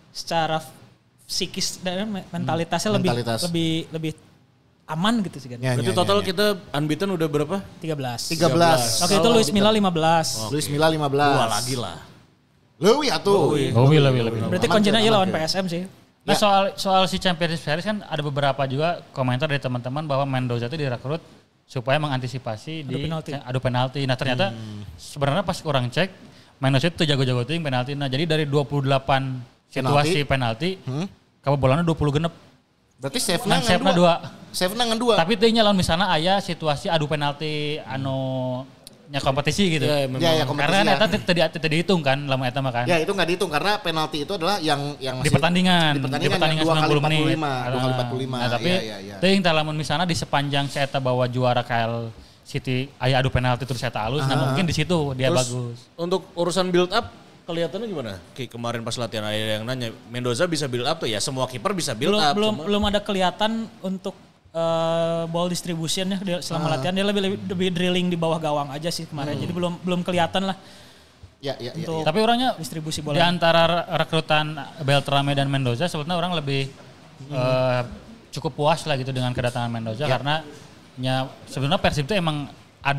psikis dan mentalitasnya lebih aman gitu sih kan. Berarti total kita unbeaten udah berapa? 13. Waktu itu Luis Milla 15. Luis Milla 15. Dua lagi lah. Leuwih atuh. Lebih. Berarti kuncinya lawan PSM sih. Nah soal si Championship Series kan ada beberapa juga komentar dari teman-teman bahwa Mendoza itu direkrut supaya mengantisipasi adu penalti. Nah ternyata sebenarnya pas orang cek Mendoza itu jago-jago ting penalti. Nah jadi dari 28 situasi penalti, kabobolannya 20 genep. Berarti save-na ngan 2. Save-na ngan 2. Tapi teh nya lawan misalnya aya situasi adu penalti anu nya kompetisi gitu. Ya, kompetisi. Karena eta tidak dihitung kan lamun eta mah kan. Ya, itu enggak dihitung karena penalti itu adalah yang di pertandingan 90 menit. 2 kali 45. Nah, tapi teuing tah lamun misalnya di sepanjang saya eta bawa juara KL City aya adu penalti terus saya halus, nah mungkin di situ dia terus, bagus. Untuk urusan build up kelihatannya gimana? Kemarin pas latihan ada yang nanya, Mendoza bisa build up tuh ya, semua kiper bisa build up. Belum ada kelihatan untuk ball distribution ya selama latihan, dia lebih drilling di bawah gawang aja sih kemarin. Jadi belum kelihatan lah. Ya. Tapi orangnya distribusi bola. Di antara rekrutan Beltrame dan Mendoza sebetulnya orang lebih cukup puas lah gitu dengan kedatangan Mendoza karena sebenarnya Persib itu emang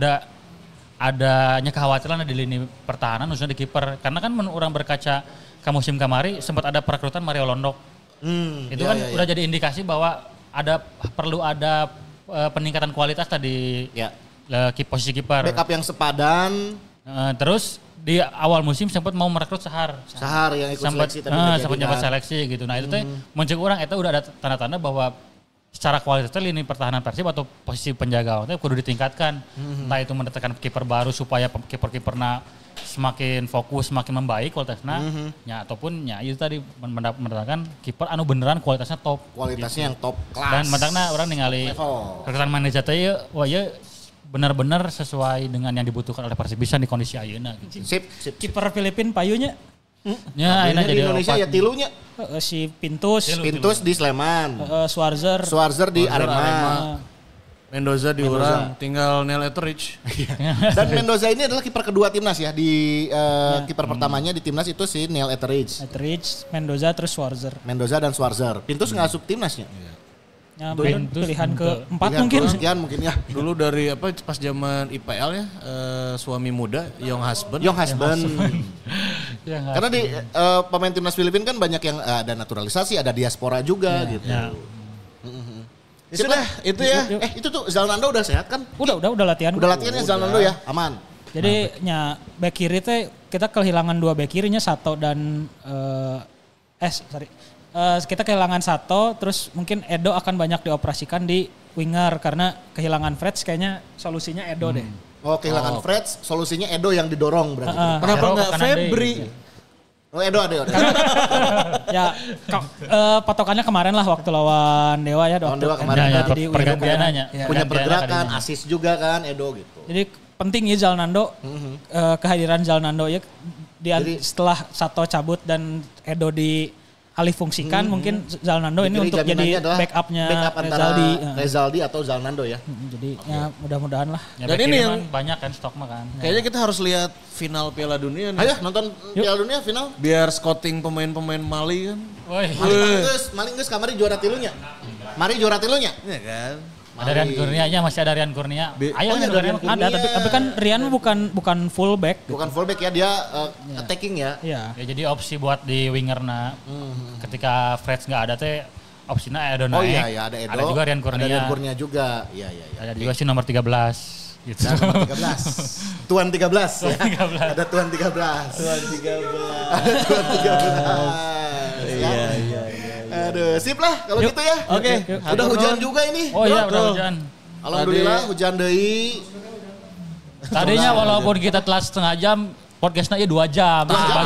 adanya kekhawatiran di lini pertahanan khususnya di kiper, karena kan orang berkaca ke musim kemari sempat ada perekrutan Mario Londok. Itu udah jadi indikasi bahwa perlu ada peningkatan kualitas tadi posisi kiper. Backup yang sepadan. Terus di awal musim sempat mau merekrut Sahar yang ikut seleksi tapi sempat nyoba seleksi gitu. Nah itu teh muncul orang itu udah ada tanda-tanda bahwa secara kualitasnya lini pertahanan Persib atau posisi penjaga itu kudu ditingkatkan. Entah itu mendatangkan kiper baru supaya kiper-kiperna semakin fokus, semakin membaik kualitasnya. Ataupun itu tadi mendatangkan kiper anu beneran kualitasnya top. Kualitasnya gitu. Yang top kelas. Dan mendatangkan orang ningali rekrutasi manajer teh benar-benar sesuai dengan yang dibutuhkan oleh Persib bisa di kondisi ayeuna gitu. Sip. Kiper Filipin payunya. Ya, ini di Indonesia ya tilunya. Si Pintus di Sleman. Suarzer di Arema. Mendoza di orang, tinggal Neil Etheridge. Dan Mendoza ini adalah kiper kedua timnas ya. Di kiper pertamanya di timnas itu si Neil Etheridge. Mendoza terus Suarzer. Mendoza dan Suarzer. Pintus ngasup timnasnya. Ya, pilihan keempat mungkin. Sekian mungkin ya. Dulu dari pas zaman IPL ya, suami muda, young husband. Karena di pemain timnas Filipina kan banyak yang ada naturalisasi, ada diaspora juga gitu. Ya. Sudah, itu ya. Itu tuh Zalnando udah sehat kan? Udah latihan. Udah latihan ya Zalnando ya, aman. Jadi back kiri teh kita kehilangan 2 back kirinya Sato dan kita kehilangan Sato, terus mungkin Edo akan banyak dioperasikan di winger karena kehilangan Freds kayaknya solusinya Edo deh. Oh, kehilangan Freds, solusinya Edo yang didorong berarti. Kenapa enggak Febri? Oh, Edo. Ya, patokannya kemarin lah waktu lawan Dewa ya. Lawan Dewa kemarin. Jadi pergantiannya. Punya pergerakan, asis juga kan Edo gitu. Jadi penting ya Zalnando, kehadiran Zalnando ya. Setelah Sato cabut dan Edo alih fungsikan mungkin Zalnando ini untuk jadi backupnya Rezaldi atau Zalnando ya. Jadi ya mudah-mudahan lah. Ya, dan ini yang banyak kan stok mah kan. Kayaknya kita harus lihat final Piala Dunia nih. Ayo nonton Piala Dunia final. Biar scouting pemain-pemain Mali kan. Mali geus kamari juara tilunya. Mari juara tilunya. Iya kan. Ada Rian Kurnia masih ada Rian Kurnia. Ada tapi kan Rian bukan full back. Gitu. Bukan full back ya, dia attacking ya. Iya. Ya jadi opsi buat di wingerna. Ketika Freds enggak ada teh opsinya Edo naik. Oh iya ada Edo. Ada juga Rian Kurnia. Ada Rian Kurnia juga. Iya. Ada juga sih nomor 13 gitu. Nomor 13. Tuan 13 ya. Ada Tuan 13. Ada Tuan 13. Iya. Aduh, sip lah kalau gitu ya. Oke. Udah hujan juga ini. Oh iya, udah hujan. Alhamdulillah hujan deui. Tadinya walaupun kita telat setengah jam, podcastnya 2 jam.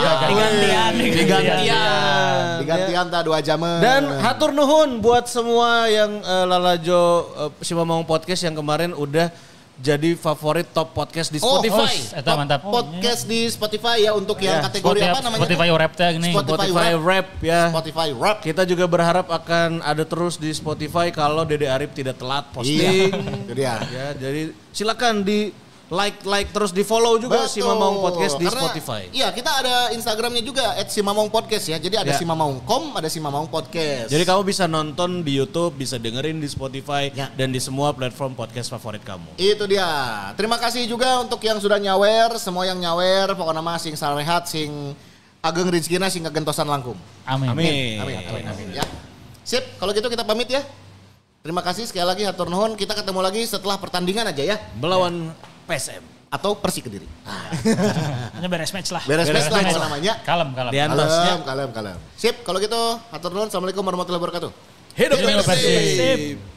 Digantian tak 2 jam. Dan hatur nuhun buat semua yang lalajo Simamong Podcast yang kemarin udah jadi favorit top podcast di Spotify. Mantap. Podcast di Spotify ya untuk yang kategori apa namanya? Spotify Rap ini. Spotify Rap ya. Spotify Rap. Kita juga berharap akan ada terus di Spotify kalau Dede Arif tidak telat posting. Itu dia. Ya, jadi silakan di like terus di follow juga si Mamong Podcast di Spotify. Iya, kita ada Instagramnya juga @simamong podcast ya. Jadi ada simamong.com, ada simamong podcast. Jadi kamu bisa nonton di YouTube, bisa dengerin di Spotify dan di semua platform podcast favorit kamu. Itu dia. Terima kasih juga untuk yang sudah nyawer, semua yang nyawer, pokoknya mah sing sarehat, sing ageng rezekina, sing kegentosan langkung. Amin. Ya. Sip, kalau gitu kita pamit ya. Terima kasih sekali lagi hatur nuhun. Kita ketemu lagi setelah pertandingan aja ya. Melawan PSM atau Persik Kediri. Hanya beres match lah. Beres match lah namanya. Kalem. Kalem. Sip, kalau gitu hatur nuhun. Assalamualaikum warahmatullahi wabarakatuh. Hidup Persib.